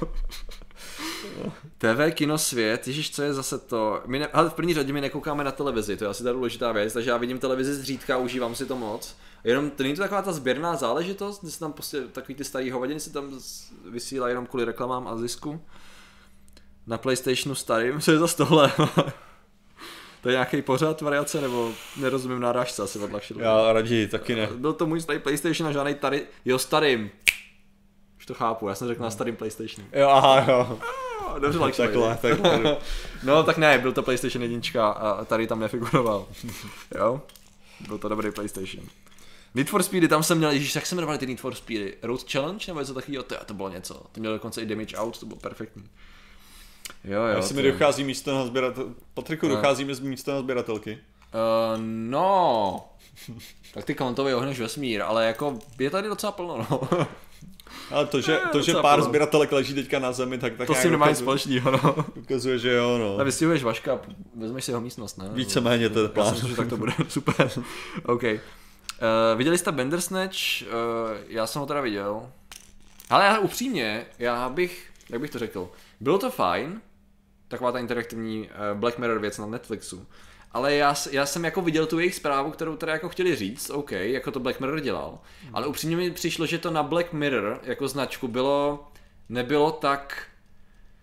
T V Kinosvět, ježiš, co je zase to? My ne, ale v první řadě my nekoukáme na televizi, to je asi ta důležitá věc, takže já vidím televizi zřídka, užívám si to moc. Jenom to není to taková ta sběrná záležitost, kdy se tam prostě takový ty starý hovadiny se tam vysílají jenom kvůli reklamám a zisku. Na PlayStationu starým, co je zase tohle? To je nějaký pořad, variace, nebo nerozumím nárážce asi vedle všeho. Já raději, taky ne. Byl to můj starý PlayStation a žádnej tady, jo starým. Už to chápu, já jsem řekl na starým PlayStationu. Jo, aha, jo. Dobře, tak takhle, takhle. No tak ne, byl to PlayStation jednička a tady tam nefiguroval. Jo? Byl to dobrý PlayStation. Need for Speedy, tam jsem měl, ježiš, jak se jmenovali ty Need for Speedy? Road Challenge nebo něco takového? To, to bylo něco. To mělo dokonce i Damage Out, to bylo perfektní. Jo, jo. Jestli mi dochází místo na sběratel... Patriku, no. Dochází mi místo na sběratelky? Uh, no. Tak ty kvantově ohneš vesmír, ale jako je tady docela plno, no. Ale to, že, to, že pár plno. Sběratelek leží teďka na zemi, tak tak to si nemá nic společného, no. Ukazuje, že jo, no. A vystihuješ Vaška, vezmeš si jeho místnost, ne? Víceméně to je plán. Já myslím, že tak to bude, super. OK. Uh, viděli jste Bandersnatch? Uh, já jsem ho teda viděl. Ale já upřímně, já bych, jak bych to řekl, bylo to fajn, taková ta interaktivní uh, Black Mirror věc na Netflixu. Ale já, já jsem jako viděl tu jejich zprávu, kterou teda jako chtěli říct, OK, jako to Black Mirror dělal. Ale upřímně mi přišlo, že to na Black Mirror jako značku bylo, nebylo tak,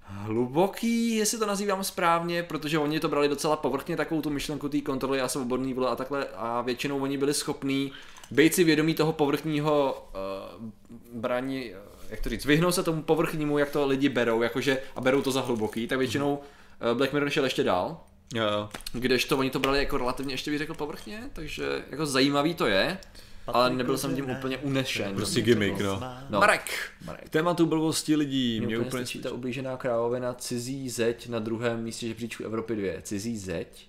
hluboký, jestli to nazývám správně, protože oni to brali docela povrchně, takovou tu myšlenku té kontroly a svobodný vůle a takhle a většinou oni byli schopní být si vědomí toho povrchního uh, braní, jak to říct, vyhnou se tomu povrchnímu, jak to lidi berou, jakože a berou to za hluboký, tak většinou uh, Black Mirror šel ještě dál, jo, jo. kdežto oni to brali jako relativně ještě bych řekl povrchně, takže jako zajímavý to je. Ale nebyl jsem tím úplně unešen. Prostě gimmick, no. no. Marek! Marek. Tématu blbosti lidí. Mě, mě úplně stačí ta ublížená královina cizí zeď na druhém místě žebříčku Evropy dva. Cizí zeď?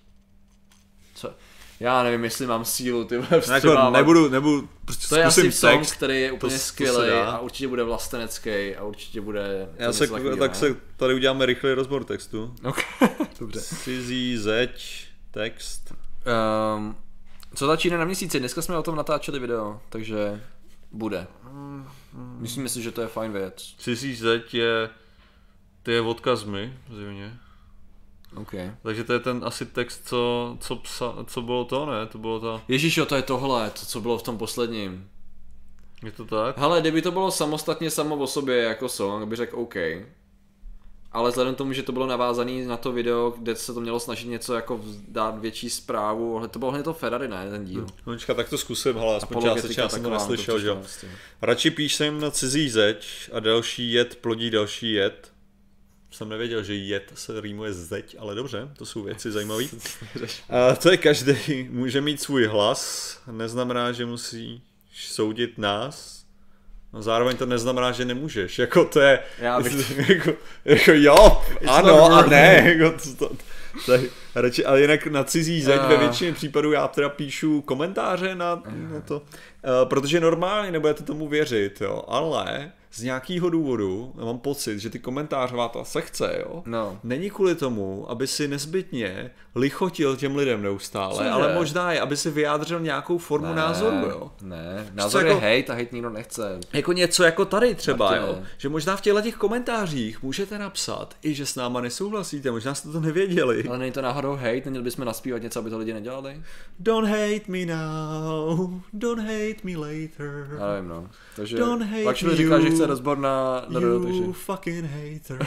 Co? Já nevím, jestli mám sílu, ty vole, jako nebudu, nebudu, prostě to je asi text, song, který je úplně to, skvělý a určitě bude vlastenecký a určitě bude... Já se, tak se tady uděláme rychlý rozbor textu. Okay. Dobře. Cizí zeď, text. Um, co začíná na měsíci? Dneska jsme o tom natáčeli video, takže bude. Myslím si, že to je fajn věc. Cizí zeď je, ty je odkaz mi, zjevně. Okay. Takže to je ten asi text, co, co, psa, co bylo to, ne? To bylo to... Ježíš, to je tohle, to, co bylo v tom posledním. Je to tak? Hele, kdyby to bylo samostatně samo o sobě jako song, bych řekl OK. Ale vzhledem k tomu, že to bylo navázané na to video, kde se to mělo snažit něco jako dát větší zprávu, to bylo hlavně to Ferrari, ne, ten díl. Nočka, tak to zkusím, ale aspoň částečně já jsem to neslyšel, že jo. Radši píšem na cizí zeď a další jed plodí další jed. Jsem nevěděl, že jed se rýmuje zeď, ale dobře, to jsou věci zajímavé. A to je každý, může mít svůj hlas, neznamená, že musí soudit nás. No zároveň to neznamená, že nemůžeš, jako to je, já bych... jako, jako jo, It's ano a ne, jako to, to, to je, radši, ale jinak na cizí zeď uh. ve většině případů já teda píšu komentáře na, uh. na to, uh, protože normálně nebudete tomu věřit, jo, ale z nějakého důvodu mám pocit, že ty komentářová ta sekce, jo, no. není kvůli tomu, aby si nezbytně lichotil těm lidem neustále, Cože? Ale možná je, aby si vyjádřil nějakou formu ne, názoru, jo. Ne, názor je jako, hejt a hejt nikdo nechce. Jako něco jako tady třeba, Martine. Jo, že možná v těchto těch komentářích můžete napsat i, že s náma nesouhlasíte, možná jste to nevěděli. Ale není to náhodou hejt, neměli bychom naspívat něco, aby to lidi nedělali? Don't hate me now, don't hate me later. Já nevím, no. Takže don't hate pak člověk říká, že chce rozbor na... na you takže... fucking hater.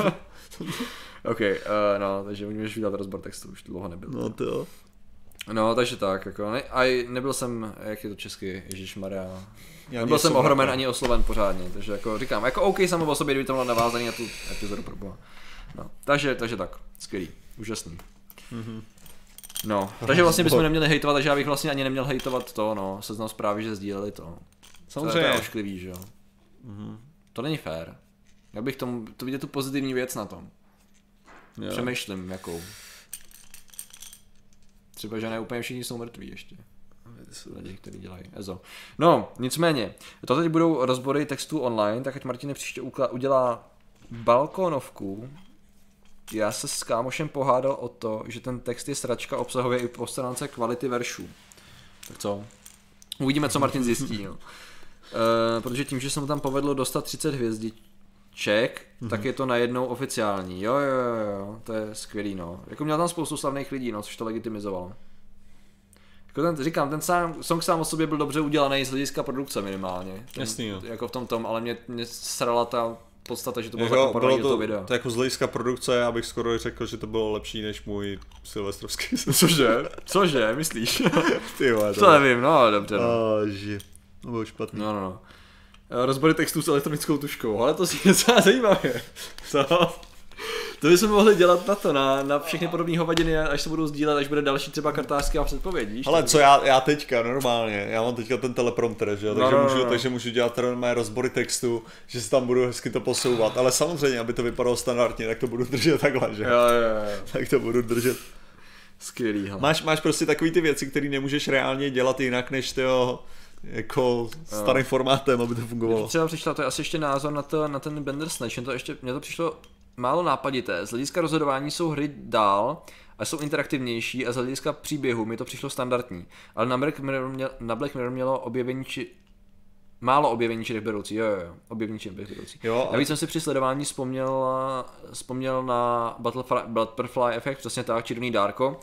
OK, uh, no, takže můžeš udělat rozbor textu, už dlouho nebyl. No to. No, takže tak, jako, ne, a nebyl jsem, jak je to česky, ježišmarja, nebyl jsem jsem ohromen ani osloven pořádně, takže jako říkám, jako OK samo o sobě, kdyby to bylo navázaný na tu epizodu proboha. No, takže, takže tak, skvělý, úžasný. Mm-hmm. No, takže vlastně bychom neměli hejtovat, takže já bych vlastně ani neměl hejtovat to, no, seznam zprávy, že sdíleli to. Samozřejmě. To je ošklivý, že jo. Mm-hmm. To není fér. Já bych tomu, to vidět tu pozitivní věc na tom. Jo. Přemýšlím, jakou. Třeba, že ne úplně všichni jsou mrtví ještě. Lidi, kteří dělají Ezo. No, nicméně, to teď budou rozbory textů online, tak ať Martin příště udělá balkónovku. Já se s kámošem pohádal o to, že ten text je sračka obsahově i po stránce kvality veršů. Tak co? Uvidíme, co Martin zjistí. No. E, protože tím, že se mu tam povedlo dostat třicet hvězdiček, mm-hmm. tak je to najednou oficiální. Jo, jo, jo, jo, to je skvělý, no. Jako měl tam spoustu slavných lidí, no, což to legitimizovalo. Jako ten, říkám, ten sám, song sám o sobě byl dobře udělaný z hlediska produkce minimálně. Ten, Jasný, jo. Jako v tom tom, ale mě, mě srala ta podstata, že to bylo jako, zakomponované do to, toho videa. To jako z hlediska produkce, já bych skoro řekl, že to bylo lepší než můj silvestrovský. Cože? Cože, myslíš? Ty vole, to nevím, no dobře. No. Oh, že. To bylo špatný. No, no, no. Rozbory textů s elektronickou tuškou, ale to si je docela zajímavé. Co? To bychom mohli dělat na to, na, na všechny podobné hovadiny, až se budou sdílet, až bude další třeba kartářky a předpovědí. Ale co já, já teďka normálně, já mám teďka ten teleprompter, že jo, takže, no, no, můžu, no. takže můžu dělat mé rozbory textu, že si tam budu hezky to posouvat, ale samozřejmě, aby to vypadalo standardně, tak to budu držet takhle, že? Jo, jo, jo. Tak to budu držet. Skvělý, hele. Máš, máš prostě takový ty věci, které nemůžeš reálně dělat jinak, než tyjo, jako starým formátem, aby to fungovalo. Třeba přišla, to je asi ještě názor na, to, na ten Bandersnatch, to ještě, mně to přišlo málo nápadité. Z hlediska rozhodování jsou hry dál a jsou interaktivnější a z hlediska příběhu mi to přišlo standardní. Ale na Black Mirror, měl, na Black Mirror mělo objevení či... málo objevení čirech vedoucí, jo, jo, jo, objevení čirech vedoucí. Jo, Navíc jsem si při sledování vzpomněl, vzpomněl na Butterfly, Butterfly efekt, přesně tak, červený dárko,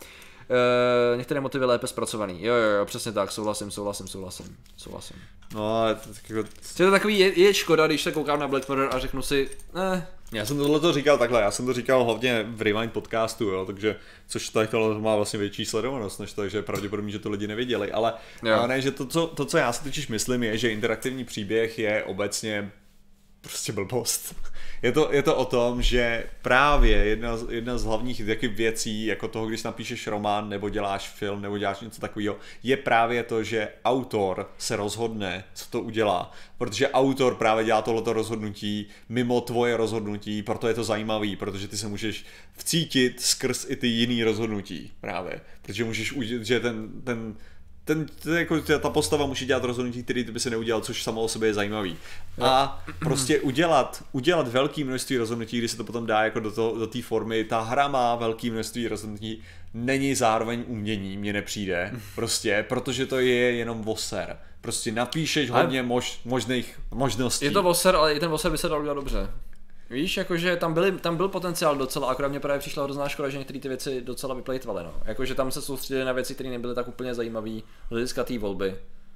Uh, některé motivy lépe zpracovaný. Jo, jo, jo, přesně tak, souhlasím, souhlasím, souhlasím, souhlasím. No, je to, tak jako... Je to takový, je, je škoda, když se koukám na Black Mirror a řeknu si, eh. Já jsem tohle to říkal takhle, já jsem to říkal hlavně v Rewind podcastu, jo, takže, což tady tohle má vlastně větší sledovanost, než to, takže je pravděpodobně, že to lidi neviděli, ale, ale ne, že to co, to, co já si totiž myslím, je, že interaktivní příběh je obecně prostě blbost. Je to, je to o tom, že právě jedna z, jedna z hlavních věcí, jako toho, když napíšeš román, nebo děláš film, nebo děláš něco takového, je právě to, že autor se rozhodne, co to udělá. Protože autor právě dělá tohleto rozhodnutí mimo tvoje rozhodnutí, proto je to zajímavý, protože ty se můžeš vcítit skrz i ty jiný rozhodnutí právě. Protože můžeš udělat, že ten, ten Ten, ten, jako, ta postava musí dělat rozhodnutí, který ty by se neudělal, což samo o sobě je zajímavý. A prostě udělat, udělat velké množství rozhodnutí, kdy se to potom dá jako do, to, do té formy, ta hra má velké množství rozhodnutí, není zároveň umění, mně nepřijde, prostě, protože to je jenom voser. Prostě napíšeš hodně mož, možných možností. Je to voser, ale i ten voser by se dal udělat dobře. Víš, jakože tam, byly, tam byl potenciál docela, akorát mě právě přišla hrozná škoda, že některé ty věci docela vyplejtvaly, no. Jakože tam se soustředili na věci, které nebyly tak úplně zajímavé z hlediska té volby.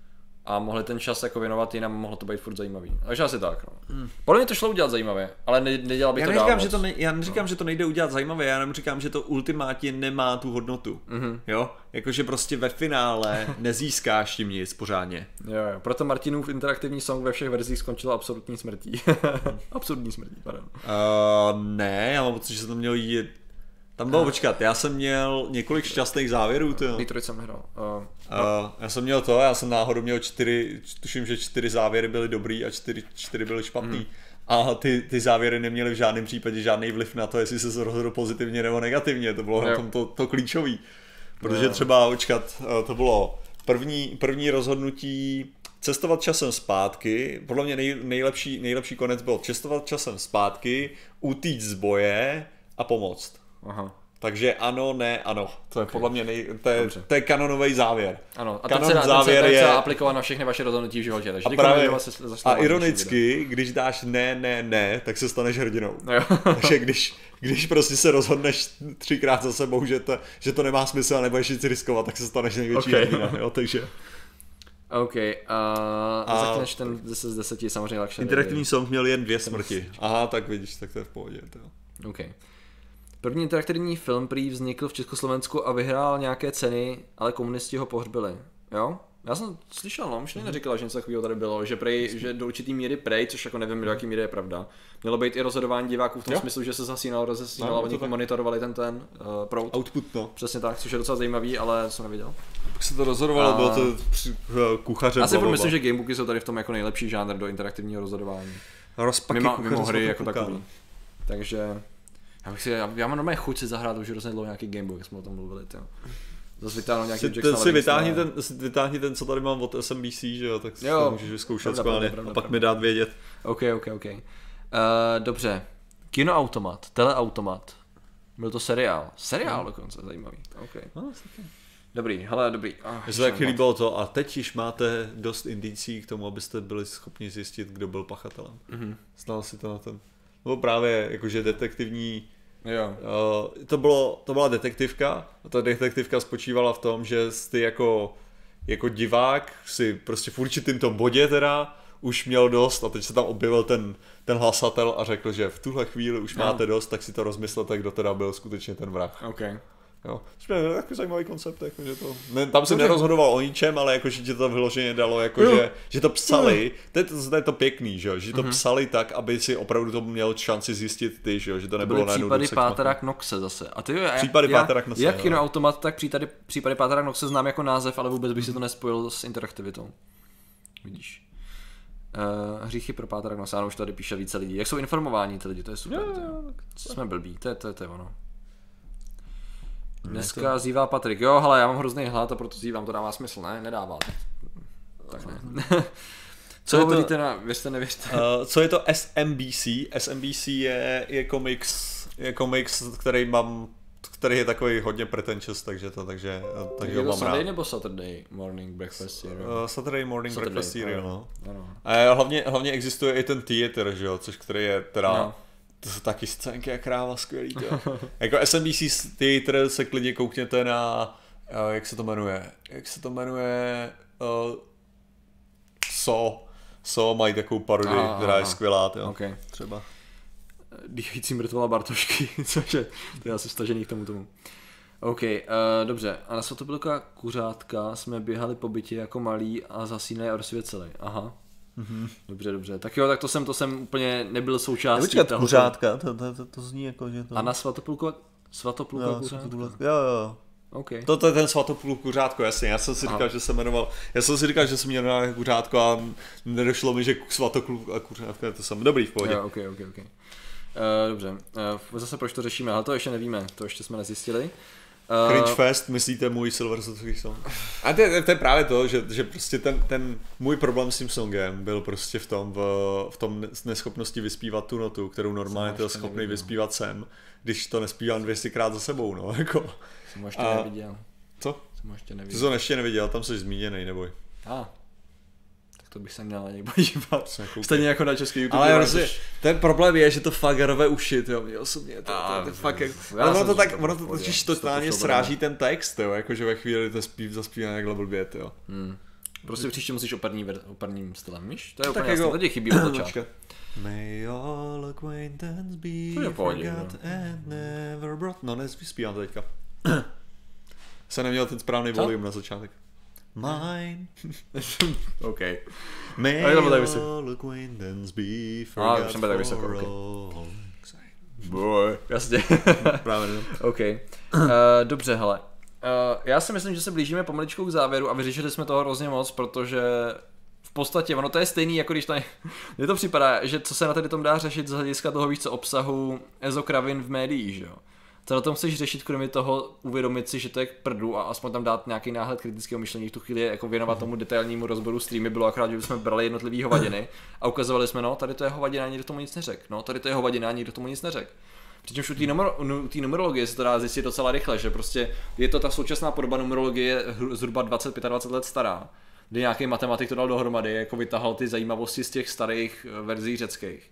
A mohli ten čas jako věnovat jinam, mohlo to být furt zajímavý. Takže asi tak, no. Hmm. Podle mě to šlo udělat zajímavě, ale ne, nedělal bych já to neříkám, dál že to ne, Já neříkám, no. že to nejde udělat zajímavě, já jenom říkám, že to ultimátně nemá tu hodnotu. Mm-hmm. Jo? Jakože prostě ve finále nezískáš tím nic pořádně. Jo, jo. Proto Martinův interaktivní song ve všech verzích skončil absolutní smrtí. Absurdní smrtí, pardon. Uh, ne, já mám pocit, že to měl jít... Tam bylo, počkat, já jsem měl několik šťastných závěrů, to. Detroit jsem nehrál. Uh, uh, já jsem měl to, já jsem náhodou měl čtyři, tuším, že čtyři závěry byly dobrý a čtyři, čtyři byly špatný. Hmm. A ty, ty závěry neměly v žádném případě žádný vliv na to, jestli se rozhodl pozitivně nebo negativně, to bylo jo. na tom to, to klíčový. Protože jo. třeba, počkat, to bylo první, první rozhodnutí cestovat časem zpátky, podle mě nej, nejlepší, nejlepší konec byl cestovat časem zpátky, utíct z boje a pomoct. Aha. Takže ano, ne, ano. To je okay. podle mě nej, to, je, to je kanonový závěr. Ano, a Kanon ten se, závěr ten se, je... aplikovat na všechny vaše rozhodnutí v životě. Takže a, právě, a ironicky, když dáš ne, ne, ne, tak se staneš hrdinou. Takže když, když prostě se rozhodneš třikrát za sebou, že to, že to nemá smysl a nebudeš nic riskovat, tak se staneš největší okay. hrdina. Jo, takže... OK, uh, a začneš ten deset z deseti samozřejmě lakše. Interaktivní song měl jen dvě smrti. Aha, tak vidíš, tak to je v pohodě. To. OK. První interaktivní film prý vznikl v Československu a vyhrál nějaké ceny, ale komunisti ho pohřbili. Jo? Já jsem slyšel, no, už neříkala, že něco takového tady bylo, že, prej, že do určitý míry prej, což jako nevím, do jaký míry je pravda, mělo být i rozhodování diváků v tom jo? smyslu, že se zasínalo, rozesínalo, no, oni monitorovali ten ten uh, proud. Output, no. Přesně tak, což je docela zajímavý, ale jsem neviděl. Jak se to rozhodovalo, a... bylo to při, kuchaře. Já si myslím, že gamebooky jsou tady v tom jako nejlepší žánr do interaktivního rozhodování. Rozpaky mimo, mimo hry jako takový. Takže... Já, bych si, já, já mám normálně chuť si zahrát už hrozně dlouho nějaký gamebook, jak jsme o tom mluvili, jo. Zase vytáhnout nějaký Jackson. Si vytáhni ten, vytáhni ten, co tady mám od S M B C, že jo, tak si to můžeš vyzkoušet schválně a pak pravda. Mi dát vědět. OK, OK, OK. Uh, dobře. Kinoautomat, teleautomat. Byl to seriál. Seriál no. dokonce, zajímavý. OK. No, dobrý, hele, dobrý. Oh, Mně se taky líbilo to a teď již máte dost indicí k tomu, abyste byli schopni zjistit, kdo byl pachatelem. Mm-hmm. Znal si to na ten... Nebo právě jakože detektivní, jo. Uh, to, bylo, to byla detektivka a ta detektivka spočívala v tom, že ty jako, jako divák si prostě v určitým tom bodě teda už měl dost a teď se tam objevil ten, ten hlasatel a řekl, že v tuhle chvíli už no. máte dost, tak si to rozmyslete, kdo teda byl skutečně ten vrah. Okay. Jo, to je takový zajímavý koncept, jako, že to, ne, tam se nerozhodoval o ničem, ale jako, že ti to vyloženě dalo, jako, že, že to psali, to je to, to, je to pěkný, že, že to mm-hmm. psali tak, aby si opravdu to měl šanci zjistit ty, že, že to nebylo najednou případy Pátera Knoxe zase. A ty jo, já, případy já, Pátera Knoxe, jak Kinoautomat, tak případy, případy Pátera Knoxe znám jako název, ale vůbec bych si to nespojil s interaktivitou. Vidíš. Uh, hříchy pro Pátera Knoxe, ano, už tady píše více lidí. Jak jsou informováni ty lidi, to je super. Jo, jo, jsme blbí, to je, to je, to je ono. Dneska zívá Patrik. Jo, hele, já mám hrozný hlad a proto zívám, to dává smysl, ne? Nedává. Tak ne. Co hovoříte na, věřte, nevěřte? Uh, co je to S M B C? S M B C je, je komiks, je komiks, který mám, který je takový hodně pretentious, takže to, takže, takže ho mám rád. Je to Sunday nebo Saturday Morning Breakfast Cereal? Uh, Saturday Morning Saturday, Breakfast Cereal, no. no. no. A hlavně, hlavně existuje i ten theater, že jo, což který je teda... No. To jsou taky scénky a kráva skvělý, to. Jako S M B C Theater se klidně koukněte na, uh, jak se to jmenuje, jak se to jmenuje, uh, So, So mají takovou parodii, aha, která aha. je skvělá, jo. Okay. Třeba. Dýchající mrtvola Bartošky, což je, to je asi vstažený k tomu tomu. OK, uh, dobře, a na Svatopluka kuřátka jsme běhali po bytě jako malí a zasínali a rozsvěceli, aha. Mm-hmm. Dobře, dobře, tak jo, tak to jsem, to jsem úplně nebyl součástí. Nepočkat, kuřátka, to, to, to, to zní jako, že to... A na Svatopluka, Svatopluka jo, kuřátka? Jo, jo. Okay. To, to je ten Svatopluk kuřátko, jasně, já jsem si říkal, aha. že se jmenoval, já jsem si říkal, že jsem měl na kuřátko a nedošlo mi, že Svatopluk a kuřátka, to jsem dobrý v pohodě. Jo, ok, ok, ok. Uh, dobře, uh, zase proč to řešíme, ale to ještě nevíme, to ještě jsme nezjistili. Uh, Cringe Fest, myslíte můj Silver Surfer song? A to je, to je právě to, že, že prostě ten, ten můj problém s tím songem byl prostě v tom, v, v tom neschopnosti vyspívat tu notu, kterou normálně to schopný neviděl. Vyspívat sem, když to nespívám dvě stě krát za sebou, no, jako. Jsem ho ještě a... neviděl. Co? Jsem ho ještě neviděl. Ty jsi ho ještě neviděl, tam jsi zmíněnej, neboj. Ah. To bych se měl na něj podívat. Stejně jako na český YouTube. Ale prostě, ten problém je, že to fakt rve uši, jo, mě osobně, to, to, to, to fakt jak... Ono to tak, ono to totiž totálně sráží ten text, jo, jakože ve chvíli to zpív, zaspívané jak blbě, jo. Hmm. Prostě příště musíš operní, operním stylem, víš? To je úplně jasný, tady chybí od začátku. May all acquaintance be forgot and never brought... No, nevyspívám to teďka. Jsem neměl ten správný volume na začátek. Mine. OK. May all acquaintance be forgot ah, for tak vysoko, okay. all. Boy. Jasně. Právě no. OK. Uh, dobře, hele. Uh, já si myslím, že se blížíme pomaličku k závěru a vyřešili jsme toho hrozně moc, protože v podstatě ono to je stejný, jako když tady... Mně to připadá, že co se na tady tom dá řešit z hlediska toho, víš co, obsahu ezokravin v médiích, že jo. Co na tom chceš řešit, kromě toho uvědomit si, že to je k prdu a aspoň tam dát nějaký náhled kritického myšlení v tu chvíli, jako věnovat tomu detailnímu rozboru streamy, bylo akorát, že jsme brali jednotlivý hovadiny a ukazovali jsme, no, tady to je hovadina, nikdo tomu nic neřekl, no, tady to je hovadina, nikdo tomu nic neřekl. Přičemž u té numer- numerologie se to dá zjistit docela rychle, že prostě je to ta současná podoba numerologie zhruba dvacet dvacet pět let stará, kdy nějaký matematik to dal dohromady, jako vytahal ty zajímavosti z těch starých verzí řeckých.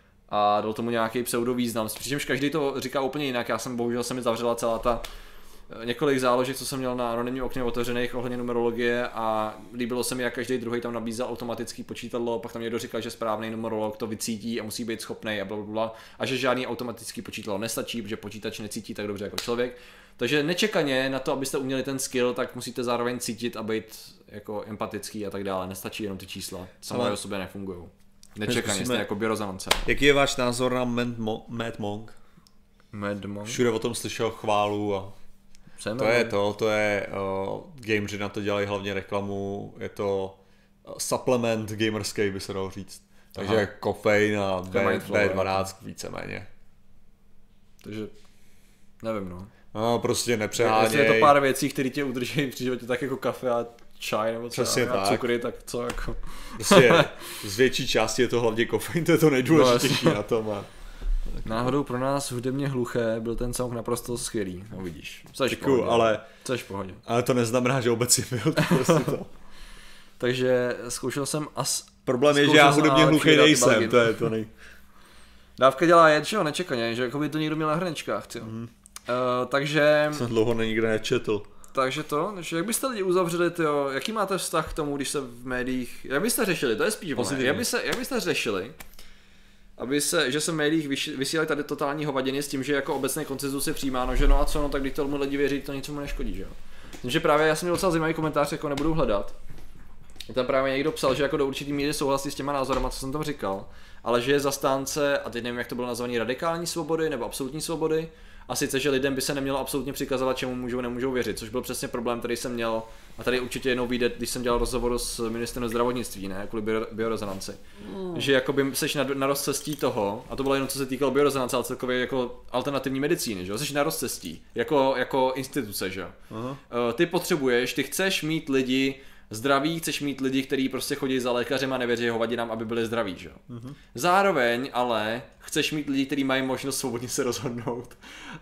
A dal tomu nějaký pseudovýznam, přičemž každý to říká úplně jinak, já jsem bohužel se mi zavřela celá ta několik záložek, co jsem měl na anonymním okně otevřených ohledně numerologie a líbilo se mi, jak každý druhý tam nabízel automatický počítadlo, pak tam někdo říkal, že správný numerolog to vycítí a musí být schopný a blablabla a že žádný automatický počítadlo nestačí, protože počítač necítí tak dobře jako člověk. Takže nečekaně na to, abyste uměli ten skill, tak musíte zároveň cítit a být jako empatický a tak dále, nestačí jenom ty čísla, samé o sobě nefungují. Nečekaně, jste jako biorezonance. Jaký je váš názor na Mad Monk? Mad Monk? Všude o tom slyšel chválu a to je to, to je, uh, gameři na to dělají hlavně reklamu, je to uh, supplement gamerský, by se dalo říct. Takže aha. Kofein a B, B dvanáct víceméně. Takže, nevím no. No prostě nepřeháněj. Jestli je to pár věcí, které tě udrží při životě, tak jako kafe a čaj nebo třeba cukry, tak co jako. Prostě z větší části je to hlavně kofein, to je to nejdůležitější no, na tom. A... Náhodou pro nás hudebně hluché byl ten song naprosto skvělý, no vidíš. Což v pohodě. Ale, Což v pohodě. Ale to neznamená, že obecně byl to prostě to. Takže zkoušel jsem as... Problém je, že já hudebně hluchý nejsem, to je to nej... Dávka dělá jet, že jo, nečekaně, že jako by to někdo měl na hrnečkách, jo. Mm. Uh, takže... Jsem dlouho nikde nečetl. Takže to, že jak byste lidi uzavřeli, tyjo, jaký máte vztah k tomu, když se v médiích, jak byste řešili, to je spíš ono, jak, by se, jak byste řešili, aby se, že se v médiích vysílali tady totální hovadiny s tím, že jako obecný konsenzus je přijímáno, že no a co, no tak když tomu lidi věří, to ničemu neškodí, že jo. Takže právě já jsem měl docela zajímavý komentář, jako nebudu hledat. Tam právě někdo psal, že jako do určitý míry souhlasí s těma názorama, co jsem tam říkal, ale že je zastánce, a teď nevím, jak to bylo nazvané, radikální svobody nebo absolutní svobody, a sice, že lidem by se nemělo absolutně přikazovat, čemu můžou, nemůžou věřit, což byl přesně problém, který jsem měl, a tady určitě jednou vyjde, když jsem dělal rozhovor s ministrem zdravotnictví, ne, kvůli bio, biorezonanci, mm. že jakoby seš na, na rozcestí toho, a to bylo jenom co se týkalo biorezonance, ale celkově jako alternativní medicíny, že jo, seš na rozcestí, jako, jako instituce, že jo. Uh, ty potřebuješ, ty chceš mít lidi zdraví, chceš mít lidi, kteří prostě chodí za lékařem a nevěří hovadinám, aby byli zdraví, že jo. Uh-huh. Zároveň ale chceš mít lidi, kteří mají možnost svobodně se rozhodnout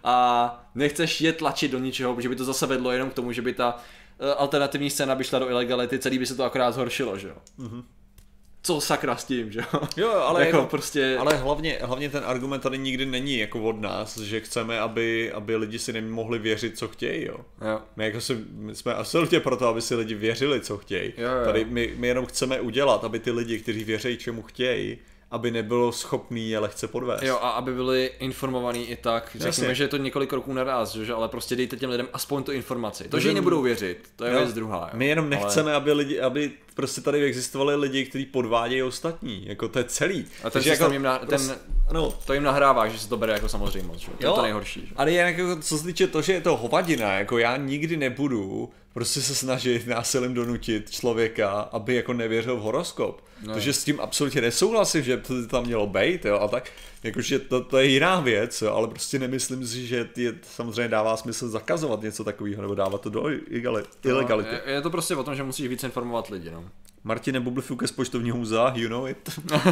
a nechceš je tlačit do ničeho, protože by to zase vedlo jenom k tomu, že by ta uh, alternativní scéna by šla do ilegality, celý by se to akorát zhoršilo, že jo. Uh-huh. co sakra s tím, že jo? Jo, ale jako jako, prostě... ale hlavně, hlavně ten argument tady nikdy není jako od nás, že chceme, aby, aby lidi si nemohli věřit, co chtějí, jo. jo. My, jako si, my jsme absolutně proto, aby si lidi věřili, co chtějí. Jo, jo. Tady my, my jenom chceme udělat, aby ty lidi, kteří věří, čemu chtějí, aby nebylo schopný je lehce podvést. Jo, a aby byli informovaní i tak, řekněme, Jasně. že je to několik roků naraz, že? Ale prostě dejte těm lidem aspoň tu informaci. To, No, že jí že- nebudou věřit, to je Jo. věc druhá. Jo. My jenom nechceme, Ale... aby lidi, aby prostě tady existovali lidi, kteří podvádějí ostatní, jako to je celý. A ten Takže systém jako, jim na, ten, prostě, no, to jim nahrává, že se to bere jako samozřejmost, že? To je to nejhorší. Že? Ale jen jako, co se týče to, že je to hovadina, jako já nikdy nebudu prostě se snažit násilím donutit člověka, aby jako nevěřil v horoskop. No. Takže s tím absolutně nesouhlasím, že to tam mělo být, jo, a tak, jakože to, to je jiná věc, jo, ale prostě nemyslím si, že je, samozřejmě dává smysl zakazovat něco takového, nebo dávat to do ilegality. No, je, je to prostě o tom, že musíš víc informovat lidi, no. Martine Bublifuke z Poštovního muzea, you know it.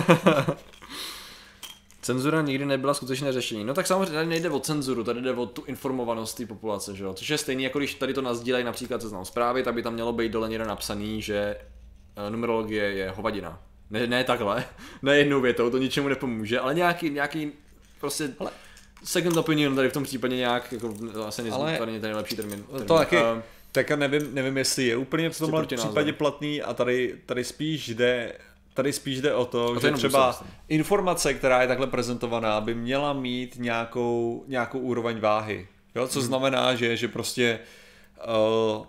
Cenzura nikdy nebyla skutečné řešení. No tak samozřejmě tady nejde o cenzuru, tady jde o tu informovanost té populace, že jo. Což je stejný, jako když tady to nazdílejí například Seznam Zprávy, tak by tam mělo být dole někde napsaný, že uh, numerologie je hovadina. Ne, ne takhle, ne jednou větou, to ničemu nepomůže, ale nějaký, nějaký prostě ale... second opinion tady v tom případě nějak, jako asi nezní, Ale... tady není tady lepší termín. termín. To taky, Uh, tak a nevím, nevím, jestli je úplně v tomhle proti případě názoru. platný a tady, tady spíš jde Tady spíš jde o to, to že jenom třeba musím. informace, která je takhle prezentovaná, by měla mít nějakou, nějakou úroveň váhy. Jo? Co hmm. znamená, že, že prostě, uh,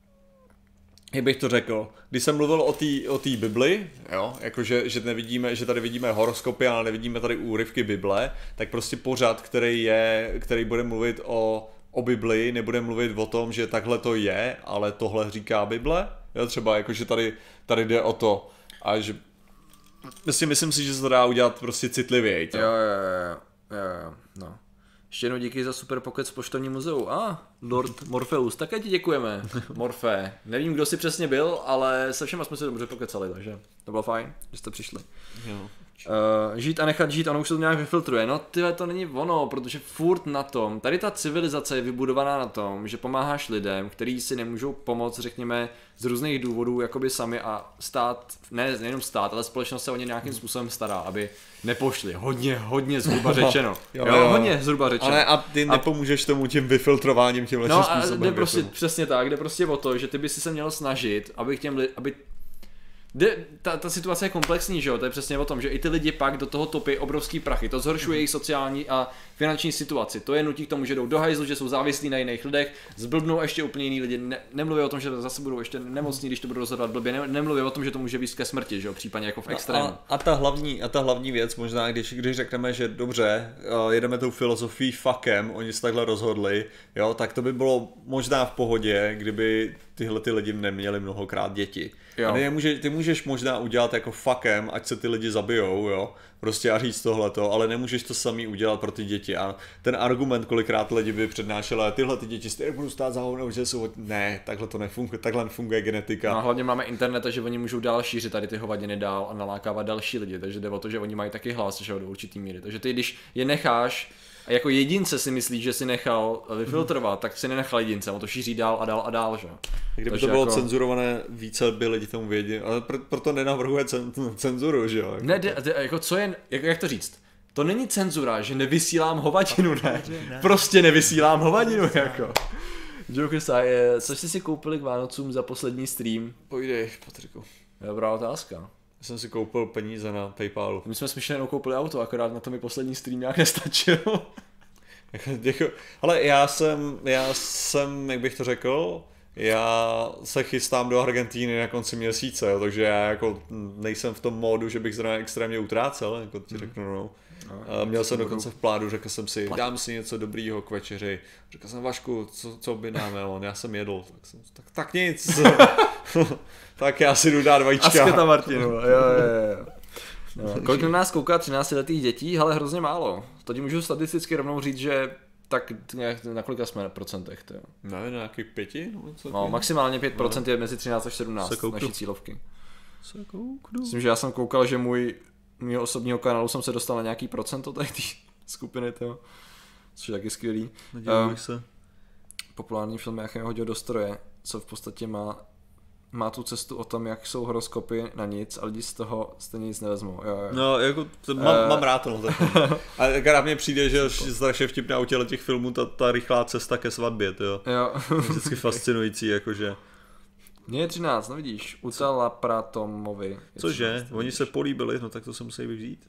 jak bych to řekl, když jsem mluvil o té o té Bibli, jo? Jakože, že, nevidíme, že tady vidíme horoskopy, ale nevidíme tady úryvky Bible, tak prostě pořad, který, je, který bude mluvit o, o Bibli, nebude mluvit o tom, že takhle to je, ale tohle říká Bible. Jo? Třeba jakože tady, tady jde o to, a že Myslím, myslím si, že se to dá udělat prostě citlivěji. Jo, jo, jo, jo, jo, no. Ještě jednou díky za super pokec v Poštovním muzeu. A, ah, Lord Morpheus, také ti děkujeme. Morfe. Nevím, kdo jsi přesně byl, ale se všema jsme se dobře pokecali, takže to bylo fajn, že jste přišli. Jo. Uh, žít a nechat žít, ono už se to nějak vyfiltruje. No tyhle, to není ono, protože furt na tom, tady ta civilizace je vybudovaná na tom, že pomáháš lidem, kteří si nemůžou pomoct, řekněme, z různých důvodů, jakoby sami a stát, ne nejenom stát, ale společnost se o ně nějakým způsobem stará, aby nepošli. Hodně, hodně zhruba řečeno. jo, jo, jo. hodně zhruba řečeno. Ale a ty nepomůžeš tomu tím vyfiltrováním tímhle No způsobem. a jde prostě přesně tak, jde prostě o to, že ty by si se měl snažit, aby k těm li- aby De, ta, ta situace je komplexní, že jo, to je přesně o tom, že i ty lidi pak do toho topí obrovský prachy, to zhoršuje jejich sociální a finanční situaci, to je nutí k tomu, že jdou do hajzlu, že jsou závislí na jiných lidech, zblbnou ještě úplně jiný lidi, ne, nemluví o tom, že zase budou ještě nemocní, když to budou rozhodovat blbě, ne, nemluví o tom, že to může být ke smrti, že jo, případně jako v extrému. A, a, ta hlavní, a ta hlavní věc, možná když, když řekneme, že dobře, jedeme tou filozofií fuckem, oni se takhle rozhodli, jo, tak to by bylo možná v pohodě, kdyby tyhle ty lidi neměli mnohokrát děti. Jo. A nemůže, ty můžeš možná udělat jako fuckem, ať se ty lidi zabijou, jo, prostě a říct tohleto, ale nemůžeš to samý udělat pro ty děti. A ten argument, kolikrát lidi by přednášeli, tyhle ty děti stejně budou stát za hovnou, že jsou, ne, takhle to nefunguje, takhle nefunguje genetika. No a hlavně máme internet, že oni můžou dál šířit tady ty hovadiny dál a nalákávat další lidi, takže jde o to, že oni mají taky hlas, že jo, do určitý míry. Takže ty, když je necháš a jako jedince si myslíš, že si nechal vyfiltrovat, tak si nenechal jedince, on to šíří dál a dál a dál, že jo. Kdyby takže to bylo jako... cenzurované, více by lidi tomu věděli, ale pr- proto nenavrhuje cen- cenzuru, že jo. Jako ne, de, de, jako co je, jak, jak to říct? To není cenzura, že nevysílám hovadinu, ne. Prostě nevysílám hovadinu, jako. Joker je, co jste si koupili k Vánocům za poslední stream? Pojdej, Patriku. Dobrá otázka. Já jsem si koupil peníze na PayPalu. My jsme smyšlenou koupili auto, akorát na to mi poslední stream nějak nestačil. Děkuji. Ale já jsem, já jsem, jak bych to řekl, já se chystám do Argentíny na konci měsíce, jo, takže já jako nejsem v tom módu, že bych zrovna extrémně utrácel, jako ti řeknu, no. No, měl jsem dokonce v plánu, řekl jsem si, dám si něco dobrýho k večeři. Řekl jsem, Vašku, co, co by dáme, on, já jsem jedl, tak, jsem, tak, tak nic. Tak já si jdu dát vajíčka. Asketa Martinu, jo, jo, jo. No, kolik na nás kouká třináctiletých dětí? Hele, hrozně málo. Tady můžu statisticky rovnou říct, že tak nějak, na kolika jsme procentech, to jo. Ne, na nějakých pěti? No, no maximálně pět procent no. Je mezi třináct až sedmnáct naší cílovky. Se kouknu. Myslím, že já jsem koukal, že můj mýho osobního kanálu jsem se dostal na nějaký procento tady té skupiny, to, což je taky skvělý. Nedělal bych se. Populární film, jak je hodil do stroje, co v podstatě má má tu cestu o tom, jak jsou horoskopy na nic a lidi z toho stejně nic nevezmou. Jo, jo. No, jako, to mám, uh... mám rád to. No, a rád mně přijde, že strašně vtipná u těch filmů ta, ta rychlá cesta ke svatbě, jo. Jo. Vždycky fascinující, jakože. Mně je třináct, no vidíš, u Lapratomovi. Cože? Oni se políbili, no tak to se musí vyvzít.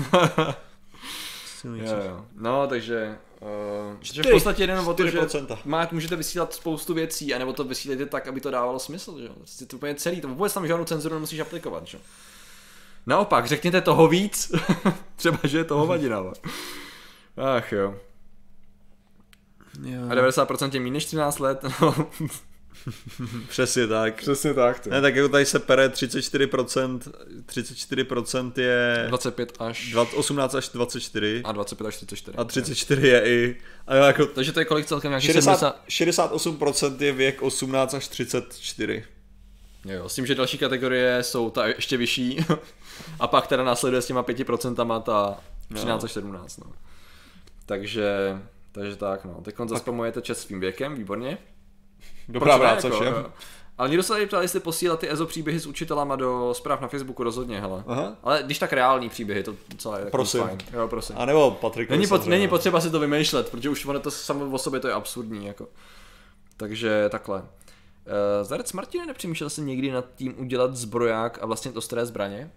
jo, jo. No, takže, uh, že v podstatě jenom o to, že má, můžete vysílat spoustu věcí, anebo to vysílejte tak, aby to dávalo smysl, že jo. Prostě to úplně celý, to vůbec tam žádnou cenzuru nemusíš aplikovat, že jo. Naopak, řekněte toho víc, třeba, že je to hovadina. Ach jo. jo. A devadesát procent je méně než třináct let, no. Přesně tak. Přesně tak. To. Ne, tak jako tady se pere třicet čtyři procent, třicet čtyři procent je dvacet pět až osmnáct až dvacet čtyři a dvacet pět až třicet čtyři. A třicet čtyři je i a jako, takže to je kolik celkem nějaký šedesát, sedmdesát šedesát osm procent je věk osmnáct až třicet čtyři. Jo, s tím, že další kategorie jsou ta ještě vyšší a pak teda následuje s těma pět procent ta třináct až sedmnáct, no. Takže, takže tak, no. Teď zaspamujete čas svým věkem, výborně. Dobrá práce, jako, všem. Ale někdo se tady ptal, jestli posílat ty ezo příběhy s učitelama do zpráv na Facebooku, rozhodně, hele. Aha. Ale když tak reální příběhy, to celé je takový fajn. Jo, prosím. A nebo Patrik. Není, pot, není potřeba si to vymýšlet, protože už ono to samo o sobě to je absurdní, jako. Takže takhle. Uh, Zarec Martine, nepřemýšlel jsi někdy nad tím udělat zbroják a vlastně ostré zbraně?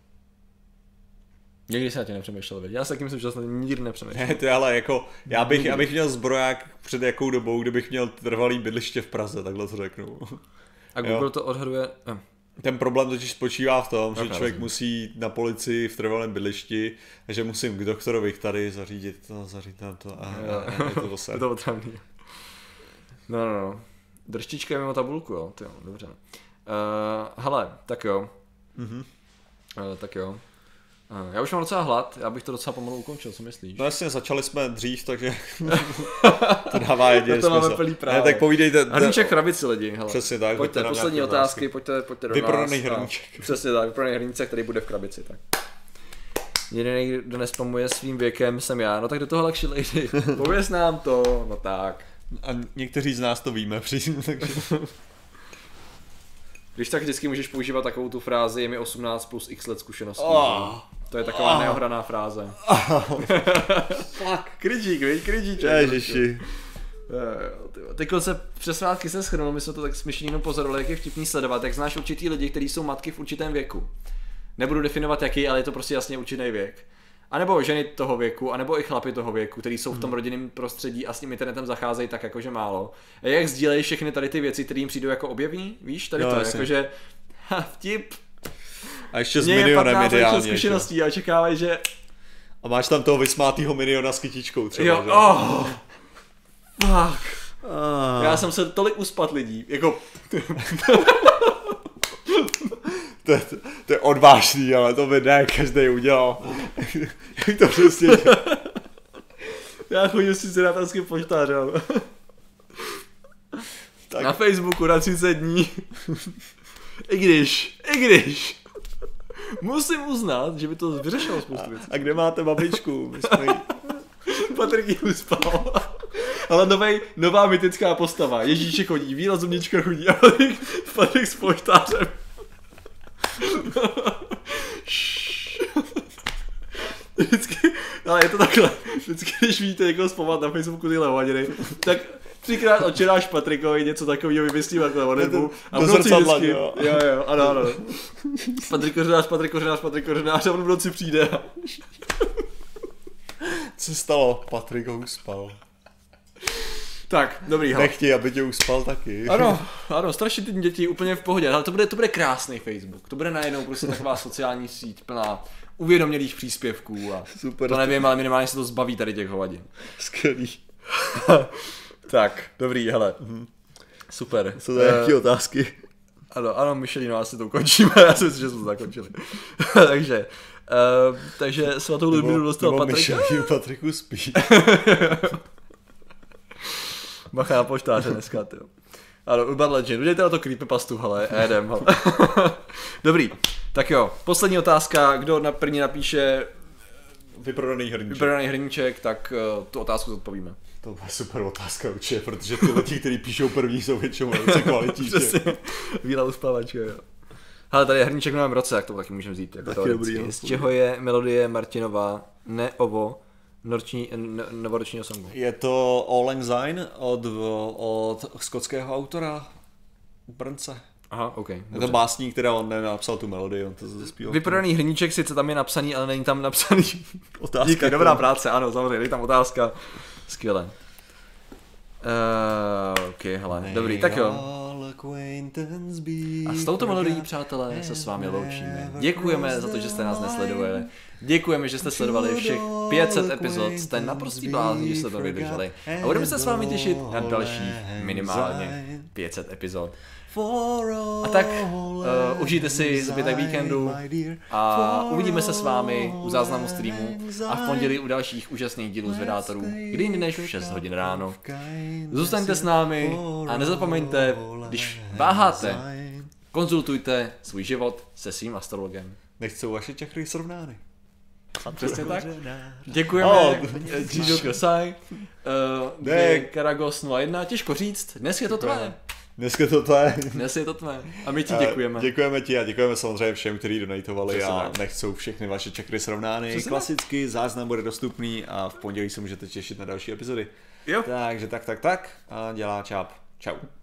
Někdy se na tě nepřemýšlel, věď? Já si taky myslím, že jsem nikdy nepřemýšlel. Ne, to je ale jako, já bych, já bych měl zbroják před jakou dobou, kdybych měl trvalý bydliště v Praze, takhle to řeknu. A Google jo. to odhaduje... Eh. Ten problém totiž spočívá v tom, že člověk rozumím. musí jít na policii v trvalém bydlišti, že musím k doktorovi tady zařídit to, zařídit to a, a je to zase. Je to otravný. No, no, no. Drštička je mimo tabulku, jo, tyjo, dobře. Uh, hele, tak jo. Mm-hmm. Uh, tak jo. Uh, já už mám docela hlad, já bych to docela pomalu ukončil, co myslíš? No jasně, začali jsme dřív, takže to dává jediný smysl. To máme plný právě. Ne, tak povídejte. Hrníček v krabici lidi, hele. Přesně tak. Pojďte, poslední otázky, pojďte, pojďte do vyprodaný nás. hrníček. Přesně tak, vyprodaný hrníček, který bude v krabici, tak. Jediný, kdo nespamuje svým věkem, jsem já, no tak do toho lakši lidi. Pověz nám to, no tak. A někteří z nás to víme, přijím, takže... Když tak vždycky můžeš používat takovou tu frázi, je mi osmnáct plus x let zkušeností. Oh. To je taková oh. neohraná fráze. Oh. Fuck. Krydík, víš, krydíček. Ježiši. Teď se přes svátky se shrnul, my jsme to tak s Myšlínou pozorovali, jak je vtipný sledovat, jak znáš určitý lidi, kteří jsou matky v určitém věku. Nebudu definovat jaký, ale je to prostě jasně určitý věk. A nebo ženy toho věku, anebo i chlapy toho věku, kteří jsou v tom rodinném prostředí a s tím internetem zacházejí tak jakože málo. A jak sdílejí všechny tady ty věci, které jim přijdou jako objeví, víš, tady jo, to je jakože vtip. A ještě s minionem ideálně. Zkušeností a očekávají, že... A máš tam toho vysmátýho miniona s kytičkou třeba, jo, že? Oh, fuck. Ah. Já jsem se tolik uspat lidí, jako... To je, to je odvážný, ale to by ne každý udělal. Jak to přesně dělá? Já chodím si senátorským poštářem. Tak. Na Facebooku na třicet dní. I když, i když. Musím uznat, že by to vyřešilo spoustu věcí. A kde máte babičku? My jsme jí... Patrik ji uspal. Ale novej, nová mytická postava. Ježíšek chodí, Víla Zubnička chodí a Patrik, Patrik s poštářem. Vždycky, ale je to takhle, vždycky, když vidíte někoho zpomát na Facebooku tyhle hodiny, tak třikrát odčeráš Patrikovi něco takového vymyslím takhle hodinu a v noci vždycky, jo, jo, ano, ano. Patrik Kořenář, Patrik Kořenář, Patrik Kořenář a on v noci přijde. Co stalo? Patrik ho uspal. Tak, dobrý, hele. Nechtěj, aby tě uspal taky. Ano, ano, strašně ty děti úplně v pohodě, ale to bude, to bude krásný Facebook, to bude najednou prostě taková sociální síť plná uvědomělých příspěvků a super, to nevím, ale minimálně se to zbaví tady těch hovadin. Skvělý. Tak, dobrý, hele. Mhm. Super. Jsou to nějaké uh, otázky? Ano, ano, Myšelino, asi to ukončíme, já si myslím, že jsme to zakončili. takže, uh, takže svatou Ludmilu dostal Patrik. Myšelino Patriku spí. Bacha na poštáře dneska, tyjo. Ano, Urban Legend, udělejte na to creepypastu, hele, jedem, hele. Dobrý, tak jo, poslední otázka, kdo na první napíše vyprodaný hrníček, vyprodaný hrníček tak uh, tu otázku zodpovíme. To je super otázka určitě, protože ty lidi, kteří píšou první, jsou většinou velice kvalitní. Přesně, bílá uspávačka, jo. Hele, tady je Hrníček v novém roce, jak to taky můžeme vzít. Jako taky dobrý, z čeho je melodie Martinova Ne ovo norční, n- novoročního songu? Je to All Lang Syne od, od skotského autora Brnce. Aha, ok. Je to básník, která on nenapsal tu melodii, on to zaspíval. Vyprodaný Hrníček, sice tam je napsaný, ale není tam napsaný Otázka. Díky, dobrá práce, ano, samozřejmě, je tam otázka. Skvěle. Uh, ok, hele, dobrý, tak jo. A s touto melodií, přátelé, se s vámi loučíme. Děkujeme za to, že jste nás nesledovali. Děkujeme, že jste sledovali všech pět set epizod. Jste naprostý blázni, že jste to vydrželi. A budeme se s vámi těšit na dalších minimálně pět set epizod. A tak uh, užijte si zbytek víkendu a uvidíme se s vámi u záznamu streamu a v pondělí u dalších úžasných dílů Zvědátorů, kdy jiný než v šest hodin ráno. Zůstaňte s námi a nezapomeňte, když váháte, konzultujte svůj život se svým astrologem. Nechť jsou vaše čakry srovnány. Přesně tak. Děkujeme, Gigi Kosaj, Karagos nula jedna, těžko říct, dnes je to tvé. Dneska to tvé. Dnes je to tvé. A my ti děkujeme. Děkujeme ti a děkujeme samozřejmě všem, kteří donatovali a nech jsou všechny vaše čakry srovnány. Přesně klasicky, tak. Záznam bude dostupný a v pondělí se můžete těšit na další epizody. Jo. Takže tak, tak, tak a dělá čáp. Čau.